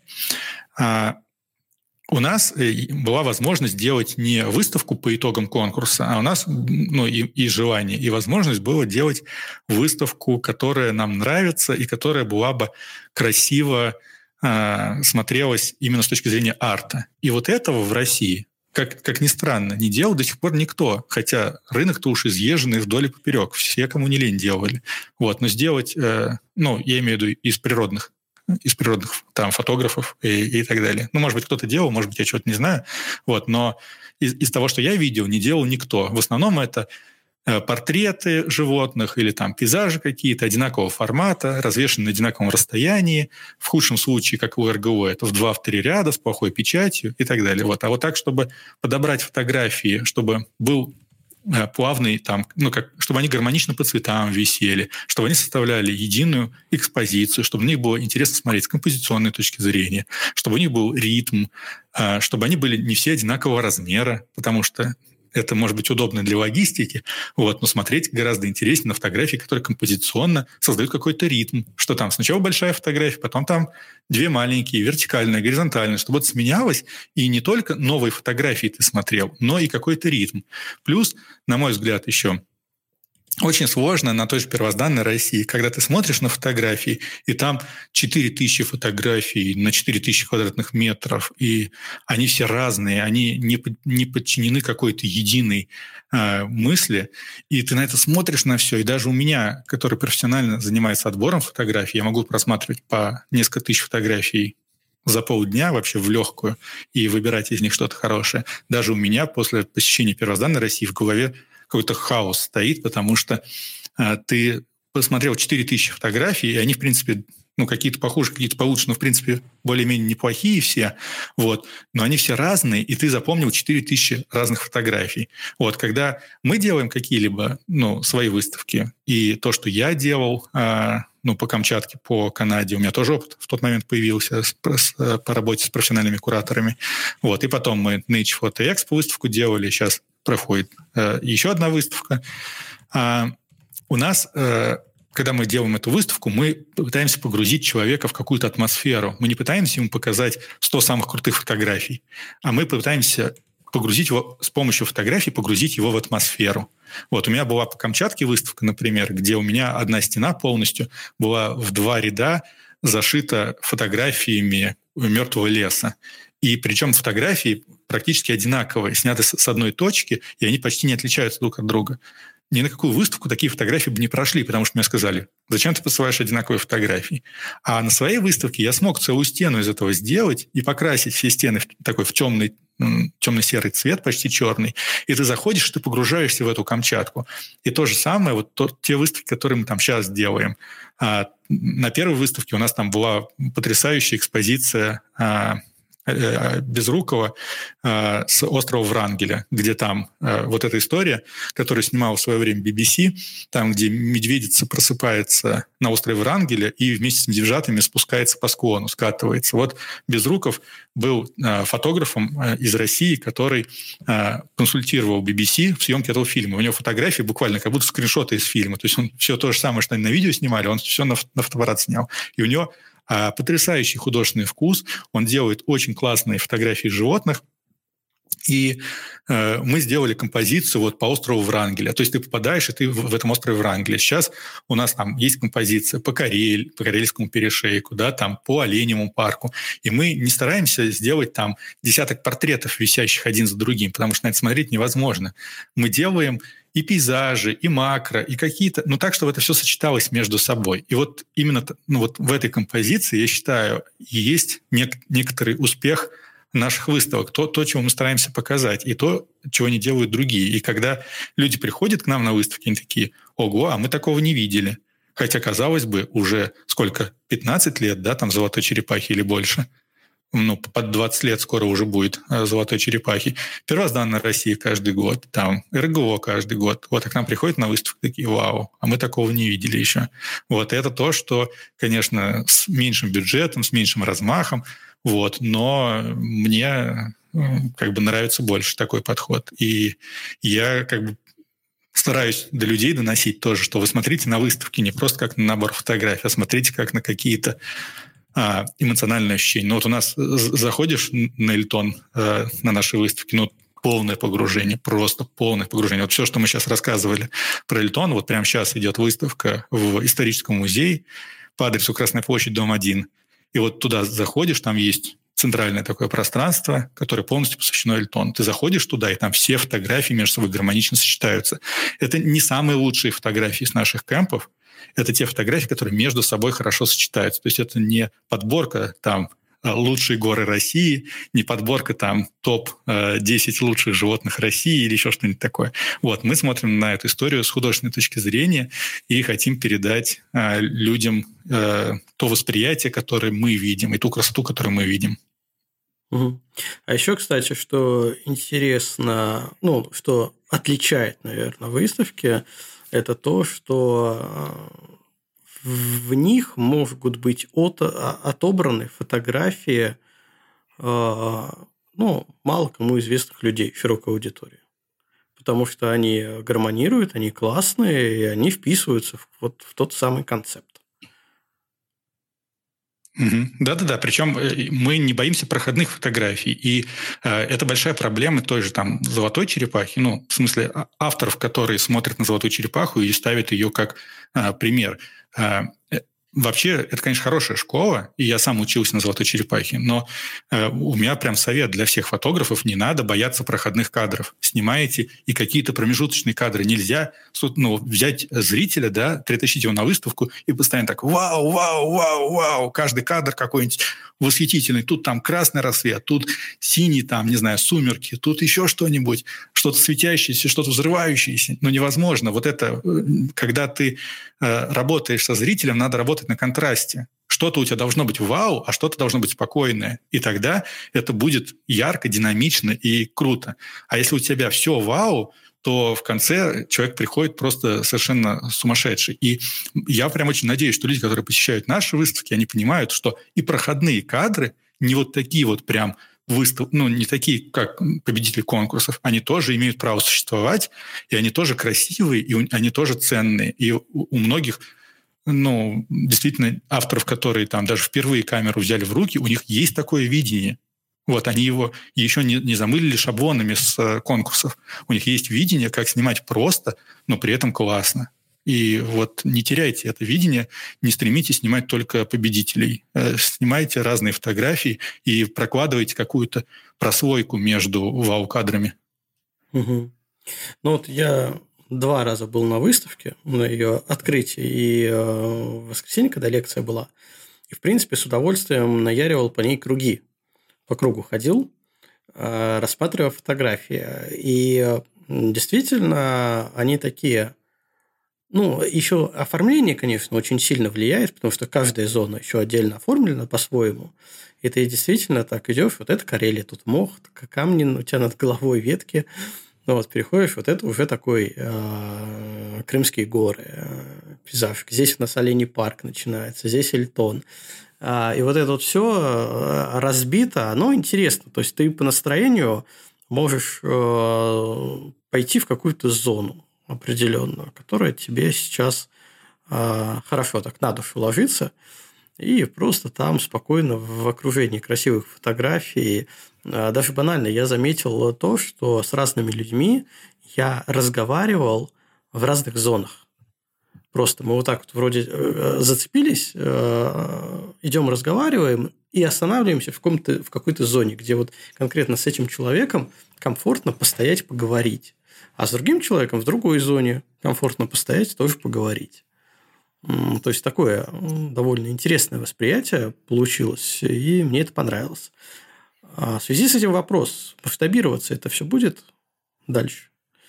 Speaker 3: У нас была возможность делать не выставку по итогам конкурса, а у нас ну, и, и желание, и возможность было делать выставку, которая нам нравится и которая была бы красиво э, смотрелась именно с точки зрения арта. И вот этого в России, как, как ни странно, не делал до сих пор никто. Хотя рынок-то уж изъезженный вдоль и поперек. Все, кому не лень, делали. Вот. Но сделать, э, ну, я имею в виду из природных из природных там фотографов и, и так далее. Ну, может быть, кто-то делал, может быть, я чего-то не знаю. Вот, но из, из того, что я видел, не делал никто. В основном это э, портреты животных или там пейзажи какие-то одинакового формата, развешаны на одинаковом расстоянии. В худшем случае, как у эр гэ о, это в два-три ряда с плохой печатью и так далее. Вот. А вот так, чтобы подобрать фотографии, чтобы был плавный, там, ну, как, чтобы они гармонично по цветам висели, чтобы они составляли единую экспозицию, чтобы на них было интересно смотреть с композиционной точки зрения, чтобы у них был ритм, чтобы они были не все одинакового размера, потому что это может быть удобно для логистики, вот, но смотреть гораздо интереснее на фотографии, которые композиционно создают какой-то ритм, что там сначала большая фотография, потом там две маленькие, вертикальная, горизонтальная, чтобы это сменялось, и не только новые фотографии ты смотрел, но и какой-то ритм. Плюс, на мой взгляд, еще очень сложно на той же первозданной России, когда ты смотришь на фотографии, и там четыре тысячи фотографий на четыре тысячи квадратных метров, и они все разные, они не, не подчинены какой-то единой э, мысли, и ты на это смотришь на все, и даже у меня, который профессионально занимается отбором фотографий, я могу просматривать по несколько тысяч фотографий за полдня вообще в легкую и выбирать из них что-то хорошее. Даже у меня после посещения первозданной России в голове какой-то хаос стоит, потому что э, ты посмотрел четыре тысячи фотографий, и они, в принципе, ну, какие-то похуже, какие-то получше, но, в принципе, более-менее неплохие все, вот, но они все разные, и ты запомнил четыре тысячи разных фотографий. Вот, когда мы делаем какие-либо, ну, свои выставки, и то, что я делал, э, ну, по Камчатке, по Канаде, у меня тоже опыт в тот момент появился с, с, по работе с профессиональными кураторами, вот, и потом мы Nature Photo Expo выставку делали, сейчас проходит э, еще одна выставка. А у нас, э, когда мы делаем эту выставку, мы пытаемся погрузить человека в какую-то атмосферу. Мы не пытаемся ему показать сто самых крутых фотографий, а мы пытаемся погрузить его с помощью фотографий, погрузить его в атмосферу. Вот у меня была по Камчатке выставка, например, где у меня одна стена полностью была в два ряда зашита фотографиями мертвого леса. И причем фотографии практически одинаковые, сняты с одной точки, и они почти не отличаются друг от друга. Ни на какую выставку такие фотографии бы не прошли, потому что мне сказали, зачем ты посылаешь одинаковые фотографии? А на своей выставке я смог целую стену из этого сделать и покрасить все стены в такой в темный, темно-серый цвет, почти черный. И ты заходишь, ты погружаешься в эту Камчатку. И то же самое, вот то, те выставки, которые мы там сейчас делаем. А, на первой выставке у нас там была потрясающая экспозиция а, Безрукова э, с острова Врангеля, где там э, вот эта история, которую снимал в свое время би би си, там, где медведица просыпается на острове Врангеля и вместе с медвежатами спускается по склону, скатывается. Вот Безруков был э, фотографом э, из России, который э, консультировал би би си в съемке этого фильма. У него фотографии буквально как будто скриншоты из фильма. То есть он все то же самое, что они на видео снимали, он все на, на фотоаппарат снял. И у него А потрясающий художественный вкус. Он делает очень классные фотографии животных. И э, мы сделали композицию вот по острову Врангеля. То есть ты попадаешь, и ты в, в этом острове Врангеля. Сейчас у нас там есть композиция по, Карель, по Карельскому перешейку, да, там по Оленевому парку. И мы не стараемся сделать там десяток портретов, висящих один за другим, потому что на это смотреть невозможно. Мы делаем и пейзажи, и макро, и какие-то... Ну, так, чтобы это все сочеталось между собой. И вот именно ну, вот в этой композиции, я считаю, есть нек- некоторый успех наших выставок. То, то, чего мы стараемся показать, и то, чего не делают другие. И когда люди приходят к нам на выставки, они такие, ого, а мы такого не видели. Хотя, казалось бы, уже сколько? пятнадцать лет, да, там «Золотой черепахи» или больше. Ну, под двадцать лет скоро уже будет «Золотой черепахи». Первозданная Россия каждый год, там эр гэ о каждый год. Вот, а к нам приходят на выставку такие, вау, а мы такого не видели еще. Вот, и это то, что, конечно, с меньшим бюджетом, с меньшим размахом, вот, но мне как бы нравится больше такой подход. И я как бы стараюсь до людей доносить тоже, что вы смотрите на выставки не просто как на набор фотографий, а смотрите как на какие-то А, эмоциональное ощущение. Ну вот у нас заходишь на Эльтон, э, на нашей выставке, ну полное погружение, просто полное погружение. Вот все, что мы сейчас рассказывали про Эльтон, вот прямо сейчас идет выставка в историческом музее по адресу Красная площадь, дом один. И вот туда заходишь, там есть центральное такое пространство, которое полностью посвящено Эльтону. Ты заходишь туда, и там все фотографии между собой гармонично сочетаются. Это не самые лучшие фотографии с наших кемпов, это те фотографии, которые между собой хорошо сочетаются. То есть это не подборка там лучшие горы России, не подборка там топ десять лучших животных России или еще что-нибудь такое. Вот, мы смотрим на эту историю с художественной точки зрения и хотим передать э, людям э, то восприятие, которое мы видим, и ту красоту, которую мы видим.
Speaker 1: Угу. А еще, кстати, что интересно, ну, что отличает, наверное, выставки, это то, что в них могут быть от, отобраны фотографии ну, мало кому известных людей, широкой аудитории. Потому что они гармонируют, они классные, и они вписываются в, вот, в тот самый концепт.
Speaker 3: Угу. Да-да-да, причем мы не боимся проходных фотографий, и э, это большая проблема той же там «Золотой черепахи», ну, в смысле авторов, которые смотрят на «Золотую черепаху» и ставят ее как э, пример. Э, Вообще, это, конечно, хорошая школа, и я сам учился на «Золотой черепахе», но э, у меня прям совет для всех фотографов: не надо бояться проходных кадров. Снимаете, и какие-то промежуточные кадры нельзя, ну, взять зрителя, да, притащить его на выставку и постоянно так «Вау, вау, вау, вау!» Каждый кадр какой-нибудь восхитительный. Тут там красный рассвет, тут синий, там, не знаю, сумерки, тут еще что-нибудь, что-то светящееся, что-то взрывающееся. Но невозможно. Вот это, когда ты э, работаешь со зрителем, надо работать на контрасте. Что-то у тебя должно быть вау, а что-то должно быть спокойное. И тогда это будет ярко, динамично и круто. А если у тебя все вау, то в конце человек приходит просто совершенно сумасшедший. И я прям очень надеюсь, что люди, которые посещают наши выставки, они понимают, что и проходные кадры не вот такие вот прям выстав... ну, не такие, как победители конкурсов, они тоже имеют право существовать, и они тоже красивые, и они тоже ценные. И у многих, ну, действительно, авторов, которые там даже впервые камеру взяли в руки, у них есть такое видение. Вот, они его еще не, не замылили шаблонами с э, конкурсов. У них есть видение, как снимать просто, но при этом классно. И вот не теряйте это видение, не стремитесь снимать только победителей. Э, снимайте разные фотографии и прокладывайте какую-то прослойку между вау-кадрами.
Speaker 1: Угу. Ну вот я два раза был на выставке, на ее открытии, и э, в воскресенье, когда лекция была, и, в принципе, с удовольствием наяривал по ней круги. По кругу ходил, рассматривая фотографии. И действительно, они такие... Ну, еще оформление, конечно, очень сильно влияет, потому что каждая зона еще отдельно оформлена по-своему. И ты действительно так идешь, вот это Карелия, тут мох, камни у тебя над головой, ветки. Ну, вот переходишь, вот это уже такой э, Крымские горы, э, пейзаж. Здесь у нас Оленей парк начинается, здесь Эльтон. И вот это вот все разбито, оно интересно. То есть ты по настроению можешь пойти в какую-то зону определенную, которая тебе сейчас хорошо так на душу ложится, и просто там спокойно в окружении красивых фотографий. Даже банально я заметил то, что с разными людьми я разговаривал в разных зонах. Просто мы вот так вот вроде зацепились, идем разговариваем и останавливаемся в, каком-то, в какой-то зоне, где вот конкретно с этим человеком комфортно постоять, поговорить. А с другим человеком в другой зоне комфортно постоять, тоже поговорить. То есть, такое довольно интересное восприятие получилось, и мне это понравилось. А в связи с этим вопрос: масштабироваться это все будет дальше?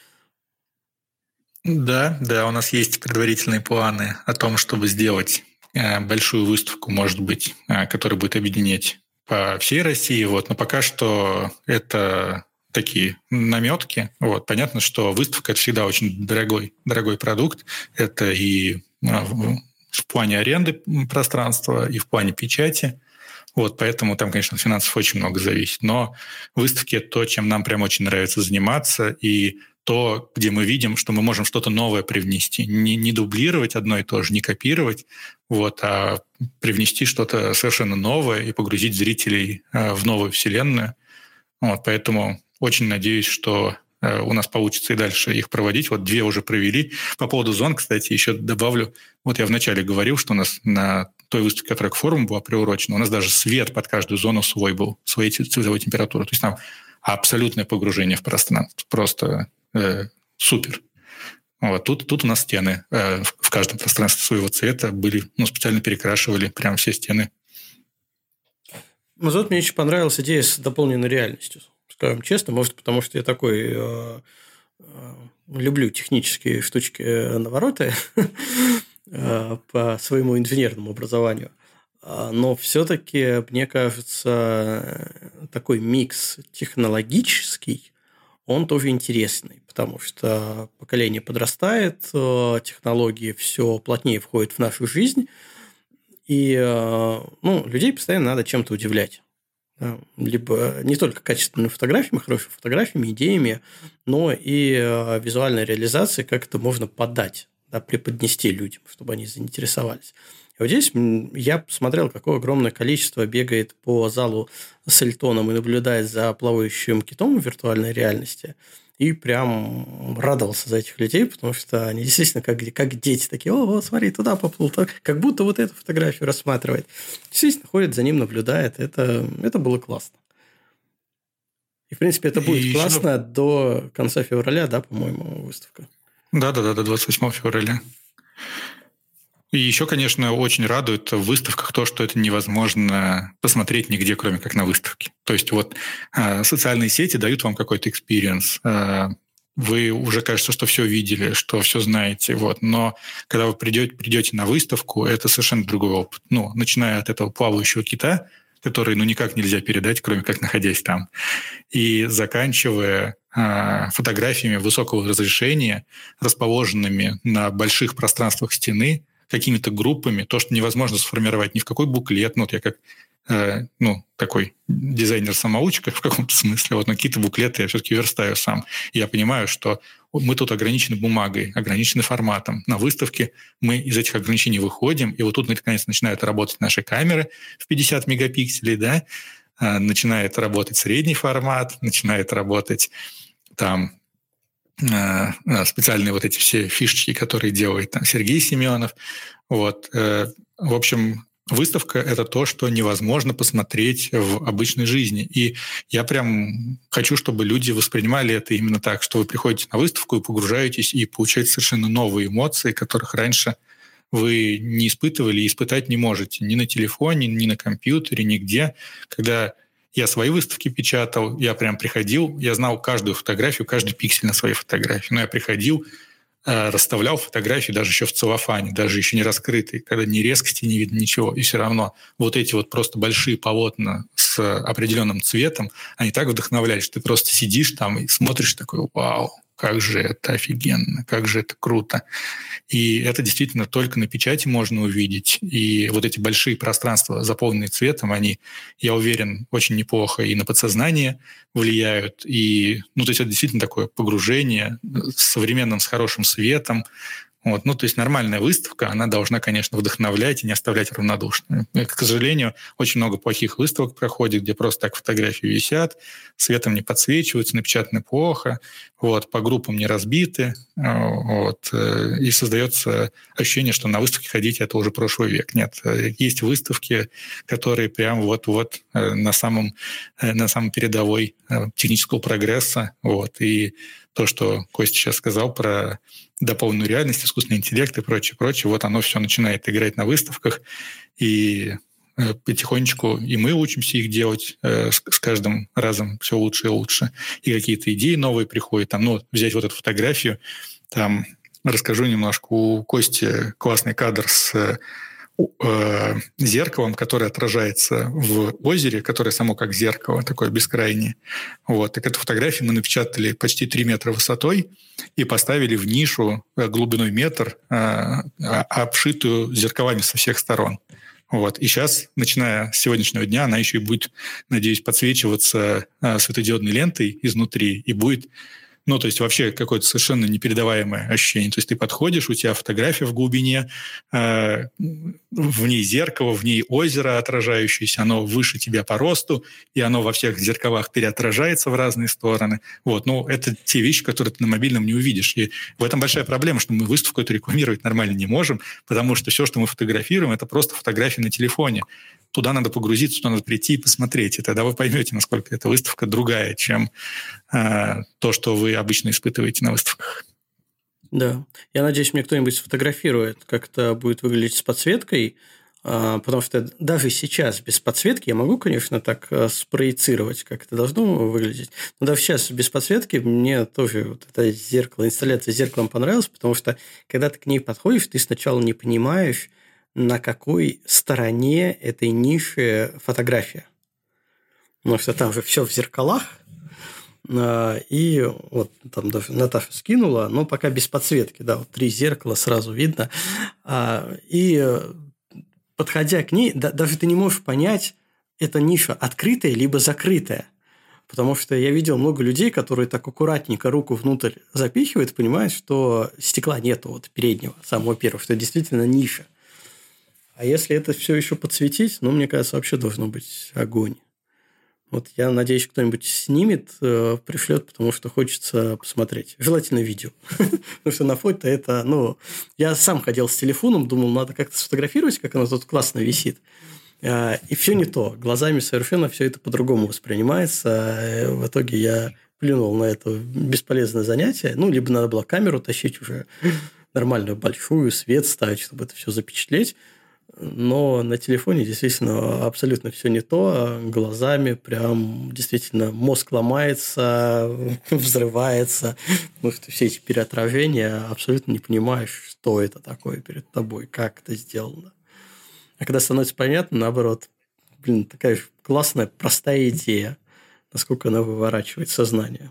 Speaker 3: Да, да, у нас есть предварительные планы о том, чтобы сделать большую выставку, может быть, которая будет объединять по всей России. Вот. Но пока что это такие наметки. Вот. Понятно, что выставка – это всегда очень дорогой, дорогой продукт. Это и в плане аренды пространства, и в плане печати. Вот, поэтому там, конечно, от финансов очень много зависит. Но выставки – это то, чем нам прям очень нравится заниматься, и то, где мы видим, что мы можем что-то новое привнести. Не, не дублировать одно и то же, не копировать, вот, а привнести что-то совершенно новое и погрузить зрителей э, в новую вселенную. Вот, поэтому очень надеюсь, что э, у нас получится и дальше их проводить. Вот две уже провели. По поводу зон, кстати, еще добавлю. Вот я вначале говорил, что у нас на той выставке, которая к форуму была приурочена, у нас даже свет под каждую зону свой был, своей цветовой температуры. То есть там абсолютное погружение в пространство. Просто э, супер. Вот. Тут, тут у нас стены э, в, в каждом пространстве своего цвета были, ну, специально перекрашивали прям все стены.
Speaker 1: Ну, вот мне очень понравилась идея с дополненной реальностью. Скажем честно, может, потому что я такой э, э, люблю технические штучки навороты э, по своему инженерному образованию. Но все-таки, мне кажется, такой микс технологический, он тоже интересный, потому что поколение подрастает, технологии все плотнее входят в нашу жизнь, и ну, людей постоянно надо чем-то удивлять. Либо не только качественными фотографиями, хорошими фотографиями, идеями, но и визуальной реализацией, как это можно подать, да, преподнести людям, чтобы они заинтересовались. И вот здесь я посмотрел, какое огромное количество бегает по залу с Эльтоном и наблюдает за плавающим китом в виртуальной реальности. И прям радовался за этих людей, потому что они действительно как, как дети такие: о, вот, смотри, туда поплыл, так, как будто вот эту фотографию рассматривает. Действительно ходит за ним, наблюдает. Это, это было классно. И, в принципе, это будет и классно еще... до конца февраля, да, по-моему, выставка.
Speaker 3: Да-да-да, до двадцать восьмого февраля. И еще, конечно, очень радует в выставках то, что это невозможно посмотреть нигде, кроме как на выставке. То есть вот социальные сети дают вам какой-то экспириенс. Вы уже кажется, что все видели, что все знаете. Вот. Но когда вы придете, придете на выставку, это совершенно другой опыт. Ну, начиная от этого плавающего кита, который ну, никак нельзя передать, кроме как находясь там, и заканчивая э, фотографиями высокого разрешения, расположенными на больших пространствах стены, какими-то группами, то, что невозможно сформировать ни в какой буклет. Ну, вот я как э, ну, такой дизайнер-самоучка в каком-то смысле, вот, но какие-то буклеты я все-таки верстаю сам. И я понимаю, что мы тут ограничены бумагой, ограничены форматом. На выставке мы из этих ограничений выходим, и вот тут, наконец, начинают работать наши камеры в пятьдесят мегапикселей, да, э, начинает работать средний формат, начинает работать там специальные вот эти все фишечки, которые делает там Сергей Семенов. Вот. В общем, выставка — это то, что невозможно посмотреть в обычной жизни. И я прям хочу, чтобы люди воспринимали это именно так, что вы приходите на выставку и погружаетесь, и получаете совершенно новые эмоции, которых раньше вы не испытывали и испытать не можете ни на телефоне, ни на компьютере, нигде. Когда я свои выставки печатал, я прям приходил, я знал каждую фотографию, каждый пиксель на своей фотографии. Но я приходил, расставлял фотографии даже еще в целлофане, даже еще не раскрытые, когда ни резкости не видно, ничего. И все равно вот эти вот просто большие полотна с определенным цветом, они так вдохновляют, что ты просто сидишь там и смотришь такой: вау, как же это офигенно, как же это круто. И это действительно только на печати можно увидеть. И вот эти большие пространства, заполненные цветом, они, я уверен, очень неплохо и на подсознание влияют. И, ну, то есть это действительно такое погружение с современным, с хорошим светом. Вот. Ну, то есть нормальная выставка, она должна, конечно, вдохновлять и не оставлять равнодушным. К сожалению, очень много плохих выставок проходит, где просто так фотографии висят, светом не подсвечиваются, напечатаны плохо, вот, по группам не разбиты. Вот, и создается ощущение, что на выставке ходить — это уже прошлый век. Нет, есть выставки, которые прям вот-вот на самом, на самом передовой технического прогресса. Вот, и то, что Костя сейчас сказал про дополненную реальность, искусственный интеллект и прочее, прочее, вот оно все начинает играть на выставках, и потихонечку и мы учимся их делать с каждым разом все лучше и лучше. И какие-то идеи новые приходят. Там, ну, взять вот эту фотографию, там расскажу немножко. У Кости классный кадр с э, зеркалом, которое отражается в озере, которое само как зеркало, такое бескрайнее. Вот. Так эту фотографию мы напечатали почти три метра высотой и поставили в нишу глубиной метр, э, обшитую зеркалами со всех сторон. Вот. И сейчас, начиная с сегодняшнего дня, она еще и будет, надеюсь, подсвечиваться э, светодиодной лентой изнутри и будет... Ну, то есть вообще какое-то совершенно непередаваемое ощущение. То есть ты подходишь, у тебя фотография в глубине, э, в ней зеркало, в ней озеро отражающееся, оно выше тебя по росту, и оно во всех зеркалах переотражается в разные стороны. Вот. Ну, это те вещи, которые ты на мобильном не увидишь. И в этом большая проблема, что мы выставку эту рекламировать нормально не можем, потому что все, что мы фотографируем, это просто фотографии на телефоне. Туда надо погрузиться, туда надо прийти и посмотреть. И тогда вы поймете, насколько эта выставка другая, чем э, то, что вы обычно испытываете на выставках.
Speaker 1: Да. Я надеюсь, мне кто-нибудь сфотографирует, как это будет выглядеть с подсветкой, э, потому что даже сейчас без подсветки я могу, конечно, так э, спроецировать, как это должно выглядеть. Но даже сейчас без подсветки мне тоже вот это зеркало, инсталляция с зеркалом понравилась, потому что когда ты к ней подходишь, ты сначала не понимаешь, на какой стороне этой ниши фотография. Потому что там же все в зеркалах. И вот там даже Наташа скинула, но пока без подсветки. Да, вот три зеркала сразу видно. И подходя к ней, даже ты не можешь понять, эта ниша открытая либо закрытая. Потому что я видел много людей, которые так аккуратненько руку внутрь запихивают и понимают, что стекла нету вот переднего, самого первого, что это действительно ниша. А если это все еще подсветить, ну, мне кажется, вообще должно быть огонь. Вот я надеюсь, кто-нибудь снимет, э, пришлет, потому что хочется посмотреть. Желательно видео. Потому что на фото это, ну... Я сам ходил с телефоном, думал, надо как-то сфотографировать, как оно тут классно висит. И все не то. Глазами совершенно все это по-другому воспринимается. В итоге я плюнул на это бесполезное занятие. Ну, либо надо было камеру тащить уже нормальную, большую, свет ставить, чтобы это все запечатлеть. Но на телефоне действительно абсолютно все не то. Глазами прям действительно мозг ломается, взрывается. Потому что все эти переотражения абсолютно не понимаешь, что это такое перед тобой, как это сделано. А когда становится понятно, наоборот, блин, такая же классная, простая идея, насколько она выворачивает сознание.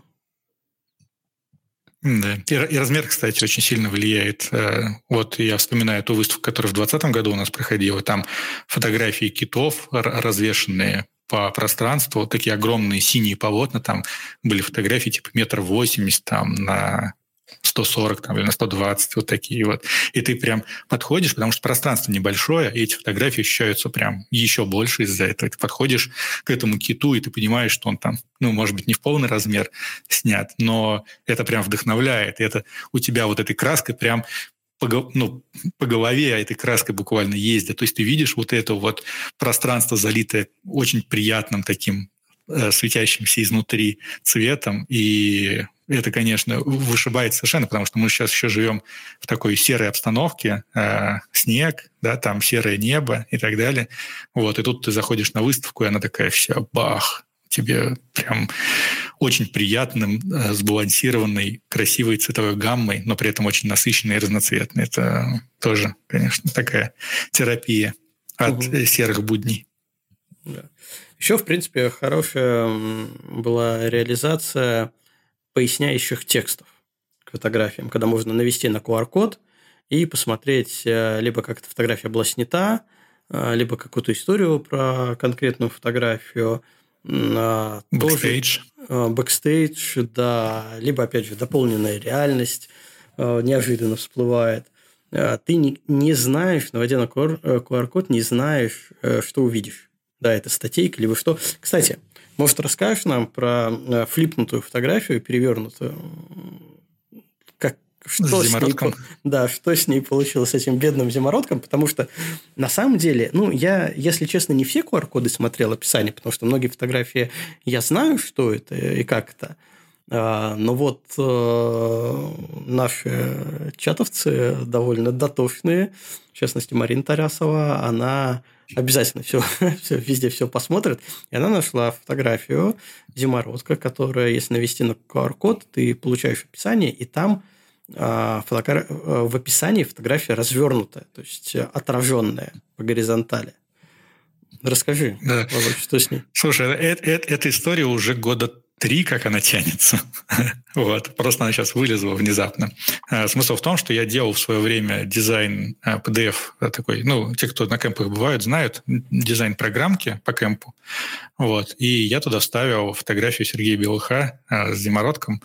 Speaker 3: Да. И, и размер, кстати, очень сильно влияет. Вот я вспоминаю ту выставку, которая в двадцатом году у нас проходила. Там фотографии китов, развешенные по пространству, такие огромные синие полотна. Там были фотографии типа метр восемьдесят там, на сто сорок там, или на сто двадцать, вот такие вот. И ты прям подходишь, потому что пространство небольшое, и эти фотографии ощущаются прям еще больше из-за этого. Ты подходишь к этому киту, и ты понимаешь, что он там, ну, может быть, не в полный размер снят, но это прям вдохновляет. И это у тебя вот этой краской прям по, ну, по голове этой краской буквально ездит. То есть ты видишь вот это вот пространство, залитое очень приятным таким э, светящимся изнутри цветом, и это, конечно, вышибает совершенно, потому что мы сейчас еще живем в такой серой обстановке, э, снег, да, там серое небо и так далее. Вот, и тут ты заходишь на выставку, и она такая вся бах, тебе прям очень приятным, э, сбалансированной, красивой цветовой гаммой, но при этом очень насыщенной и разноцветной. Это тоже, конечно, такая терапия от угу. серых будней.
Speaker 1: Да. Еще, в принципе, хорошая была реализация поясняющих текстов к фотографиям, когда можно навести на ку ар-код и посмотреть, либо как эта фотография была снята, либо какую-то историю про конкретную фотографию.
Speaker 3: Бэкстейдж.
Speaker 1: Бэкстейдж, да. Либо, опять же, дополненная реальность неожиданно всплывает. Ты не, не знаешь, наводя на ку ар-код, не знаешь, что увидишь. Да, это статейка, либо что. Кстати, может, расскажешь нам про флипнутую фотографию, перевернутую? Как, что с, с ней, да, что с ней получилось, с этим бедным зимородком? Потому что, на самом деле, ну, я, если честно, не все ку ар-коды смотрел описание, потому что многие фотографии я знаю, что это и как это. Но вот э, наши чатовцы довольно дотошные, в частности, Марина Тарасова, она обязательно все, все, везде все посмотрит, и она нашла фотографию зимородка, которая, если навести на ку ар-код, ты получаешь описание, и там э, фотогра... в описании фотография развернутая, то есть отраженная по горизонтали. Расскажи, да. Володь, что с ней?
Speaker 3: Слушай, это, это, эта история уже года три, как она тянется. Вот. Просто она сейчас вылезла внезапно. Смысл в том, что я делал в свое время дизайн пи ди эф такой, ну, те, кто на кемпах бывают, знают, дизайн программки по кемпу. Вот. И я туда вставил фотографию Сергея Белыха с зимородком.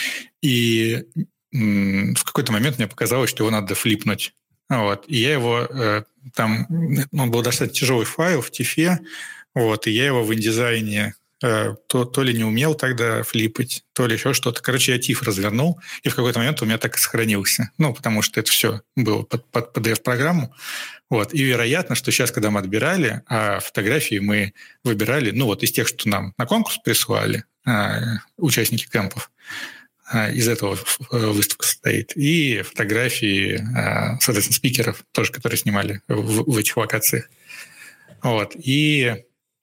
Speaker 3: И в какой-то момент мне показалось, что его надо флипнуть. Вот. И я его там... Он был достаточно тяжелый файл в тифе. Вот. И я его в индизайне То, то ли не умел тогда флипать, то ли еще что-то. Короче, я тиф развернул, и в какой-то момент у меня так и сохранился. Ну, потому что это все было под, под пи ди эф-программу. Вот. И вероятно, что сейчас, когда мы отбирали, а фотографии мы выбирали, ну, вот из тех, что нам на конкурс прислали, а, участники кемпов, а, из этого выставка состоит, и фотографии, а, соответственно, спикеров, тоже, которые снимали в, в этих локациях. Вот. И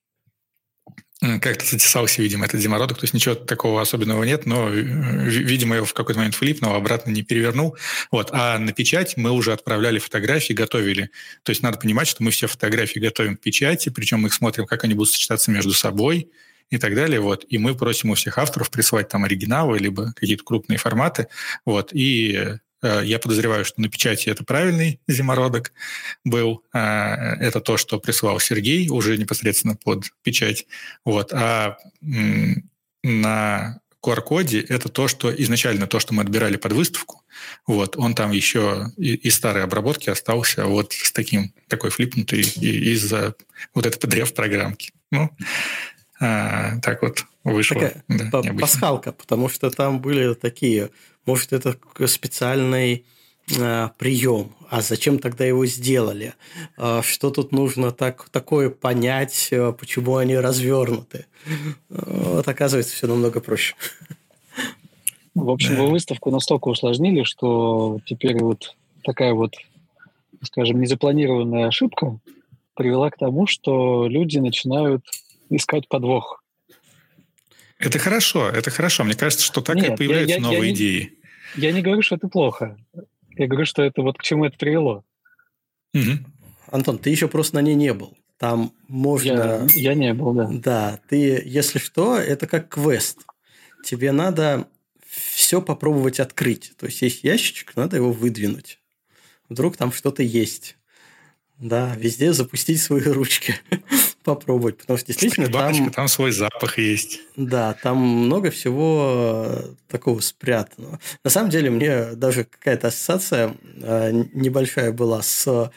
Speaker 3: как-то затесался, видимо, этот зимородок. То есть ничего такого особенного нет, но, видимо, я его в какой-то момент флипнул, обратно не перевернул. Вот. А на печать мы уже отправляли фотографии, готовили. То есть надо понимать, что мы все фотографии готовим к печати, причем мы их смотрим, как они будут сочетаться между собой и так далее. Вот. И мы просим у всех авторов присылать там оригиналы, либо какие-то крупные форматы. Вот. И я подозреваю, что на печати это правильный зимородок был. Это то, что присылал Сергей уже непосредственно под печать. Вот. А на ку ар-коде это то, что изначально то, что мы отбирали под выставку. Вот, он там еще из старой обработки остался вот с таким, такой флипнутый из-за вот этой древ-программки. Ну, а, так вот вышло.
Speaker 1: Такая
Speaker 3: да,
Speaker 1: пасхалка, потому что там были такие, может, это специальный а, прием, а зачем тогда его сделали? А, что тут нужно так, такое понять, почему они развернуты? Вот, оказывается, все намного проще.
Speaker 2: В общем, вы выставку настолько усложнили, что теперь вот такая вот, скажем, незапланированная ошибка привела к тому, что люди начинают искать подвох.
Speaker 3: Это хорошо, это хорошо. Мне кажется, что так
Speaker 2: Нет,
Speaker 3: и появляются
Speaker 2: я, я,
Speaker 3: новые
Speaker 2: я
Speaker 3: идеи.
Speaker 2: Не, я не говорю, что это плохо. Я говорю, что это вот к чему это привело.
Speaker 3: Угу.
Speaker 1: Антон, ты еще просто на ней не был. Там можно...
Speaker 2: Я, я не был, да.
Speaker 1: Да, ты, если что, это как квест. Тебе надо все попробовать открыть. То есть, есть ящичек, надо его выдвинуть. Вдруг там что-то есть. Да, везде запустить свои ручки. Попробовать. Потому что действительно
Speaker 3: баночка,
Speaker 1: там...
Speaker 3: там свой запах есть.
Speaker 1: Да, там много всего такого спрятанного. На самом деле, мне даже какая-то ассоциация небольшая была с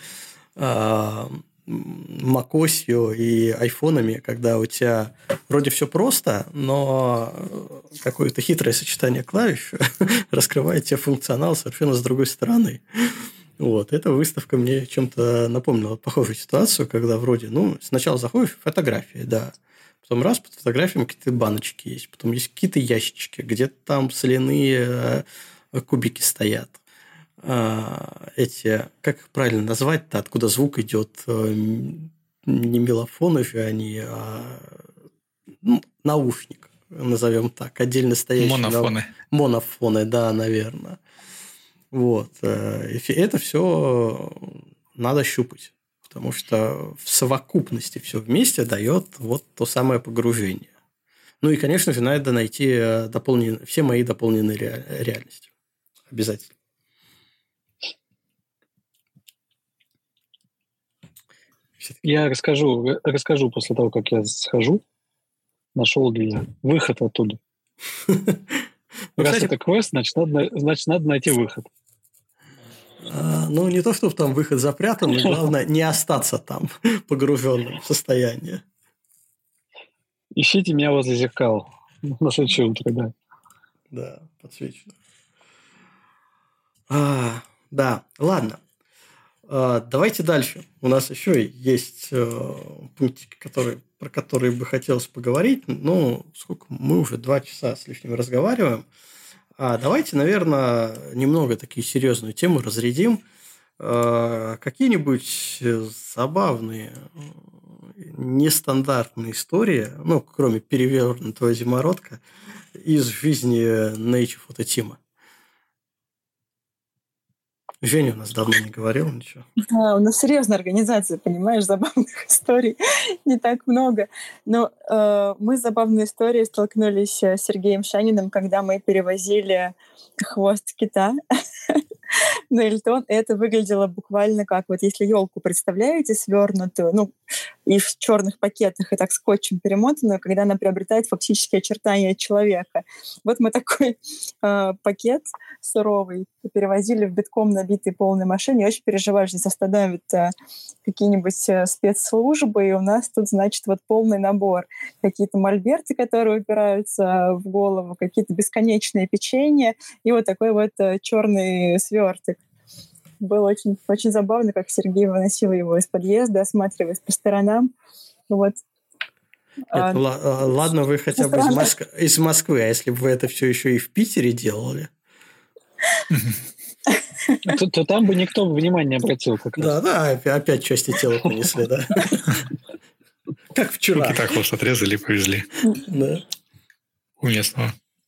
Speaker 1: макосью и айфонами, когда у тебя вроде все просто, но какое-то хитрое сочетание клавиш раскрывает тебе функционал совершенно с другой стороны. Вот, эта выставка мне чем-то напомнила похожую ситуацию, когда вроде, ну, сначала заходишь, фотографии, да, потом раз, под фотографиями какие-то баночки есть, потом есть какие-то ящички, где-то там соляные кубики стоят. Эти, как их правильно назвать-то, откуда звук идет, не мелофоны же они, а ну, наушник, назовем так, отдельно стоящий.
Speaker 3: Монофоны.
Speaker 1: Монофоны, да, наверное. Вот. И это все надо щупать, потому что в совокупности все вместе дает вот то самое погружение. Ну и, конечно же, надо найти дополнен... все мои дополненные реальности. Обязательно.
Speaker 2: Я расскажу, расскажу после того, как я схожу, нашел ли я выход оттуда. Раз это квест, значит надо, значит, надо найти выход.
Speaker 1: А, ну, не то, чтобы там выход запрятан, но главное не остаться там погруженным в состояние.
Speaker 2: Ищите меня возле зеркал на следующее утро, да.
Speaker 1: Да, подсвечено. А, да, ладно. А, давайте дальше. У нас еще есть э, пунктики, которые, про которые бы хотелось поговорить. Ну, сколько мы уже два часа с лишним разговариваем. А давайте, наверное, немного такие серьезные темы разрядим. А, какие-нибудь забавные, нестандартные истории, ну, кроме перевернутого зимородка, из жизни Nature Photo Team. Женя у нас давно не говорил ничего.
Speaker 4: Да, у нас серьезная организация, понимаешь, забавных историй не так много. Но э, мы с забавной историей столкнулись с Сергеем Шаниным, когда мы перевозили хвост кита на Эльтон. Это выглядело буквально как, вот если елку представляете свернутую, ну, и в черных пакетах, и так скотчем перемотанную, когда она приобретает фактически очертания человека. Вот мы такой э, пакет суровый перевозили в битком набитой полной машине. Очень переживали, что остановят э, какие-нибудь э, спецслужбы, и у нас тут, значит, вот полный набор. Какие-то мольберты, которые упираются в голову, какие-то бесконечные печенья, и вот такой вот э, черный сверток. Было очень, очень забавно, как Сергей выносил его из подъезда, осматриваясь по сторонам. Вот.
Speaker 1: Нет, а, л- ладно, вы хотя бы из, Моск... из Москвы, а если бы вы это все еще и в Питере делали?
Speaker 2: То, то там бы никто внимания не обратил. Как
Speaker 1: да, раз. да, опять части тела понесли, да. Как вчера.
Speaker 3: Руки так хвост отрезали и повезли.
Speaker 1: Да.
Speaker 3: У местного.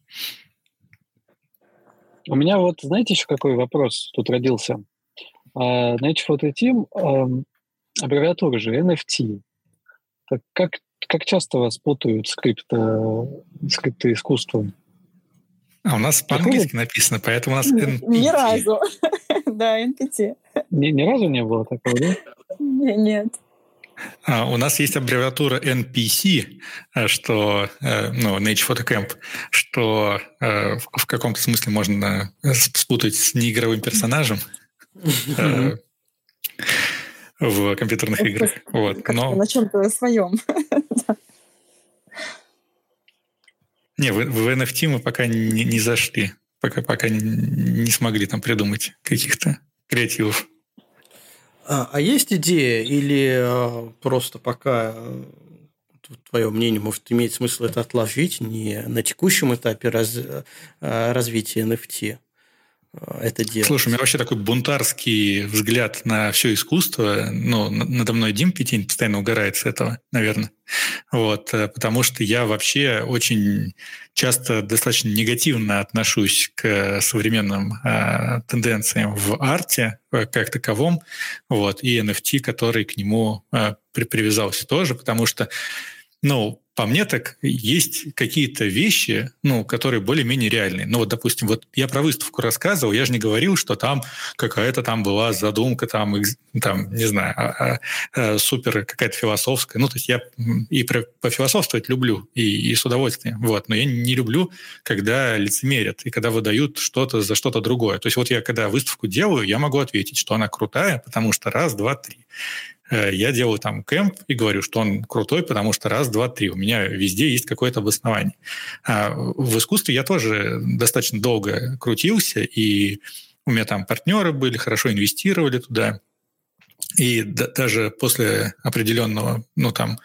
Speaker 2: У меня вот, знаете, еще какой вопрос тут родился? Uh, Nature Photo Team, uh, аббревиатура же эн эф ти. Так как, как часто вас путают скрипты, скрипты искусства?
Speaker 3: А у нас по-английски написано, поэтому у нас эн пи ти.
Speaker 4: Ни разу. Да, эн пи ти.
Speaker 2: Ни, ни разу не было такого, да?
Speaker 4: Нет.
Speaker 3: У нас есть аббревиатура эн пи си, что, ну, Nature Photo Camp, что в каком-то смысле можно спутать с неигровым персонажем в компьютерных играх. Вот. Но...
Speaker 4: на чем-то своем.
Speaker 3: Не, в, в эн эф ти мы пока не, не зашли, пока, пока не, не смогли там придумать каких-то креативов.
Speaker 1: А, а есть идея или а, просто пока, твое мнение, может иметь смысл это отложить не на текущем этапе раз, а, развития эн эф ти это делать?
Speaker 3: Слушай, у меня вообще такой бунтарский взгляд на все искусство. Ну, надо мной Дим Петень постоянно угорает с этого, наверное. Вот, потому что я вообще очень часто достаточно негативно отношусь к современным э, тенденциям в арте как таковом, вот, и эн эф ти, который к нему э, при, привязался тоже, потому что, ну, по мне так есть какие-то вещи, ну, которые более-менее реальные. Ну, вот, допустим, вот я про выставку рассказывал, я же не говорил, что там какая-то там была задумка, там, там не знаю, а, а, а, супер какая-то философская. Ну, то есть я и про, пофилософствовать люблю, и, и с удовольствием, вот. Но я не люблю, когда лицемерят, и когда выдают что-то за что-то другое. То есть вот я, когда выставку делаю, я могу ответить, что она крутая, потому что раз, два, три. Я делаю там кэмп и говорю, что он крутой, потому что раз, два, три. У меня везде есть какое-то обоснование. А в искусстве я тоже достаточно долго крутился, и у меня там партнеры были, хорошо инвестировали туда. И да, даже после определенного, ну там,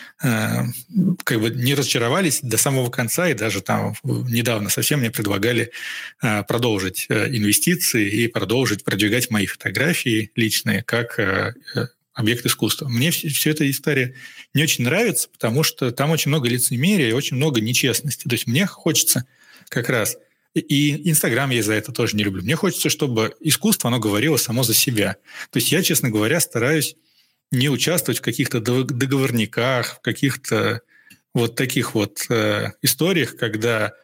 Speaker 3: э, как бы не разочаровались до самого конца, и даже там недавно совсем мне предлагали э, продолжить э, инвестиции и продолжить продвигать мои фотографии личные как э, объект искусства. Мне все, все эта история не очень нравится, потому что там очень много лицемерия и очень много нечестности. То есть мне хочется как раз... И Инстаграм я за это тоже не люблю. Мне хочется, чтобы искусство, оно говорило само за себя. То есть я, честно говоря, стараюсь не участвовать в каких-то договорниках, в каких-то вот таких вот э, историях, когда...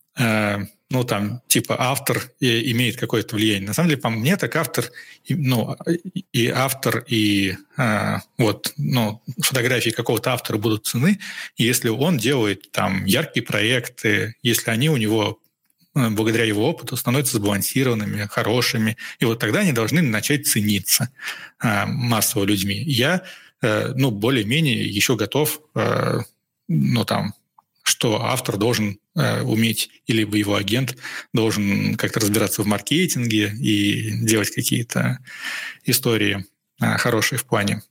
Speaker 3: Э, ну, там, типа, автор имеет какое-то влияние. На самом деле, по мне, так автор, ну, и автор, и э, вот, ну, фотографии какого-то автора будут ценны, если он делает там яркие проекты, если они у него, благодаря его опыту, становятся сбалансированными, хорошими, и вот тогда они должны начать цениться э, массово людьми. Я, э, ну, более-менее еще готов, э, ну, там, что автор должен э, уметь, или его агент должен как-то разбираться в маркетинге и делать какие-то истории э, хорошие в плане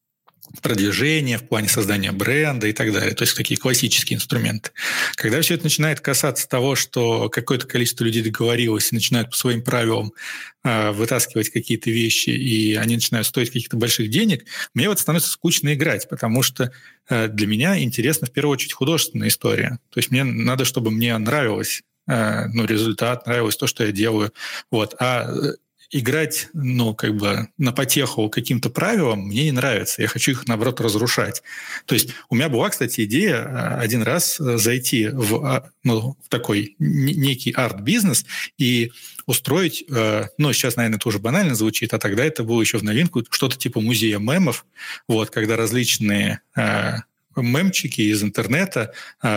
Speaker 3: продвижения, в плане создания бренда и так далее. То есть такие классические инструменты. Когда все это начинает касаться того, что какое-то количество людей договорилось и начинают по своим правилам э, вытаскивать какие-то вещи, и они начинают стоить каких-то больших денег, мне вот становится скучно играть, потому что э, для меня интересна в первую очередь художественная история. То есть мне надо, чтобы мне нравилось э, ну, результат, нравилось то, что я делаю. Вот. А играть, ну, как бы на потеху каким-то правилам мне не нравится. Я хочу их, наоборот, разрушать. То есть у меня была, кстати, идея один раз зайти в, ну, в такой некий арт-бизнес и устроить, ну, сейчас, наверное, это уже банально звучит, а тогда это было еще в новинку, что-то типа музея мемов, вот, когда различные мемчики из интернета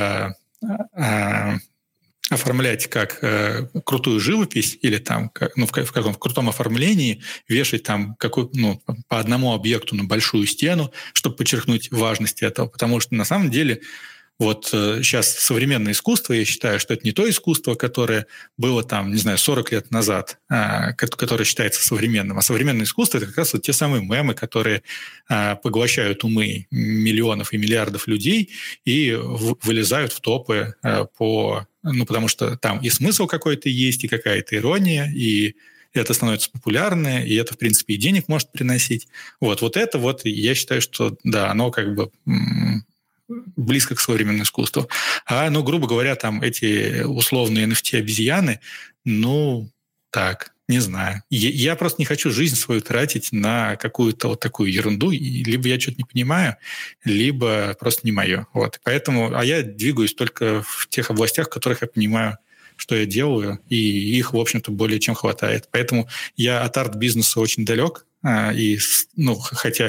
Speaker 3: оформлять как э, крутую живопись или там, как, ну, в, в каком-то крутом оформлении, вешать там какой, ну, по одному объекту на большую стену, чтобы подчеркнуть важность этого. Потому что на самом деле вот э, сейчас современное искусство, я считаю, что это не то искусство, которое было там, не знаю, сорок лет назад, э, которое считается современным. А современное искусство – это как раз вот те самые мемы, которые э, поглощают умы миллионов и миллиардов людей и в, вылезают в топы э, по... Ну, потому что там и смысл какой-то есть, и какая-то ирония, и это становится популярно, и это, в принципе, и денег может приносить. Вот, вот это вот, я считаю, что, да, оно как бы м- близко к современному искусству. А, ну, грубо говоря, там эти условные эн эф ти-обезьяны, ну, так, не знаю. Я, я просто не хочу жизнь свою тратить на какую-то вот такую ерунду, и либо я что-то не понимаю, либо просто не мое. Вот. Поэтому, а я двигаюсь только в тех областях, в которых я понимаю, что я делаю, и их, в общем-то, более чем хватает. Поэтому я от арт-бизнеса очень далек, и, ну, хотя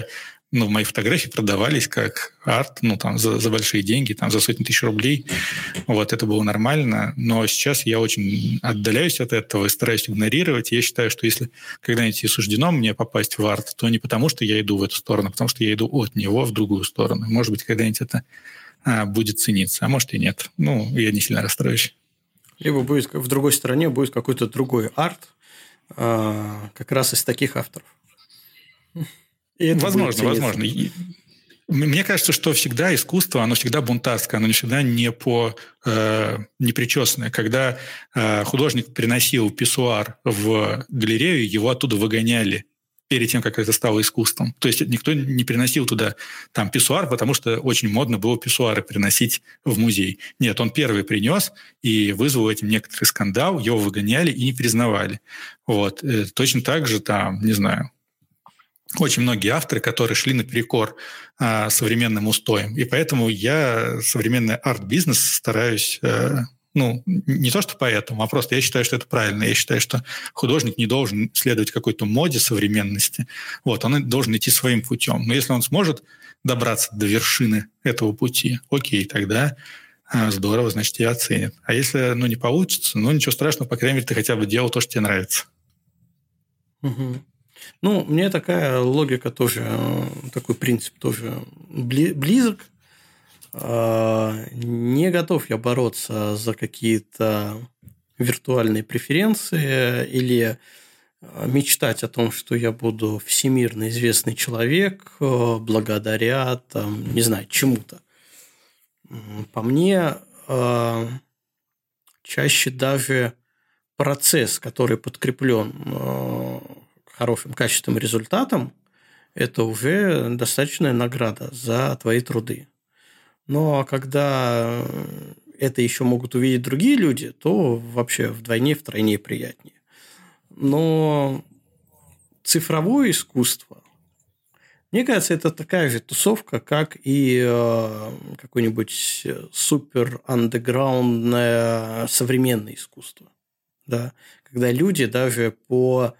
Speaker 3: ну, мои фотографии продавались как арт, ну, там, за, за большие деньги, там, за сотни тысяч рублей. Вот, это было нормально. Но сейчас я очень отдаляюсь от этого и стараюсь игнорировать. Я считаю, что если когда-нибудь и суждено мне попасть в арт, то не потому, что я иду в эту сторону, а потому что я иду от него в другую сторону. Может быть, когда-нибудь это а, будет цениться, а может и нет. Ну, я не сильно расстроюсь.
Speaker 1: Либо будет в другой стороне будет какой-то другой арт, а, как раз из таких авторов.
Speaker 3: Возможно, возможно. Мне кажется, что всегда искусство, оно всегда бунтарское, оно всегда не по э, непричесанное. Когда э, художник приносил писсуар в галерею, его оттуда выгоняли перед тем, как это стало искусством. То есть никто не приносил туда там писсуар, потому что очень модно было писсуары приносить в музей. Нет, он первый принес и вызвал этим некоторый скандал, его выгоняли и не признавали. Вот. Точно так же там, не знаю, очень многие авторы, которые шли наперекор а, современным устоям. И поэтому я современный арт-бизнес стараюсь... А, ну, не то, что поэтому, а просто я считаю, что это правильно. Я считаю, что художник не должен следовать какой-то моде современности. Вот, он должен идти своим путем. Но если он сможет добраться до вершины этого пути, окей, тогда а, здорово, значит, тебя оценят. А если ну, не получится, ну, ничего страшного, по крайней мере, ты хотя бы делал то, что тебе нравится.
Speaker 1: Угу. Ну, мне такая логика тоже, такой принцип тоже близок. Не готов я бороться за какие-то виртуальные преференции или мечтать о том, что я буду всемирно известный человек благодаря, там, не знаю, чему-то. По мне, чаще даже процесс, который подкреплен хорошим качественным результатом, это уже достаточная награда за твои труды. Но когда это еще могут увидеть другие люди, то вообще вдвойне, втройне приятнее. Но цифровое искусство, мне кажется, это такая же тусовка, как и какое-нибудь супер-андеграундное современное искусство. Да? Когда люди даже по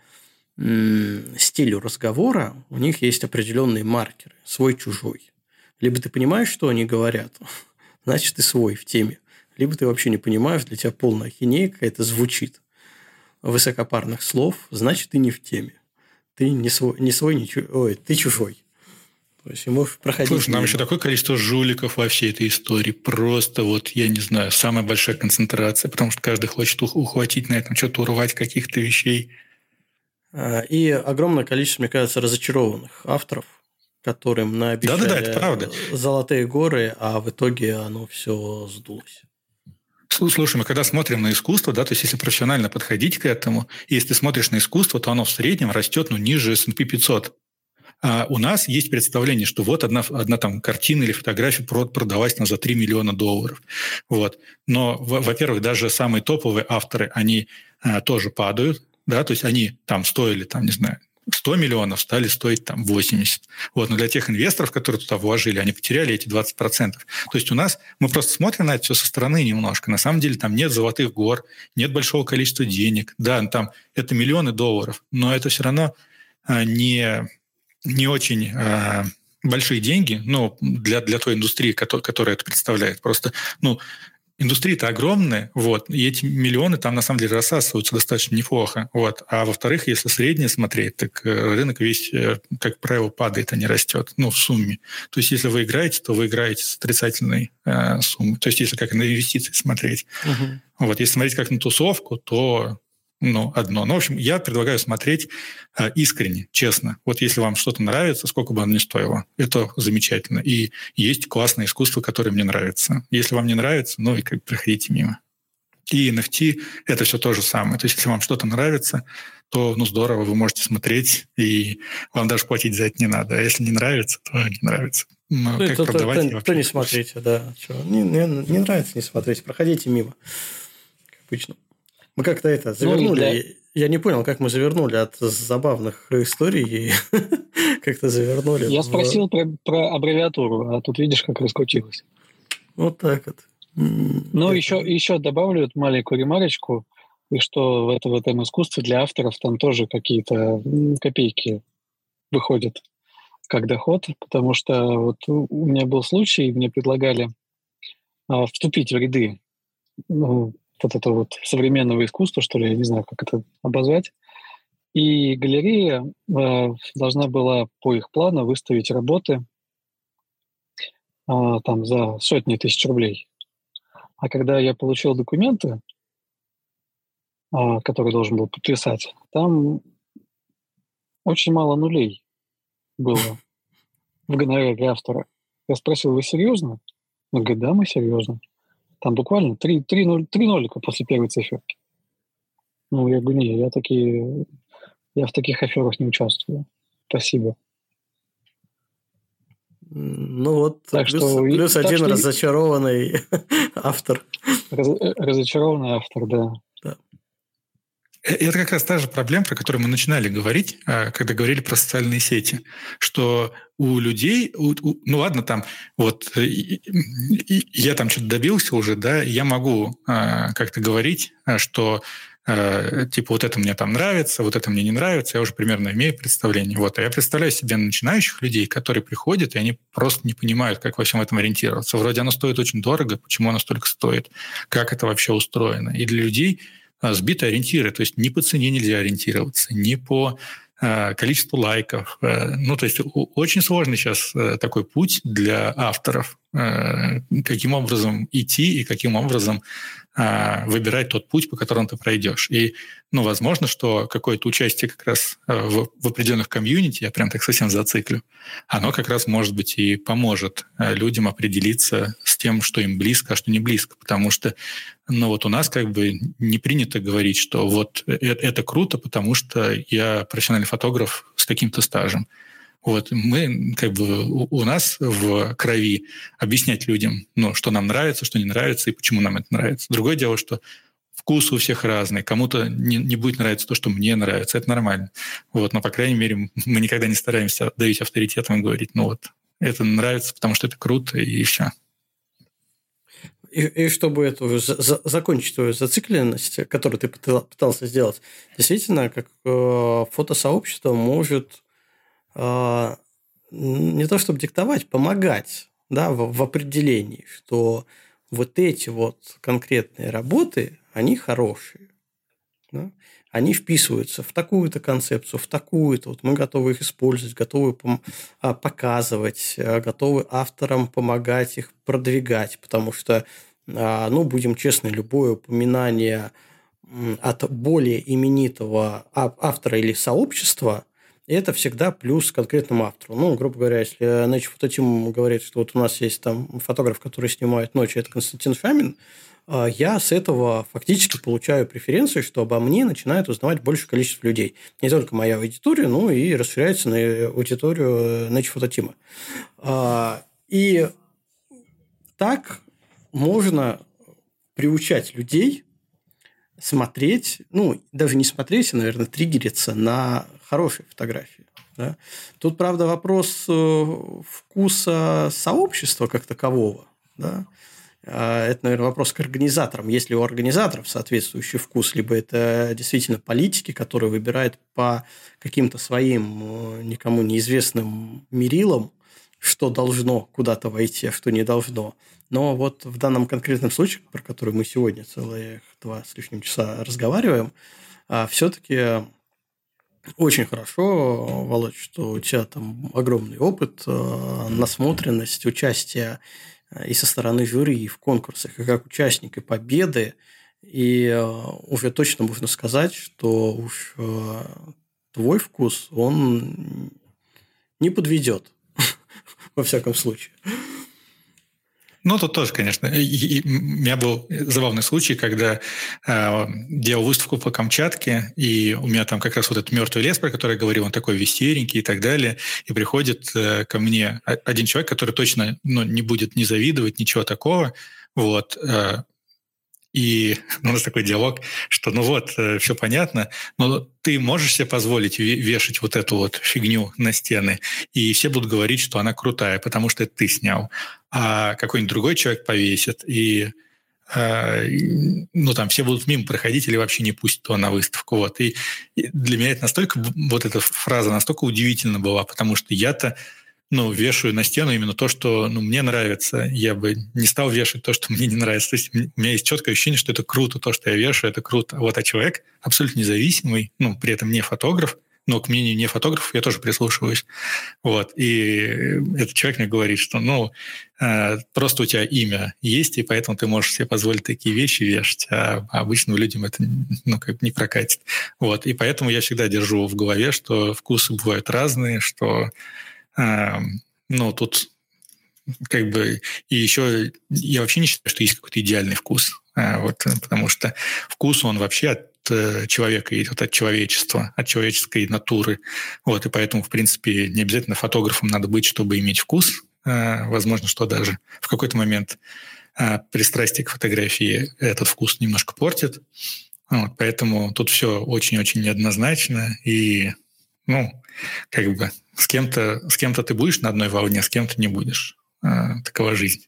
Speaker 1: стилю разговора, у них есть определенные маркеры, свой-чужой. Либо ты понимаешь, что они говорят, значит, ты свой в теме. Либо ты вообще не понимаешь, для тебя полная ахинея какая-то звучит высокопарных слов, значит, ты не в теме. Ты не свой, не свой, не чужой, ой, ты чужой. То есть, можешь проходить...
Speaker 3: Слушай, нам еще такое количество жуликов во всей этой истории. Просто вот, я не знаю, самая большая концентрация, потому что каждый хочет ухватить на этом, что-то урвать каких-то вещей.
Speaker 1: И огромное количество, мне кажется, разочарованных авторов, которым наобещали
Speaker 3: да, да, да, это правда.
Speaker 1: Золотые горы, а в итоге оно все сдулось.
Speaker 3: Слушай, мы когда смотрим на искусство, да, то есть если профессионально подходить к этому, и если ты смотришь на искусство, то оно в среднем растет ну, ниже эс энд пи пятьсот. А у нас есть представление, что вот одна, одна там картина или фотография продалась нам за три миллиона долларов. Вот. Но, во-первых, даже самые топовые авторы, они а, тоже падают. Да, то есть они там стоили, там, не знаю, сто миллионов, стали стоить там восемьдесят. Вот, но для тех инвесторов, которые туда вложили, они потеряли эти двадцать процентов. То есть у нас, мы просто смотрим на это все со стороны немножко. На самом деле там нет золотых гор, нет большого количества денег. Да, там это миллионы долларов, но это все равно а, не, не очень а, большие деньги, ну, для, для той индустрии, которая, которая это представляет. Просто, ну, индустрия-то огромная, вот, и эти миллионы там на самом деле рассасываются достаточно неплохо. Вот. А во-вторых, если среднее смотреть, так рынок весь, как правило, падает, а не растет, ну, в сумме. То есть если вы играете, то вы играете с отрицательной э, суммой. То есть если как на инвестиции смотреть. Угу. Вот. Если смотреть как на тусовку, то ну, одно. Ну, в общем, я предлагаю смотреть э, искренне, честно. Вот если вам что-то нравится, сколько бы оно ни стоило, это замечательно. И есть классное искусство, которое мне нравится. Если вам не нравится, ну, и как проходите мимо. И эн эф ти – это все то же самое. То есть если вам что-то нравится, то, ну, здорово, вы можете смотреть, и вам даже платить за это не надо. А если не нравится, то не нравится. Но ну, как
Speaker 1: то,
Speaker 3: продавать?
Speaker 1: То, то, то не смотрите, да. Не, не, не нравится, не смотрите. Проходите мимо, как обычно. Мы как-то это завернули. Ну, да. Я не понял, как мы завернули от забавных историй и как-то завернули.
Speaker 2: Я
Speaker 1: в...
Speaker 2: спросил про, про аббревиатуру, а тут видишь, как раскрутилось.
Speaker 1: Вот так вот.
Speaker 2: Ну, еще, еще добавлю маленькую ремарочку, и что в, это, в этом искусстве для авторов там тоже какие-то копейки выходят. как доход, потому что вот у меня был случай, мне предлагали а, вступить в ряды ну, вот этого вот современного искусства, что ли, я не знаю, как это обозвать. И галерея э, должна была по их плану выставить работы э, там за сотни тысяч рублей. А когда я получил документы, э, которые должен был подписать, там очень мало нулей было в гонораре автора. Я спросил, вы серьезно? Он говорит, да, мы серьезно. Там буквально три, три, ноль, три нолика после первой циферки. Ну, я говорю, не, я такие... Я в таких аферах не участвую. Спасибо.
Speaker 1: Ну вот,
Speaker 2: так
Speaker 1: плюс,
Speaker 2: что,
Speaker 1: плюс
Speaker 2: так
Speaker 1: один
Speaker 2: что...
Speaker 1: разочарованный автор.
Speaker 2: Раз, разочарованный автор, да.
Speaker 1: да.
Speaker 3: Это как раз та же проблема, про которую мы начинали говорить, когда говорили про социальные сети, что у людей, у, у, ну ладно, там вот и, и, я там что-то добился уже, да, я могу а, как-то говорить, что а, типа вот это мне там нравится, вот это мне не нравится, я уже примерно имею представление. Вот, а я представляю себе начинающих людей, которые приходят, и они просто не понимают, как во всем этом ориентироваться. Вроде оно стоит очень дорого, почему оно столько стоит, как это вообще устроено. И для людей сбиты ориентиры, то есть ни по цене нельзя ориентироваться, ни по э, количеству лайков. Э, ну, то есть очень сложный сейчас э, такой путь для авторов, э, каким образом идти и каким образом э, выбирать тот путь, по которому ты пройдешь. И, ну, возможно, что какое-то участие как раз в, в определенных комьюнити, я прям так совсем зациклю, оно как раз, может быть, и поможет людям определиться с тем, что им близко, а что не близко. Потому что ну вот у нас как бы не принято говорить, что вот это круто, потому что я профессиональный фотограф с каким-то стажем. Вот мы как бы у нас в крови объяснять людям, ну, что нам нравится, что не нравится и почему нам это нравится. Другое дело, что вкус у всех разный. Кому-то не, не будет нравиться то, что мне нравится. Это нормально. Вот, но, по крайней мере, мы никогда не стараемся давить авторитетом и говорить, ну вот, это нравится, потому что это круто, и все.
Speaker 1: И, и чтобы эту за, закончить твою зацикленность, которую ты пытался сделать, действительно, как э, фотосообщество может э, не то чтобы диктовать, помогать, да, в, в определении, что вот эти вот конкретные работы, они хорошие. Да? Они вписываются в такую-то концепцию, в такую-то. Вот мы готовы их использовать, готовы показывать, готовы авторам помогать их продвигать, потому что, ну, будем честны, любое упоминание от более именитого автора или сообщества – это всегда плюс конкретному автору. Ну, грубо говоря, если Nature Photo Team говорит, что вот у нас есть там фотограф, который снимает ночи, это Константин Фамин, я с этого фактически получаю преференцию, что обо мне начинает узнавать большее количество людей. Не только моя аудитория, но и расширяется на аудиторию Nature Photo Team. И так можно приучать людей смотреть, ну, даже не смотреть, а, наверное, триггериться на хорошие фотографии. Да? Тут, правда, вопрос вкуса сообщества как такового, да? Это, наверное, вопрос к организаторам. Есть ли у организаторов соответствующий вкус, либо это действительно политики, которые выбирают по каким-то своим никому неизвестным мерилам, что должно куда-то войти, а что не должно. Но вот в данном конкретном случае, про который мы сегодня целые два с лишним часа разговариваем, все-таки очень хорошо, Володь, что у тебя там огромный опыт, насмотренность, участие и со стороны жюри, и в конкурсах, и как участник, и победы. И уже точно можно сказать, что уж твой вкус, он не подведет, во всяком случае.
Speaker 3: Ну, тут тоже, конечно. И, и, у меня был забавный случай, когда э, делал выставку по Камчатке, и у меня там как раз вот этот мертвый лес, про который я говорил, он такой весь серенький и так далее, и приходит э, ко мне один человек, который точно ну, не будет не завидовать, ничего такого, вот, э, и у нас такой диалог, что ну вот, все понятно, но ты можешь себе позволить вешать вот эту вот фигню на стены, и все будут говорить, что она крутая, потому что это ты снял. А какой-нибудь другой человек повесит, и э, ну там все будут мимо проходить или вообще не пустят его на выставку. Вот. И, и для меня это настолько, вот эта фраза настолько удивительна была, потому что я-то ну, вешаю на стену именно то, что ну, мне нравится. Я бы не стал вешать то, что мне не нравится. То есть у меня есть четкое ощущение, что это круто, то, что я вешаю, это круто. Вот, а человек абсолютно независимый, ну, при этом не фотограф, но к мнению не фотографов я тоже прислушиваюсь. Вот. И этот человек мне говорит, что ну, просто у тебя имя есть, и поэтому ты можешь себе позволить такие вещи вешать, а обычным людям это ну, как бы не прокатит. Вот. И поэтому я всегда держу в голове, что вкусы бывают разные, что ну, тут как бы... И еще я вообще не считаю, что есть какой-то идеальный вкус. Вот, потому что вкус, он вообще от человека идет, от человечества, от человеческой натуры. Вот, и поэтому, в принципе, не обязательно фотографом надо быть, чтобы иметь вкус. Возможно, что даже в какой-то момент пристрастие к фотографии этот вкус немножко портит. Вот, поэтому тут все очень-очень неоднозначно. И, ну, как бы с кем-то, с кем-то ты будешь на одной волне, с кем-то не будешь. Такова жизнь.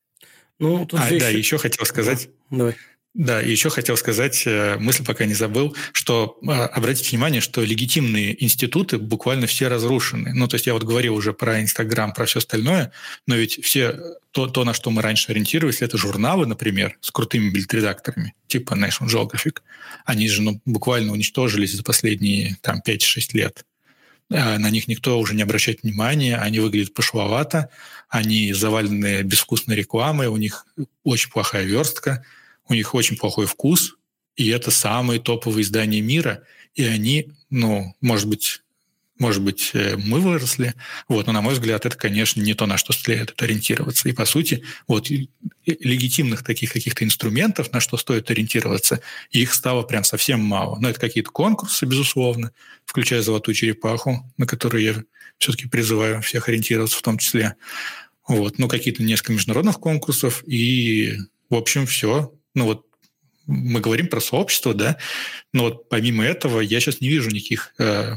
Speaker 1: Ну, тут
Speaker 3: а,
Speaker 1: же
Speaker 3: да,
Speaker 1: еще...
Speaker 3: еще хотел сказать...
Speaker 1: Да, давай.
Speaker 3: Да, и еще хотел сказать, мысль пока не забыл, что обратите внимание, что легитимные институты буквально все разрушены. Ну, то есть я вот говорил уже про Инстаграм, про все остальное, но ведь все то, то, на что мы раньше ориентировались, это журналы, например, с крутыми бильд-редакторами, типа National Geographic. Они же ну, буквально уничтожились за последние там, пять-шесть лет. На них никто уже не обращает внимания, они выглядят пошловато, они завалены безвкусной рекламой, у них очень плохая верстка, у них очень плохой вкус, и это самые топовые издания мира, и они, ну, может быть, может быть, мы выросли, вот, но, на мой взгляд, это, конечно, не то, на что следует ориентироваться. И, по сути, вот, легитимных таких каких-то инструментов, на что стоит ориентироваться, их стало прям совсем мало. Но это какие-то конкурсы, безусловно, включая «Золотую черепаху», на которую я все-таки призываю всех ориентироваться в том числе. Вот, ну, какие-то несколько международных конкурсов, и, в общем, все. Ну, вот мы говорим про сообщество, да, но вот помимо этого я сейчас не вижу никаких... Э,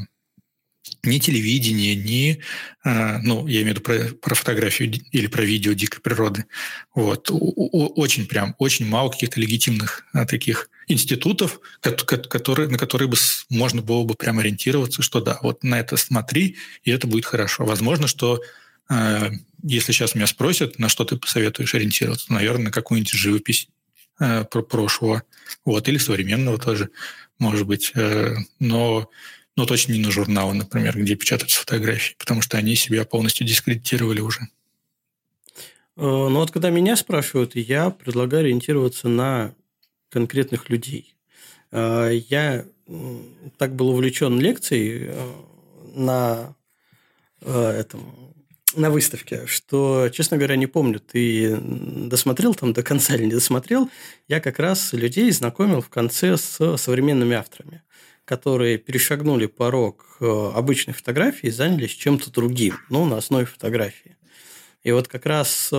Speaker 3: ни телевидения, ни, э, ну, я имею в виду про, про фотографию или про видео дикой природы. Вот. Очень прям, очень мало каких-то легитимных а, таких институтов, которые, на которые бы можно было бы прям ориентироваться, что да, вот на это смотри, и это будет хорошо. Возможно, что э, если сейчас меня спросят, на что ты посоветуешь ориентироваться, наверное, на какую-нибудь живопись э, про прошлого, вот, или современного тоже, может быть. Э, но но точно не на журналы, например, где печатаются фотографии, потому что они себя полностью дискредитировали уже.
Speaker 1: Ну вот когда меня спрашивают, я предлагаю ориентироваться на конкретных людей. Я так был увлечен лекцией на, этом, на выставке, что, честно говоря, не помню, ты досмотрел там до конца или не досмотрел. Я как раз людей знакомил в конце с современными авторами, которые перешагнули порог обычной фотографии и занялись чем-то другим, но на основе фотографии. И вот как раз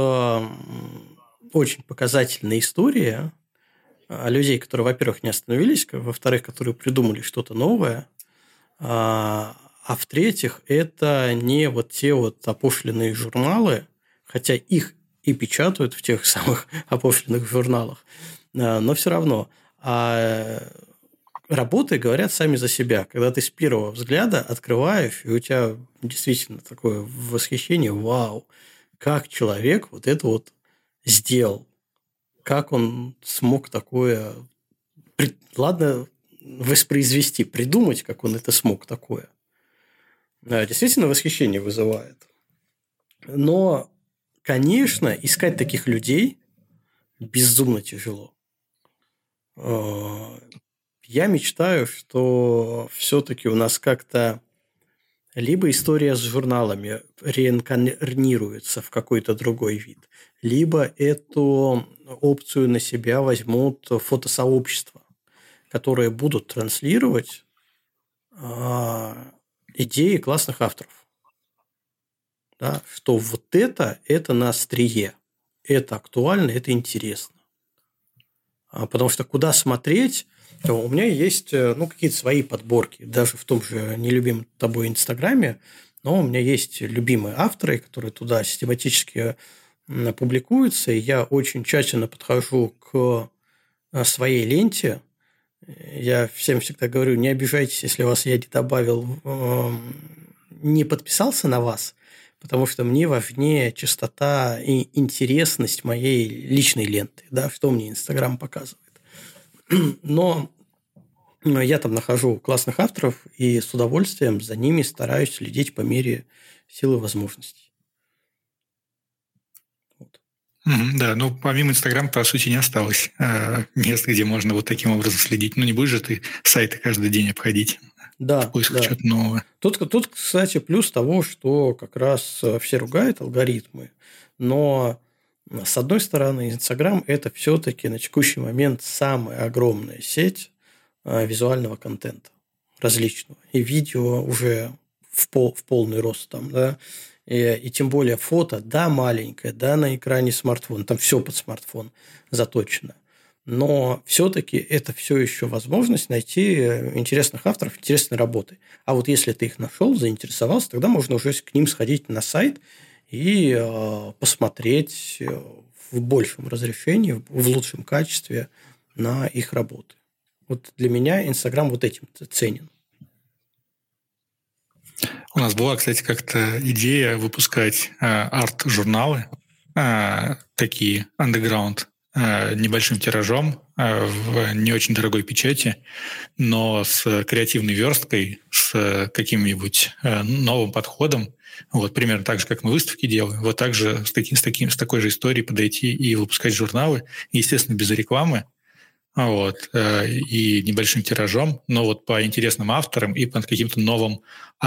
Speaker 1: очень показательная история людей, которые, во-первых, не остановились, во-вторых, которые придумали что-то новое, а в-третьих, это не вот те вот опошленные журналы, хотя их и печатают в тех самых опошленных журналах, но все равно. А работы говорят сами за себя. Когда ты с первого взгляда открываешь, и у тебя действительно такое восхищение, вау, как человек вот это вот сделал, как он смог такое, ладно, воспроизвести, придумать, как он это смог такое. Да, действительно восхищение вызывает. Но, конечно, искать таких людей безумно тяжело. Я мечтаю, что все-таки у нас как-то либо история с журналами реинкарнируется в какой-то другой вид, либо эту опцию на себя возьмут фотосообщества, которые будут транслировать идеи классных авторов. Да, что вот это, это на острие, это актуально, это интересно. Потому что куда смотреть... У меня есть ну, какие-то свои подборки, даже в том же нелюбимом тобой Инстаграме, но у меня есть любимые авторы, которые туда систематически публикуются, и я очень тщательно подхожу к своей ленте. Я всем всегда говорю, не обижайтесь, если вас я не добавил, не подписался на вас, потому что мне важнее частота и интересность моей личной ленты, да, что мне Инстаграм показывает. Но я там нахожу классных авторов и с удовольствием за ними стараюсь следить по мере силы возможностей. Вот.
Speaker 3: Mm-hmm, да, ну помимо Инстаграма, по сути, не осталось э, мест, где можно вот таким образом следить. Ну не будешь же ты сайты каждый день обходить.
Speaker 1: Да,
Speaker 3: в поисках
Speaker 1: да.
Speaker 3: чего-то нового.
Speaker 1: Тут, тут, кстати, плюс того, что как раз все ругают алгоритмы, но с одной стороны, Инстаграм – это все-таки на текущий момент самая огромная сеть визуального контента различного. И видео уже в, пол, в полный рост там, да, и, и тем более фото, да, маленькое, да, на экране смартфона, там все под смартфон заточено. Но все-таки это все еще возможность найти интересных авторов, интересной работы. А вот если ты их нашел, заинтересовался, тогда можно уже к ним сходить на сайт и э, посмотреть в большем разрешении, в лучшем качестве на их работы. Вот для меня Инстаграм вот этим ценен.
Speaker 3: У нас была, кстати, как-то идея выпускать э, арт-журналы, э, такие underground, э, небольшим тиражом, э, в не очень дорогой печати, но с креативной версткой, с каким-нибудь э, новым подходом. Вот, примерно так же, как мы выставки делаем. Вот так же с, таки, с, таким, с такой же историей подойти и выпускать журналы, естественно, без рекламы. Вот, и небольшим тиражом, но вот по интересным авторам и по каким-то новым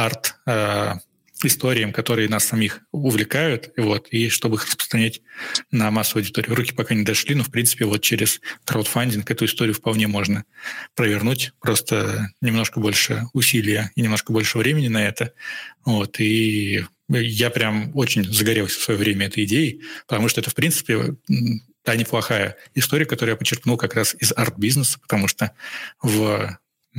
Speaker 3: арт-историям, которые нас самих увлекают, вот, и чтобы их распространять на массовую аудиторию. Руки пока не дошли, но, в принципе, вот через краудфандинг эту историю вполне можно провернуть, просто немножко больше усилия и немножко больше времени на это. Вот, и я прям очень загорелся в свое время этой идеей, потому что это, в принципе, та неплохая история, которую я почерпнул как раз из арт-бизнеса, потому что в,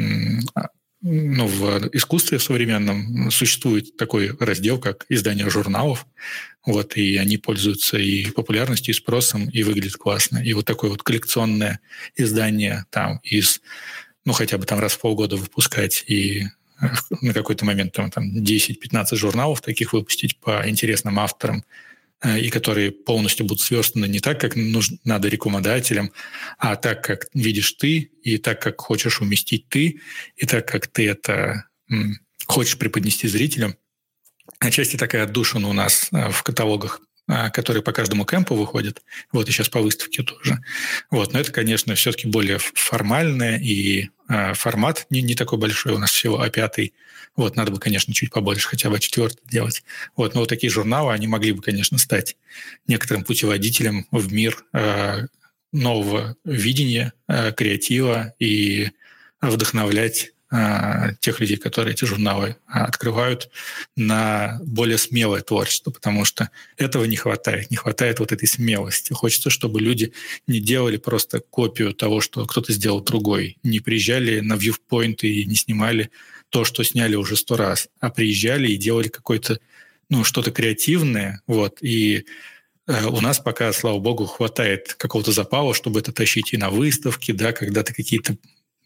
Speaker 3: ну, в искусстве современном существует такой раздел, как издание журналов, вот, и они пользуются и популярностью, и спросом, и выглядят классно. И вот такое вот коллекционное издание там из, ну, хотя бы там раз в полгода выпускать и на какой-то момент там, там десять-пятнадцать журналов таких выпустить по интересным авторам, и которые полностью будут сверстаны не так, как нужно, надо рекламодателям, а так, как видишь ты, и так, как хочешь уместить ты, и так, как ты это м, хочешь преподнести зрителям. Отчасти такая отдушина у нас в каталогах, которые по каждому кемпу выходят, вот и сейчас по выставке тоже. Вот, но это, конечно, все-таки более формальное, и э, формат не, не такой большой, у нас всего а пять. Вот, надо бы, конечно, чуть побольше, хотя бы а четыре делать. Вот, но вот такие журналы, они могли бы, конечно, стать некоторым путеводителем в мир э, нового видения, э, креатива и вдохновлять тех людей, которые эти журналы открывают, на более смелое творчество, потому что этого не хватает. Не хватает вот этой смелости. Хочется, чтобы люди не делали просто копию того, что кто-то сделал другой, не приезжали на вьюпоинты и не снимали то, что сняли уже сто раз, а приезжали и делали какое-то, ну, что-то креативное, вот, и у нас пока, слава богу, хватает какого-то запала, чтобы это тащить и на выставки, да, когда ты какие-то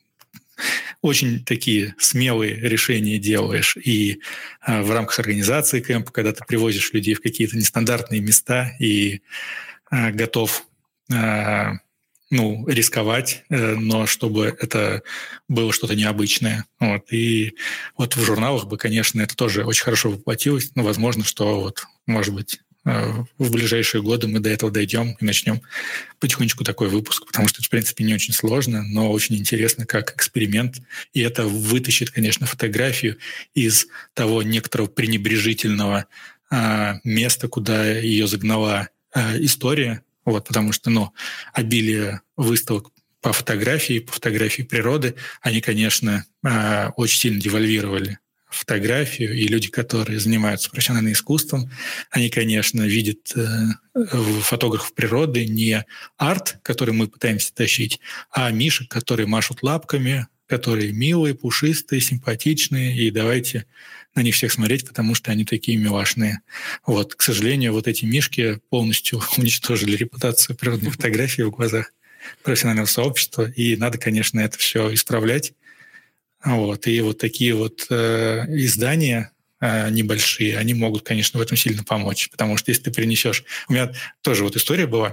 Speaker 3: очень такие смелые решения делаешь. И э, в рамках организации кемпа, когда ты привозишь людей в какие-то нестандартные места и э, готов э, ну, рисковать, э, но чтобы это было что-то необычное. Вот. И вот в журналах бы, конечно, это тоже очень хорошо воплотилось. Но возможно, что вот, может быть, в ближайшие годы мы до этого дойдем и начнем потихонечку такой выпуск, потому что это, в принципе, не очень сложно, но очень интересно как эксперимент. И это вытащит, конечно, фотографию из того некоторого пренебрежительного а, места, куда ее загнала а, история. Вот, потому что ну, обилие выставок по фотографии, по фотографии природы, они, конечно, а, очень сильно девальвировали фотографию, и люди, которые занимаются профессиональным искусством, они, конечно, видят э, в фотографах природы не арт, который мы пытаемся тащить, а мишек, которые машут лапками, которые милые, пушистые, симпатичные, и давайте на них всех смотреть, потому что они такие милашные. Вот, к сожалению, вот эти мишки полностью уничтожили репутацию природной фотографии в глазах профессионального сообщества, и надо, конечно, это все исправлять. Вот, и вот такие вот э, издания, э, небольшие, они могут, конечно, в этом сильно помочь, потому что если ты принесешь... У меня тоже вот история была.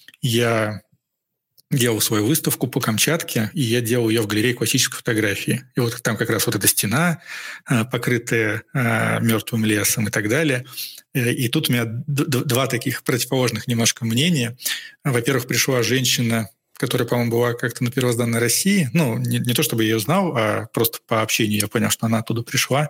Speaker 3: Я делал свою выставку по Камчатке, и я делал ее в галерее классической фотографии. И вот там как раз вот эта стена, покрытая мертвым лесом и так далее. И тут у меня два таких противоположных немножко мнения. Во-первых, пришла женщина, которая, по-моему, была как-то на первозданной России. Ну, не, не то чтобы я ее знал, а просто по общению я понял, что она оттуда пришла.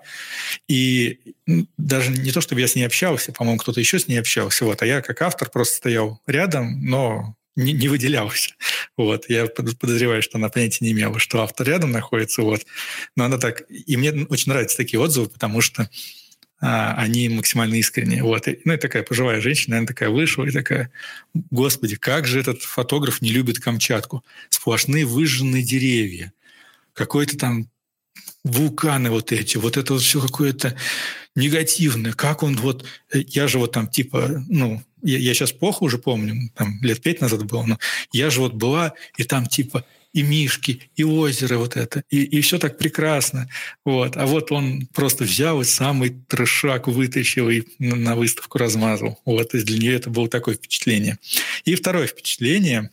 Speaker 3: И даже не то, чтобы я с ней общался, по-моему, кто-то еще с ней общался. Вот. А я как автор просто стоял рядом, но не, не выделялся. Вот. Я подозреваю, что она понятия не имела, что автор рядом находится. Вот. Но она так... И мне очень нравятся такие отзывы, потому что а, они максимально искренние. Вот. И, ну, и такая пожилая женщина, она такая вышла и такая: «Господи, как же этот фотограф не любит Камчатку? Сплошные выжженные деревья. Какой-то там вулканы вот эти. Вот это вот все какое-то негативное. Как он вот... Я же вот там типа... ну Я, я сейчас плохо уже помню, там лет пять назад было, но я же вот была, и там типа и мишки, и озеро вот это, и, и все так прекрасно. Вот. А вот он просто взял и самый трешак вытащил и на, на выставку размазал. Вот. И для нее это было такое впечатление. И второе впечатление.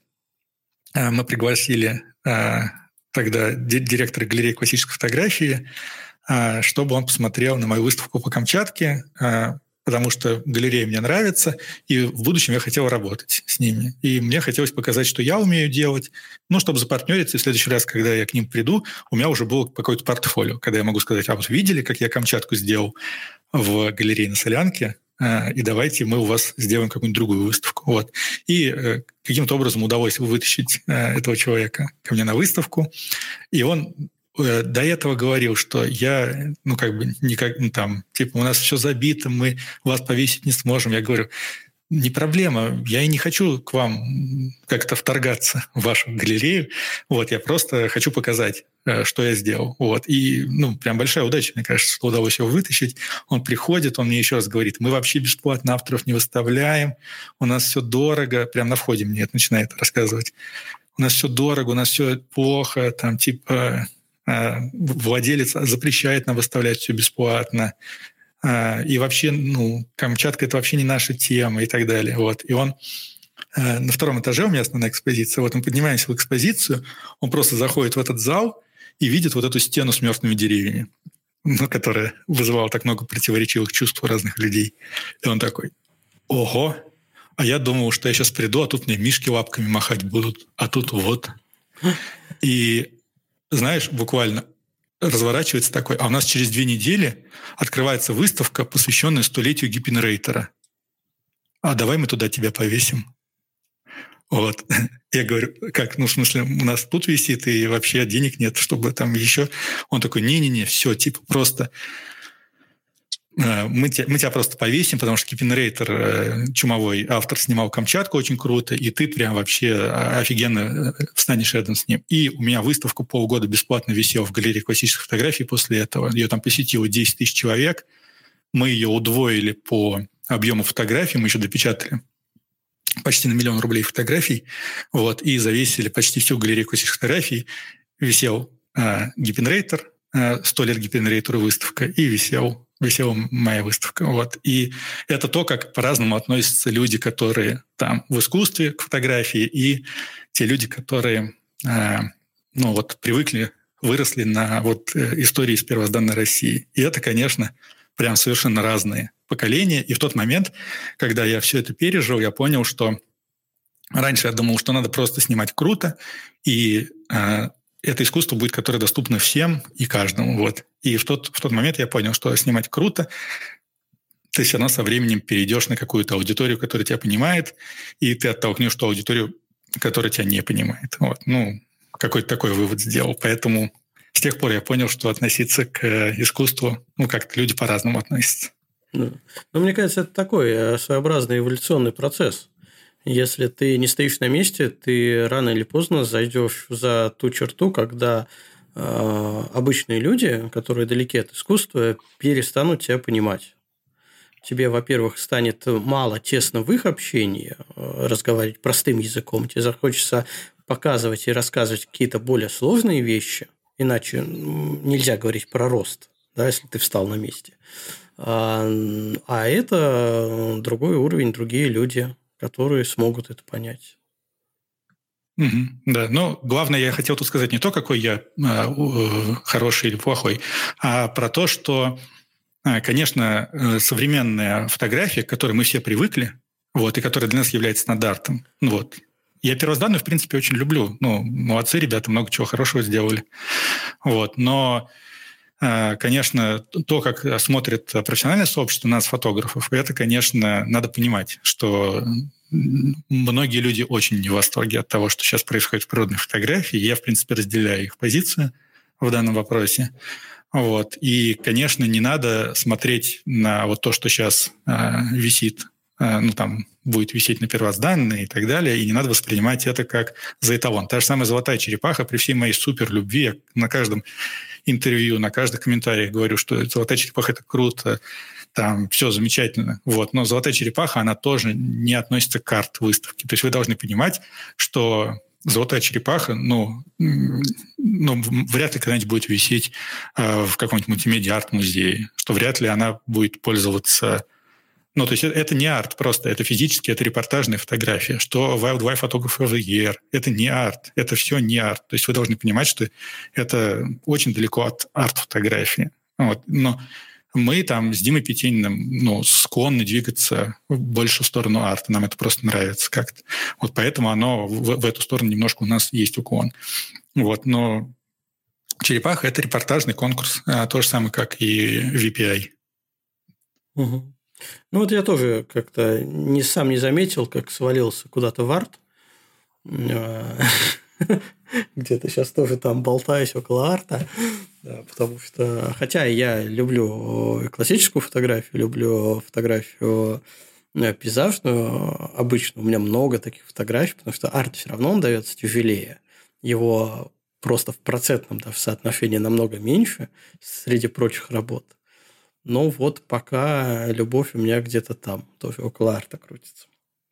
Speaker 3: Мы пригласили тогда директора галереи классической фотографии, чтобы он посмотрел на мою выставку по Камчатке, потому что галерея мне нравится, и в будущем я хотел работать с ними. И мне хотелось показать, что я умею делать, ну, чтобы запартнериться, и в следующий раз, когда я к ним приду, у меня уже было какое-то портфолио, когда я могу сказать: а вот видели, как я Камчатку сделал в галерее на Солянке, и давайте мы у вас сделаем какую-нибудь другую выставку. Вот. И каким-то образом удалось вытащить этого человека ко мне на выставку, и он... до этого говорил, что я, ну, как бы, никак, ну, там, типа, у нас все забито, мы вас повесить не сможем. Я говорю: не проблема, я и не хочу к вам как-то вторгаться в вашу галерею. Вот, я просто хочу показать, что я сделал. Вот. И, ну, прям большая удача, мне кажется, что удалось его вытащить. Он приходит, он мне еще раз говорит: мы вообще бесплатно авторов не выставляем, у нас все дорого. Прям на входе мне это начинает рассказывать. У нас все дорого, у нас все плохо, там, типа... владелец запрещает нам выставлять все бесплатно. И вообще, ну, Камчатка – это вообще не наша тема и так далее. Вот. И он на втором этаже, у меня основная экспозиция, вот мы поднимаемся в экспозицию, он просто заходит в этот зал и видит вот эту стену с мертвыми деревьями, ну, которая вызывала так много противоречивых чувств у разных людей. И он такой: ого, а я думал, что я сейчас приду, а тут мне мишки лапками махать будут, а тут вот. И знаешь, буквально разворачивается такой: а у нас через две недели открывается выставка, посвященная столетию Гиппенрейтера. А давай мы туда тебя повесим. Вот. Я говорю: как? Ну, в смысле, у нас тут висит, и вообще денег нет, чтобы там еще... Он такой: не-не-не, все, типа просто... Мы тебя, мы тебя просто повесим, потому что Гиппенрейтер, чумовой автор, снимал Камчатку очень круто, и ты прям вообще офигенно встанешь рядом с ним. И у меня выставка полгода бесплатно висела в галерее классической фотографии после этого. Ее там посетило десять тысяч человек. Мы ее удвоили по объему фотографий, мы еще допечатали почти на миллион рублей фотографий, вот, и завесили почти всю галерею классической фотографий. Висел э, Гиппенрейтер, сто лет Гиппенрейтеру выставка, и висел, висела моя выставка. Вот. И это то, как по-разному относятся люди, которые там в искусстве к фотографии, и те люди, которые э, ну, вот, привыкли, выросли на вот, истории из первозданной России. И это, конечно, прям совершенно разные поколения. И в тот момент, когда я все это пережил, я понял, что раньше я думал, что надо просто снимать круто, и э, это искусство будет, которое доступно всем и каждому. Вот. И в тот, в тот момент я понял, что снимать круто, ты все равно со временем перейдешь на какую-то аудиторию, которая тебя понимает, и ты оттолкнешь ту аудиторию, которая тебя не понимает. Вот. Ну, какой-то такой вывод сделал. Поэтому с тех пор я понял, что относиться к искусству, ну, как-то люди по-разному относятся.
Speaker 1: Ну, мне кажется, это такой своеобразный эволюционный процесс. Если ты не стоишь на месте, ты рано или поздно зайдешь за ту черту, когда э, обычные люди, которые далеки от искусства, перестанут тебя понимать. Тебе, во-первых, станет мало тесно в их общении, э, разговаривать простым языком, тебе захочется показывать и рассказывать какие-то более сложные вещи, иначе нельзя говорить про рост, да, если ты встал на месте. А, а это другой уровень, другие люди, которые смогут это понять.
Speaker 3: Угу, да, но главное, я хотел тут сказать не то, какой я э, хороший или плохой, а про то, что, конечно, современная фотография, к которой мы все привыкли, вот, и которая для нас является стандартом, вот. Я первозданную, в принципе, очень люблю. Ну, молодцы ребята, много чего хорошего сделали. Вот, но, конечно, то, как смотрит профессиональное сообщество нас, фотографов, это, конечно, надо понимать, что многие люди очень не в восторге от того, что сейчас происходит в природной фотографии. Я, в принципе, разделяю их позицию в данном вопросе. Вот. И, конечно, не надо смотреть на вот то, что сейчас э, висит, э, ну, там, будет висеть на первозданной и так далее, и не надо воспринимать это как за эталон. Та же самая «Золотая черепаха», при всей моей супер любви, я на каждом интервью, на каждых комментариях говорю, что «Золотая черепаха» — это круто, там все замечательно. Вот. Но «Золотая черепаха», она тоже не относится к арт-выставке. То есть вы должны понимать, что «Золотая черепаха», ну, ну вряд ли когда-нибудь будет висеть э, в каком-нибудь мультимедиа-арт-музее, что вряд ли она будет пользоваться... Ну, то есть это не арт просто, это физически, это репортажная фотография. Что Wildlife Photography of the Year – это не арт, это все не арт. То есть вы должны понимать, что это очень далеко от арт-фотографии. Вот. Но мы там с Димой Петениным, ну, склонны двигаться больше в сторону арта. Нам это просто нравится как-то. Вот поэтому оно в, в эту сторону немножко у нас есть уклон. Вот. Но «Черепаха» – это репортажный конкурс, а, то же самое, как и ви пи ай.
Speaker 1: Угу. Ну, вот я тоже как-то не, сам не заметил, как свалился куда-то в арт. Где-то сейчас тоже там болтаюсь около арта. Да, потому что, хотя я люблю классическую фотографию, люблю фотографию пейзажную, обычно у меня много таких фотографий, потому что арт все равно он дается тяжелее. Его просто в процентном даже соотношении намного меньше среди прочих работ. Но вот пока любовь у меня где-то там, тоже около арта крутится.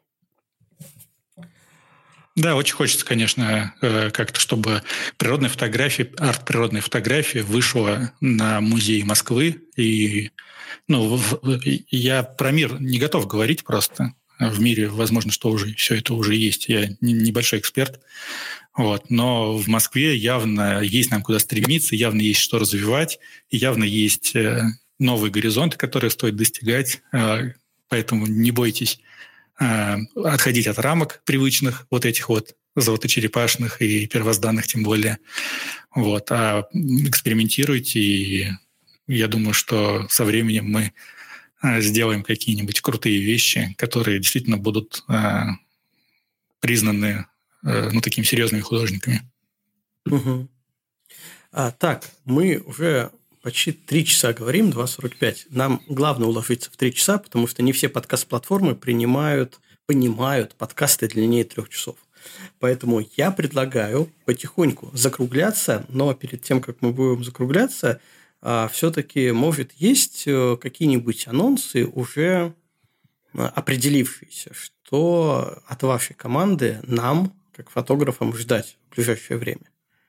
Speaker 3: Да, очень хочется, конечно, как-то, чтобы природная фотография, арт-природная фотография вышла на музей Москвы. И, ну, я про мир не готов говорить просто. В мире, возможно, что уже все это уже есть. Я небольшой эксперт. Вот. Но в Москве явно есть нам куда стремиться, явно есть что развивать, и явно есть новые горизонты, которые стоит достигать. Поэтому не бойтесь отходить от рамок привычных, вот этих вот золоточерепашных и первозданных тем более. Вот. А экспериментируйте, и я думаю, что со временем мы сделаем какие-нибудь крутые вещи, которые действительно будут признаны, ну, такими серьезными художниками.
Speaker 1: Угу. А, так, мы уже почти три часа говорим, два сорок пять. Нам главное уложиться в три часа, потому что не все подкаст-платформы принимают, понимают подкасты длиннее трех часов. Поэтому я предлагаю потихоньку закругляться, но перед тем, как мы будем закругляться, все-таки, может, есть какие-нибудь анонсы, уже определившиеся, что от вашей команды нам, как фотографам, ждать в ближайшее время?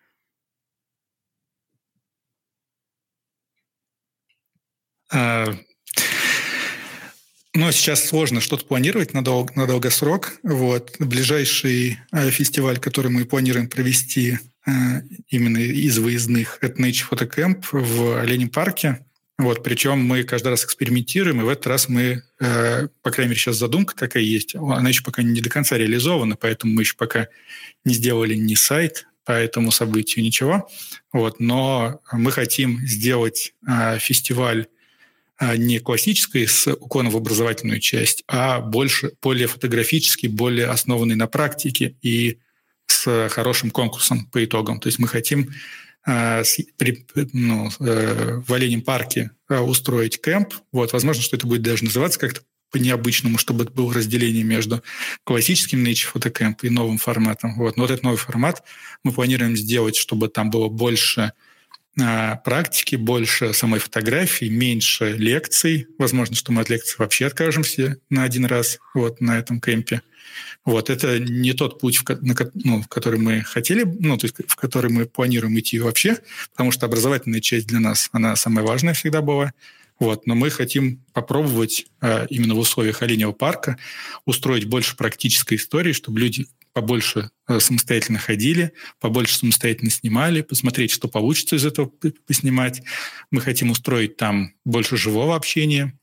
Speaker 3: Ну, сейчас сложно что-то планировать на, дол- на долгосрок. Вот. Ближайший фестиваль, который мы планируем провести именно из выездных, это Nature Photo Camp в Оленем парке. Вот. Причем мы каждый раз экспериментируем, и в этот раз мы, по крайней мере, сейчас задумка такая есть. Она еще пока не до конца реализована, поэтому мы еще пока не сделали ни сайт по этому событию, ничего. Вот. Но мы хотим сделать фестиваль не классической с уклоном в образовательную часть, а больше, более фотографический, более основанный на практике и с хорошим конкурсом по итогам. То есть мы хотим э, с, при, ну, э, в Оленем парке э, устроить кемп. Вот, возможно, что это будет даже называться как-то по-необычному, чтобы это было разделение между классическим Nature Photo Camp и новым форматом. Вот. Но вот этот новый формат мы планируем сделать, чтобы там было больше практики, больше самой фотографии, меньше лекций. Возможно, что мы от лекций вообще откажемся на один раз вот, на этом кемпе. Вот. Это не тот путь, в, на, ну, в который мы хотели, ну, то есть в который мы планируем идти вообще, потому что образовательная часть для нас, она самая важная всегда была. Вот, но мы хотим попробовать э, именно в условиях оленевого парка устроить больше практической истории, чтобы люди побольше э, самостоятельно ходили, побольше самостоятельно снимали, посмотреть, что получится из этого поснимать. Мы хотим устроить там больше живого общения,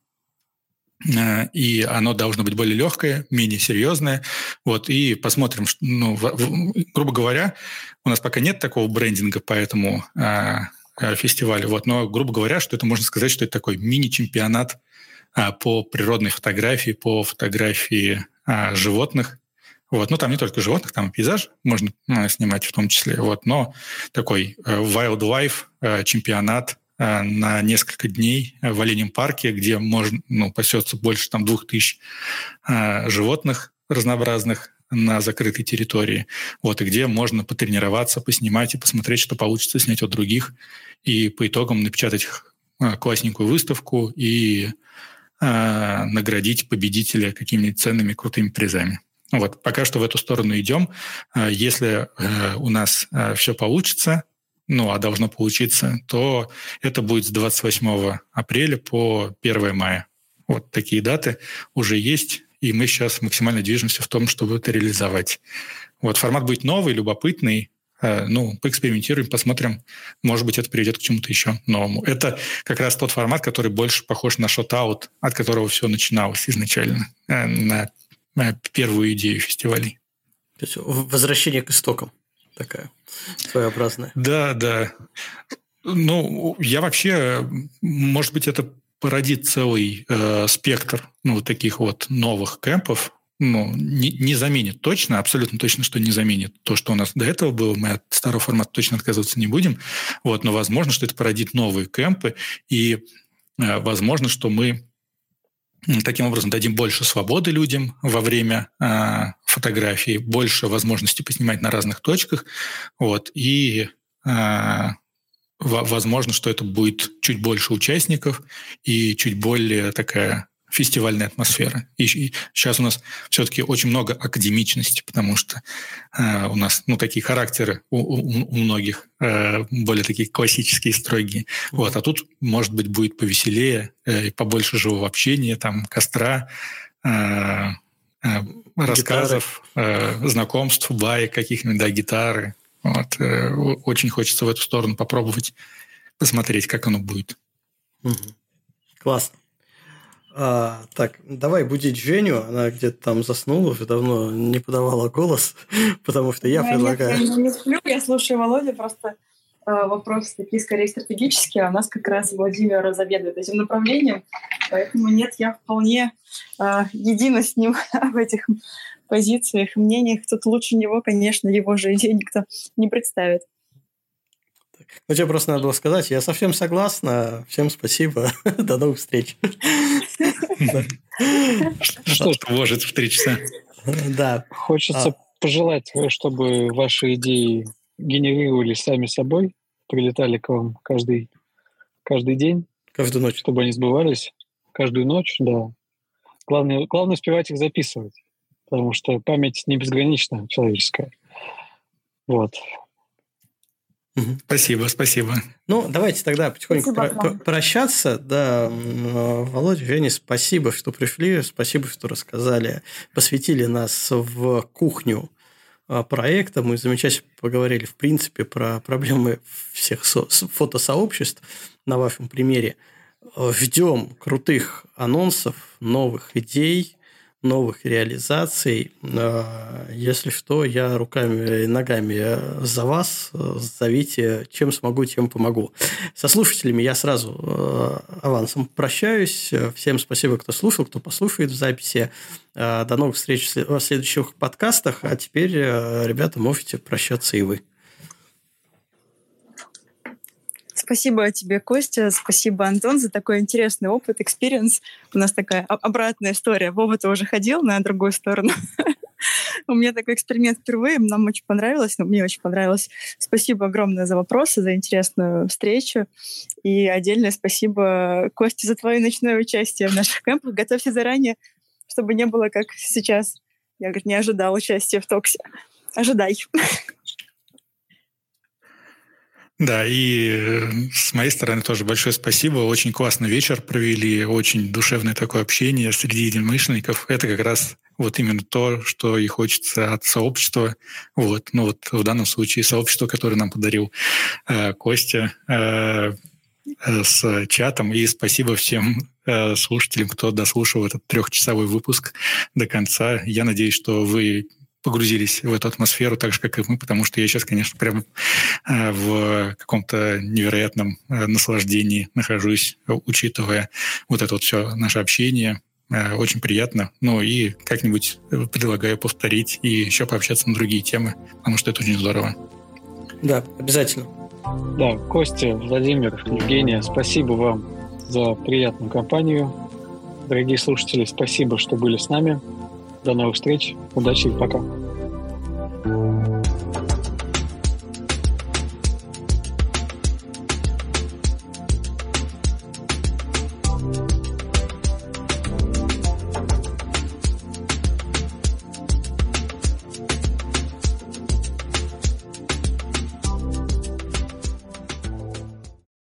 Speaker 3: э, и оно должно быть более легкое, менее серьезное. Вот, и посмотрим, что, ну, в, в, грубо говоря, у нас пока нет такого брендинга, поэтому... Э, фестиваля. Вот. Но, грубо говоря, что это можно сказать, что это такой мини-чемпионат а, по природной фотографии, по фотографии а, животных. Вот. Ну, там не только животных, там и пейзаж можно а, снимать в том числе. Вот. Но такой а, wildlife а, чемпионат а, на несколько дней в Оленьем парке, где можно, ну, пасется больше там, двух тысяч а, животных разнообразных на закрытой территории, вот, и где можно потренироваться, поснимать и посмотреть, что получится снять от других, и по итогам напечатать классненькую выставку и э, наградить победителя какими-нибудь ценными, крутыми призами. Вот, пока что в эту сторону идем. Если э, у нас э, все получится, ну, а должно получиться, то это будет с двадцать восьмого апреля по первое мая. Вот такие даты уже есть, и мы сейчас максимально движемся в том, чтобы это реализовать. Вот формат будет новый, любопытный. Ну, поэкспериментируем, посмотрим. Может быть, это приведет к чему-то еще новому. Это как раз тот формат, который больше похож на шот-аут, от которого все начиналось изначально, на, на первую идею фестивалей.
Speaker 1: То есть возвращение к истокам такая своеобразная.
Speaker 3: Да, да. Ну, я вообще, может быть, это породит целый э, спектр, ну, вот таких вот новых кемпов. Ну, не, не заменит точно, абсолютно точно, что не заменит то, что у нас до этого было. Мы от старого формата точно отказываться не будем. Вот, но возможно, что это породит новые кемпы, и э, возможно, что мы таким образом дадим больше свободы людям во время э, фотографии, больше возможностей поснимать на разных точках. Вот, и... Э, возможно, что это будет чуть больше участников и чуть более такая фестивальная атмосфера. И, и сейчас у нас все-таки очень много академичности, потому что э, у нас, ну, такие характеры у, у, у многих э, более такие классические, строгие. Mm-hmm. Вот, а тут, может быть, будет повеселее, э, побольше живого общения, там, костра, э, э, рассказов, э, знакомств, баек каких-нибудь, да, гитары. Вот. Очень хочется в эту сторону попробовать посмотреть, как оно будет.
Speaker 1: Угу. Классно. А, так, давай будить Женю. Она где-то там заснула, уже давно не подавала голос, потому что я, я предлагаю...
Speaker 4: Нет, я не сплю, я слушаю Володю, просто э, вопросы такие скорее стратегические, а у нас как раз Владимир заведует этим направлением, поэтому нет, я вполне э, едина с ним в этих позициях, мнениях. Тут лучше него, конечно, его же идеи никто не представит.
Speaker 1: Ну, тебе просто надо было сказать, я совсем согласна. Всем спасибо. До новых встреч.
Speaker 3: Что ж, вложится в три часа.
Speaker 1: Да.
Speaker 2: Хочется пожелать, чтобы ваши идеи генерировались сами собой, прилетали к вам каждый, каждый день.
Speaker 1: Каждую ночь.
Speaker 2: Чтобы они сбывались. Каждую ночь, да. Главное, главное успевать их записывать. Потому что память не безгранична, человеческая. Вот.
Speaker 3: Спасибо, спасибо.
Speaker 1: Ну, давайте тогда потихоньку про- про- прощаться. Да, Володя, Женя, спасибо, что пришли, спасибо, что рассказали, посвятили нас в кухню проекта. Мы замечательно поговорили, в принципе, про проблемы всех со- фотосообществ на вашем примере. Ждем крутых анонсов, новых идей, новых реализаций. Если что, я руками и ногами за вас. Зовите, чем смогу, тем помогу. Со слушателями я сразу авансом прощаюсь. Всем спасибо, кто слушал, кто послушает в записи. До новых встреч в следующих подкастах. А теперь, ребята, можете прощаться и вы.
Speaker 4: Спасибо тебе, Костя, спасибо, Антон, за такой интересный опыт, экспириенс. У нас такая обратная история. Вова-то уже ходил на другую сторону. У меня такой эксперимент впервые, нам очень понравилось, но мне очень понравилось. Спасибо огромное за вопросы, за интересную встречу. И отдельное спасибо, Костя, за твое ночное участие в наших кемпах. Готовься заранее, чтобы не было как сейчас. Я, говорит, не ожидал участия в токсе. Ожидай.
Speaker 3: Да, и с моей стороны тоже большое спасибо. Очень классный вечер провели, очень душевное такое общение среди единомышленников. Это как раз вот именно то, что и хочется от сообщества. Вот, ну вот в данном случае сообщество, которое нам подарил э, Костя э, э, с чатом. И спасибо всем э, слушателям, кто дослушал этот трехчасовой выпуск до конца. Я надеюсь, что вы погрузились в эту атмосферу так же, как и мы, потому что я сейчас, конечно, прямо э, в каком-то невероятном э, наслаждении нахожусь, учитывая вот это вот все наше общение. Э, очень приятно. Ну и как-нибудь предлагаю повторить и еще пообщаться на другие темы, потому что это очень здорово.
Speaker 1: Да, обязательно.
Speaker 2: Да, Костя, Владимир, Евгения, спасибо вам за приятную компанию. Дорогие слушатели, спасибо, что были с нами. До новых встреч. Удачи и пока.